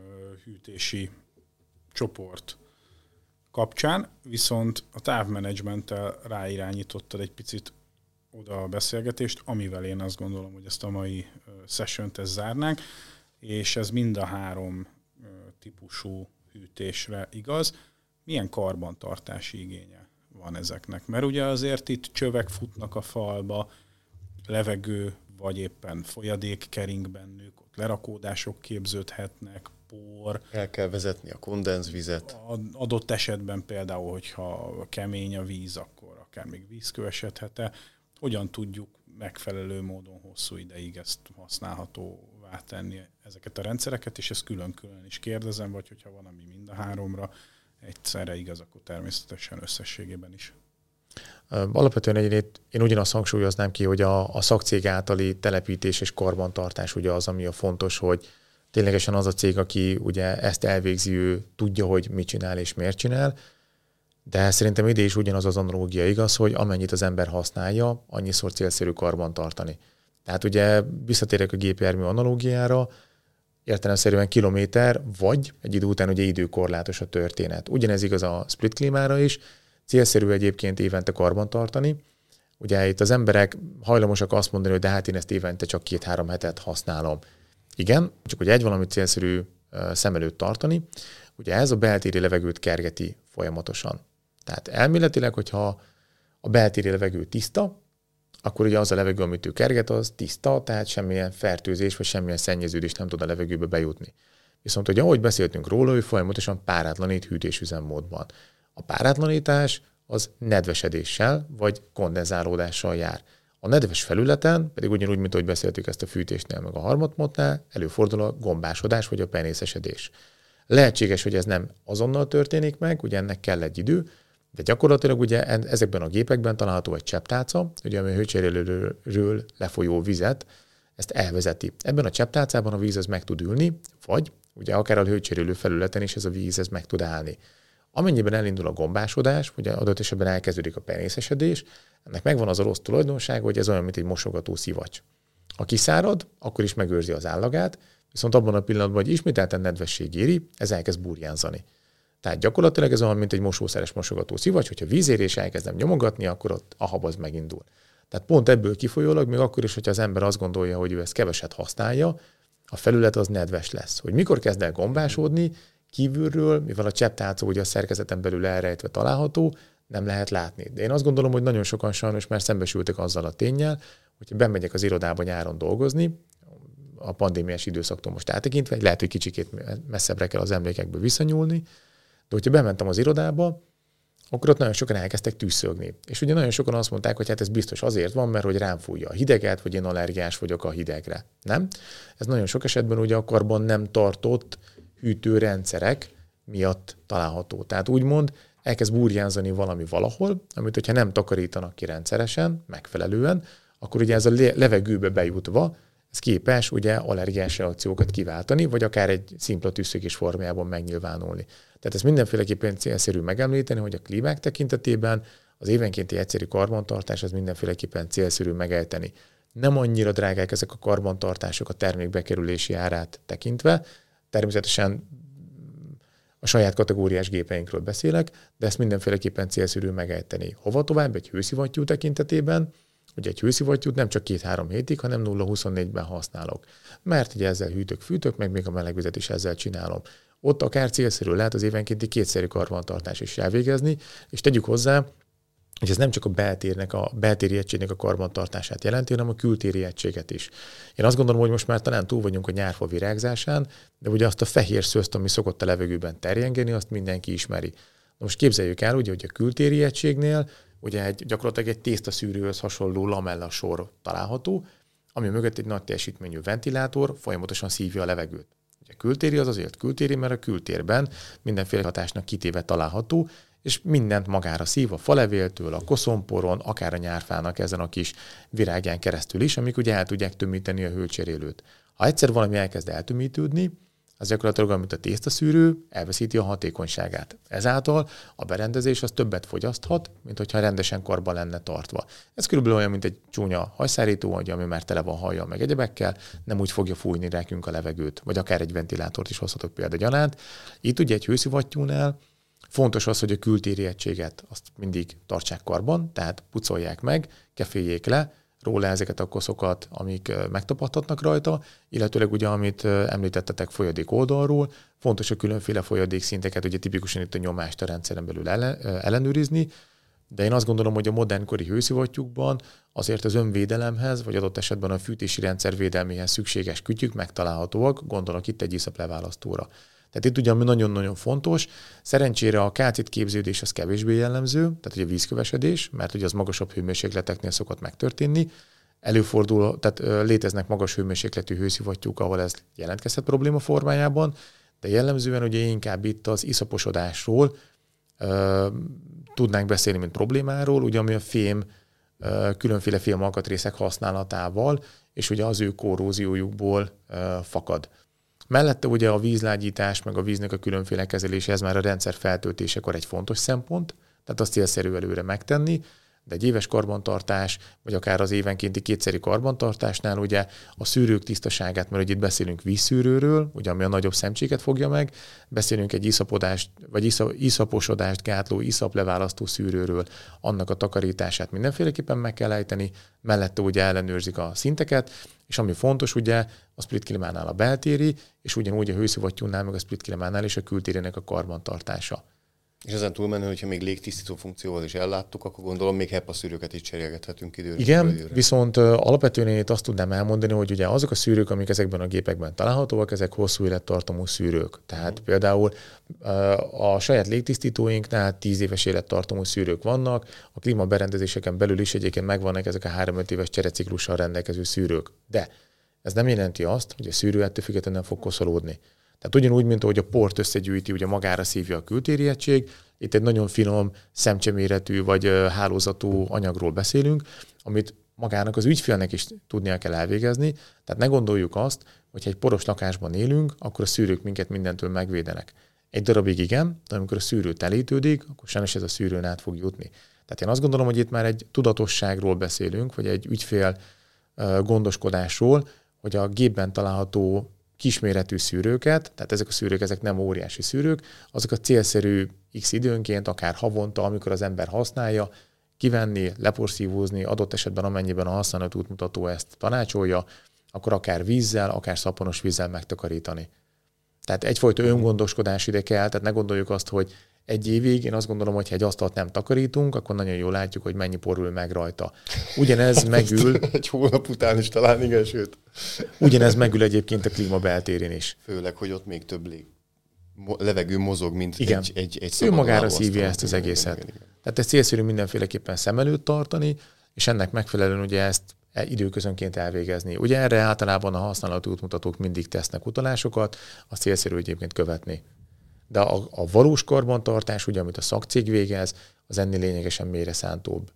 hűtési csoport kapcsán, viszont a távmenedzsmenttel ráirányítottad egy picit oda a beszélgetést, amivel én azt gondolom, hogy ezt a mai sessiont ezt zárnánk, és ez mind a 3 típusú hűtésre igaz. Milyen karbantartási igénye van ezeknek? Mert ugye azért itt csövek futnak a falba, levegő, vagy éppen folyadék kering bennük, ott lerakódások képződhetnek, por. El kell vezetni a kondenzvizet. Adott esetben például, hogyha kemény a víz, akkor akár még vízkő esedhet-e. Hogyan tudjuk megfelelő módon hosszú ideig ezt használhatóvá tenni ezeket a rendszereket, és ezt külön-külön is kérdezem, vagy hogyha van, ami mind a 3-ra egyszerre igaz, akkor természetesen összességében is. Alapvetően én ugyanazt hangsúlyoznám ki, hogy a szakcég általi telepítés és karbantartás ugye az, ami a fontos, hogy ténylegesen az a cég, aki ugye ezt elvégzi, ő tudja, hogy mit csinál és miért csinál, de szerintem ide is ugyanaz az analógia igaz, hogy amennyit az ember használja, annyiszor célszerű karbantartani. Tehát ugye visszatérek a gépjármű analógiára, értelemszerűen kilométer, vagy egy idő után ugye időkorlátos a történet. Ugyanez igaz a split klímára is, célszerű egyébként évente karbantartani. Ugye itt az emberek hajlamosak azt mondani, hogy de hát én ezt évente csak 2-3 hetet használom. Igen, csak hogy egy valamit célszerű szem előtt tartani, ugye ez a beltéri levegőt kergeti folyamatosan. Tehát elméletileg, hogyha a beltéri levegő tiszta, akkor ugye az a levegő, amit ő kerget, az tiszta, tehát semmilyen fertőzés vagy semmilyen szennyeződés nem tud a levegőbe bejutni. Viszont, hogy ahogy beszéltünk róla, ő folyamatosan párátlanít hűtésüzemmódban. A párátlanítás az nedvesedéssel vagy kondenzálódással jár. A nedves felületen pedig ugyanúgy, mint ahogy beszéltük ezt a fűtésnél meg a harmadmódnál, előfordul a gombásodás vagy a penészesedés. Lehetséges, hogy ez nem azonnal történik meg, ugye ennek kell egy idő, de gyakorlatilag ugye ezekben a gépekben található egy csepptálca, ugye ami a hőcserélőről lefolyó vizet, ezt elvezeti. Ebben a csepptálcában a víz az meg tud ülni, vagy ugye akár a hőcserélő felületen is ez a víz ez meg tud állni. Amennyiben elindul a gombásodás, ugye adott esetben elkezdődik a penészesedés, ennek megvan az a rossz tulajdonsága, hogy ez olyan, mint egy mosogató szivacs. Ha kiszárad, akkor is megőrzi az állagát, viszont abban a pillanatban, hogy ismételten nedvesség éri, ez elkezd burjánzani. Tehát gyakorlatilag ez olyan, mint egy mosószeres mosogató szivacs, hogyha vízérés elkezdem nyomogatni, akkor ott a hab az megindul. Tehát pont ebből kifolyólag, még akkor is, hogyha az ember azt gondolja, hogy ő ezt keveset használja, a felület az nedves lesz. Hogy mikor kezd el gombásodni, kívülről, mivel a csepptálca ugye a szerkezeten belül elrejtve található, nem lehet látni. De én azt gondolom, hogy nagyon sokan sajnos már szembesültek azzal a ténnyel, hogyha bemegyek az irodába nyáron dolgozni, a pandémiás időszaktól most áttekintve, lehet, hogy kicsikét messzebbre kell az emlékekből visszanyúlni, de hogyha bementem az irodába, akkor ott nagyon sokan elkezdtek tűzszögni. És ugye nagyon sokan azt mondták, hogy hát ez biztos azért van, mert hogy rám fújja a hideget, vagy én allergiás vagyok a hidegre. Nem? Ez nagyon sok esetben ugye a karban nem tartott hűtőrendszerek miatt található. Tehát úgymond elkezd burjánzani valami valahol, amit hogyha nem takarítanak ki rendszeresen, megfelelően, akkor ugye ez a levegőbe bejutva, ez képes ugye allergiás reakciókat kiváltani, vagy akár egy szimpla tűzszögés formájában megnyilvánulni. Tehát ez mindenféleképpen célszerű megemlíteni, hogy a klímák tekintetében az évenkénti egyszerű karbantartás az mindenféleképpen célszerű megejteni. Nem annyira drágák ezek a karbantartások a termék bekerülési árát tekintve, természetesen a saját kategóriás gépeinkről beszélek, de ezt mindenféleképpen célszerű megejteni. Hova tovább egy hőszivattyú tekintetében, ugye egy hőszivattyút nem csak 2-3 hétig, hanem 0-24-ben használok. Mert ugye ezzel hűtök, meg még a melegvizet is ezzel csinálom. Ott akár célszerű lehet az évenkénti kétszerű karbantartás is elvégezni, és tegyük hozzá, hogy ez nem csak a beltéri egységnek a karbantartását jelenti, hanem a kültéri egységet is. Én azt gondolom, hogy most már talán túl vagyunk a nyárfa virágzásán, de ugye azt a fehér szőzt, ami szokott a levegőben terjengeni, azt mindenki ismeri. Na most képzeljük el, ugye, hogy a kültéri egységnél ugye gyakorlatilag egy tésztaszűrőhöz hasonló lamella sor található, ami mögött egy nagy teljesítményű ventilátor folyamatosan szívja a levegőt. Ugye a kültéri az azért kültéri, mert a kültérben mindenféle hatásnak kitéve található, és mindent magára szív, a falevéltől, a koszomporon, akár a nyárfának ezen a kis virágján keresztül is, amik ugye el tudják tömíteni a hőcserélőt. Ha egyszer valami elkezd eltömítődni, az gyakorlatilag, mint a tésztaszűrő, elveszíti a hatékonyságát. Ezáltal a berendezés az többet fogyaszthat, mint hogyha rendesen karban lenne tartva. Ez körülbelül olyan, mint egy csúnya hajszárító, ami már tele van hajjal meg egyebekkel, nem úgy fogja fújni nekünk a levegőt, vagy akár egy ventilátort is hozhatok példagyanánt. Itt ugye egy hőszivattyúnál fontos az, hogy a kültéri egységet azt mindig tartsák karban, tehát pucolják meg, keféljék le róla ezeket a koszokat, amik megtapadhatnak rajta, illetőleg ugye, amit említettetek folyadék oldalról, fontos a különféle folyadékszinteket, ugye tipikusan itt a nyomást a rendszeren belül ellenőrizni, de én azt gondolom, hogy a modernkori hőszivattyúkban azért az önvédelemhez, vagy adott esetben a fűtési rendszer védelméhez szükséges kütyük megtalálhatóak, gondolok itt egy iszapleválasztóra. Tehát itt ugye, ami nagyon-nagyon fontos, szerencsére a kálcit képződés az kevésbé jellemző, tehát ugye vízkövesedés, mert ugye az magasabb hőmérsékleteknél szokott megtörténni. Előfordul, tehát léteznek magas hőmérsékletű hőszivattyúk, ahol ez jelentkezhet probléma formájában, de jellemzően ugye inkább itt az iszaposodásról tudnánk beszélni, mint problémáról, ugye ami a fém, különféle fém alkatrészek használatával, és ugye az ő korróziójukból fakad. Mellette ugye a vízlágyítás, meg a víznek a különféle kezelése, ez már a rendszer feltöltésekor egy fontos szempont, tehát azt célszerű előre megtenni, de egy éves karbantartás, vagy akár az évenkénti kétszeri karbantartásnál ugye a szűrők tisztaságát, mert ugye itt beszélünk vízszűrőről, ugye ami a nagyobb szemcséket fogja meg, beszélünk egy iszapodást, vagy iszaposodást gátló iszapleválasztó szűrőről, annak a takarítását mindenféleképpen meg kell ejteni, mellette ugye ellenőrzik a szinteket, és ami fontos, ugye a split klímánál a beltéri, és ugyanúgy a hőszivattyúnál, meg a split klímánál is a kültérének a karbantartása. És ezen túlmenően, hogyha még légtisztító funkcióval is elláttuk, akkor gondolom még HEPA szűrőket is cserélgethetünk időről. Igen, viszont alapvetően én itt azt tudnám elmondani, hogy ugye azok a szűrők, amik ezekben a gépekben találhatóak, ezek hosszú élettartamú szűrők. Tehát például a saját légtisztítóinknál 10 éves élettartamú szűrők vannak, a klímaberendezéseken belül is egyébként megvannak ezek a 3-5 éves csereciklussal rendelkező szűrők. De ez nem jelenti azt, hogy a szűrő ettől függetlenül nem fog koszolódni. Tehát ugyanúgy, mint ahogy a port összegyűjti, ugye magára szívja a kültéri egység, itt egy nagyon finom, szemcseméretű vagy hálózatú anyagról beszélünk, amit magának az ügyfélnek is tudnia kell elvégezni. Tehát ne gondoljuk azt, hogy egy poros lakásban élünk, akkor a szűrők minket mindentől megvédenek. Egy darabig igen, de amikor a szűrő telítődik, akkor sajnos ez a szűrőn át fog jutni. Tehát én azt gondolom, hogy itt már egy tudatosságról beszélünk, vagy egy ügyfél gondoskodásról, hogy a gépben található kisméretű szűrőket, tehát ezek a szűrők, ezek nem óriási szűrők, azok a célszerű x időnként, akár havonta, amikor az ember használja, kivenni, leporszívózni, adott esetben amennyiben a használat útmutató ezt tanácsolja, akkor akár vízzel, akár szappanos vízzel megtakarítani. Tehát egyfajta öngondoskodás ide kell, tehát ne gondoljuk azt, hogy egy évig én azt gondolom, hogy ha egy asztalt nem takarítunk, akkor nagyon jól látjuk, hogy mennyi porul meg rajta. Ugyanez megül... Egy hónap után is talán, igen, sőt. Ugyanez megül egyébként a klíma beltérén is. Főleg, hogy ott még több levegő mozog, mint igen. egy ő magára szívja ezt az egészet. Igen. Tehát ezt célszerű mindenféleképpen szem előtt tartani, és ennek megfelelően ugye ezt időközönként elvégezni. Ugye erre általában a használati útmutatók mindig tesznek utalásokat, azt célszerű egyébként követni. De a valós karbantartás, ugye, amit a szakcég végez, az ennél lényegesen mélyre szántóbb.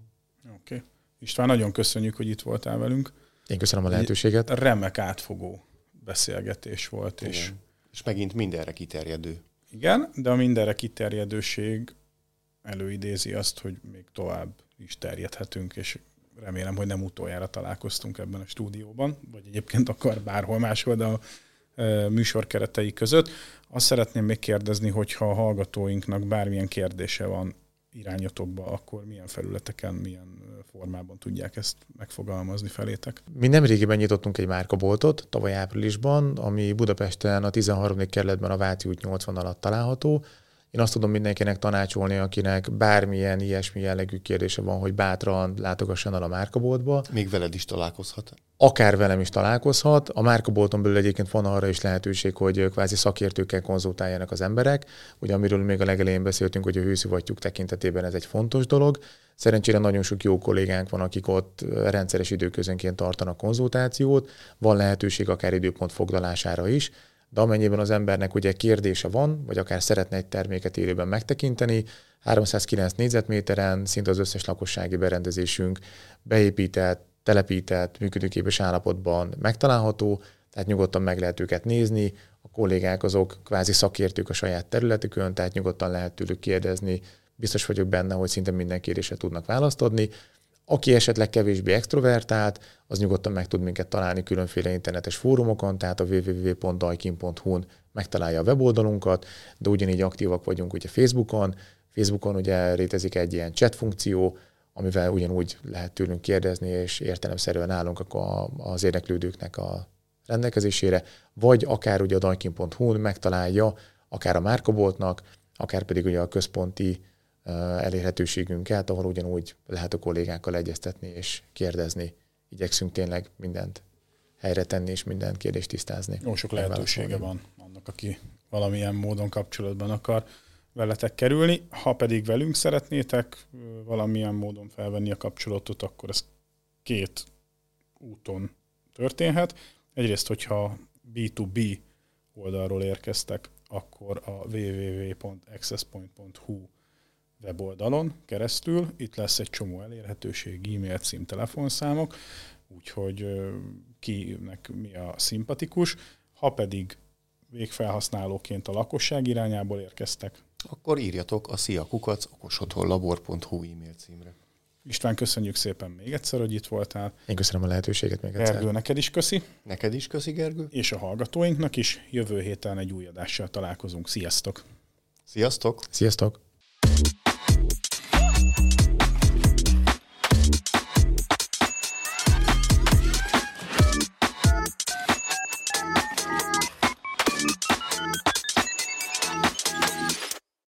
Oké. István, nagyon köszönjük, hogy itt voltál velünk. Én köszönöm a lehetőséget. Remek átfogó beszélgetés volt. És megint mindenre kiterjedő. Igen, de a mindenre kiterjedőség előidézi azt, hogy még tovább is terjedhetünk, és remélem, hogy nem utoljára találkoztunk ebben a stúdióban, vagy egyébként akar bárhol máshol, de a műsor keretei között. Azt szeretném még kérdezni, hogyha a hallgatóinknak bármilyen kérdése van irányotokba, akkor milyen felületeken, milyen formában tudják ezt megfogalmazni felétek? Mi nemrégiben nyitottunk egy márkaboltot, tavaly áprilisban, ami Budapesten a 13. kerületben a Váci út 80 alatt található. Én azt tudom mindenkinek tanácsolni, akinek bármilyen ilyesmi jellegű kérdése van, hogy bátran látogasson el a márkaboltba. Még veled is találkozhat? Akár velem is találkozhat. A márkabolton belül egyébként van arra is lehetőség, hogy kvázi szakértőkkel konzultáljanak az emberek. Ugye amiről még a legelején beszéltünk, hogy a hőszivattyúk tekintetében ez egy fontos dolog. Szerencsére nagyon sok jó kollégánk van, akik ott rendszeres időközönként tartanak konzultációt. Van lehetőség akár időpont foglalására is. De amennyiben az embernek ugye kérdése van, vagy akár szeretne egy terméket élőben megtekinteni, 309 négyzetméteren szinte az összes lakossági berendezésünk beépített, telepített, működőképes állapotban megtalálható, tehát nyugodtan meg lehet őket nézni, a kollégák azok kvázi szakértők a saját területükön, tehát nyugodtan lehet tőlük kérdezni, biztos vagyok benne, hogy szinte minden kérdésre tudnak választ adni. Aki esetleg kevésbé extrovertált, az nyugodtan meg tud minket találni különféle internetes fórumokon, tehát a www.daikin.hu-n megtalálja a weboldalunkat, de ugyanígy aktívak vagyunk ugye Facebookon. Facebookon ugye létezik egy ilyen chat funkció, amivel ugyanúgy lehet tőlünk kérdezni, és értelemszerűen állunk az érdeklődőknek a rendelkezésére, vagy akár ugye a daikin.hu-n megtalálja akár a márkaboltnak, akár pedig ugye a központi elérhetőségünket, ahol ugyanúgy lehet a kollégákkal egyeztetni és kérdezni. Igyekszünk tényleg mindent helyre tenni és minden kérdést tisztázni. Jó sok lehetősége van annak, aki valamilyen módon kapcsolatban akar veletek kerülni. Ha pedig velünk szeretnétek valamilyen módon felvenni a kapcsolatot, akkor ez két úton történhet. Egyrészt, hogyha B2B oldalról érkeztek, akkor a www.accesspoint.hu weboldalon keresztül. Itt lesz egy csomó elérhetőség, e-mail, cím, telefonszámok, úgyhogy kinek mi a szimpatikus. Ha pedig végfelhasználóként a lakosság irányából érkeztek, akkor írjatok a szia@okosotthonlabor.hu e-mail címre. István, köszönjük szépen még egyszer, hogy itt voltál. Én köszönöm a lehetőséget még egyszer. Gergő, neked is köszi. Neked is köszi, Gergő. És a hallgatóinknak is. Jövő héten egy új adással találkozunk. Sziasztok! Sziasztok! Sziasztok!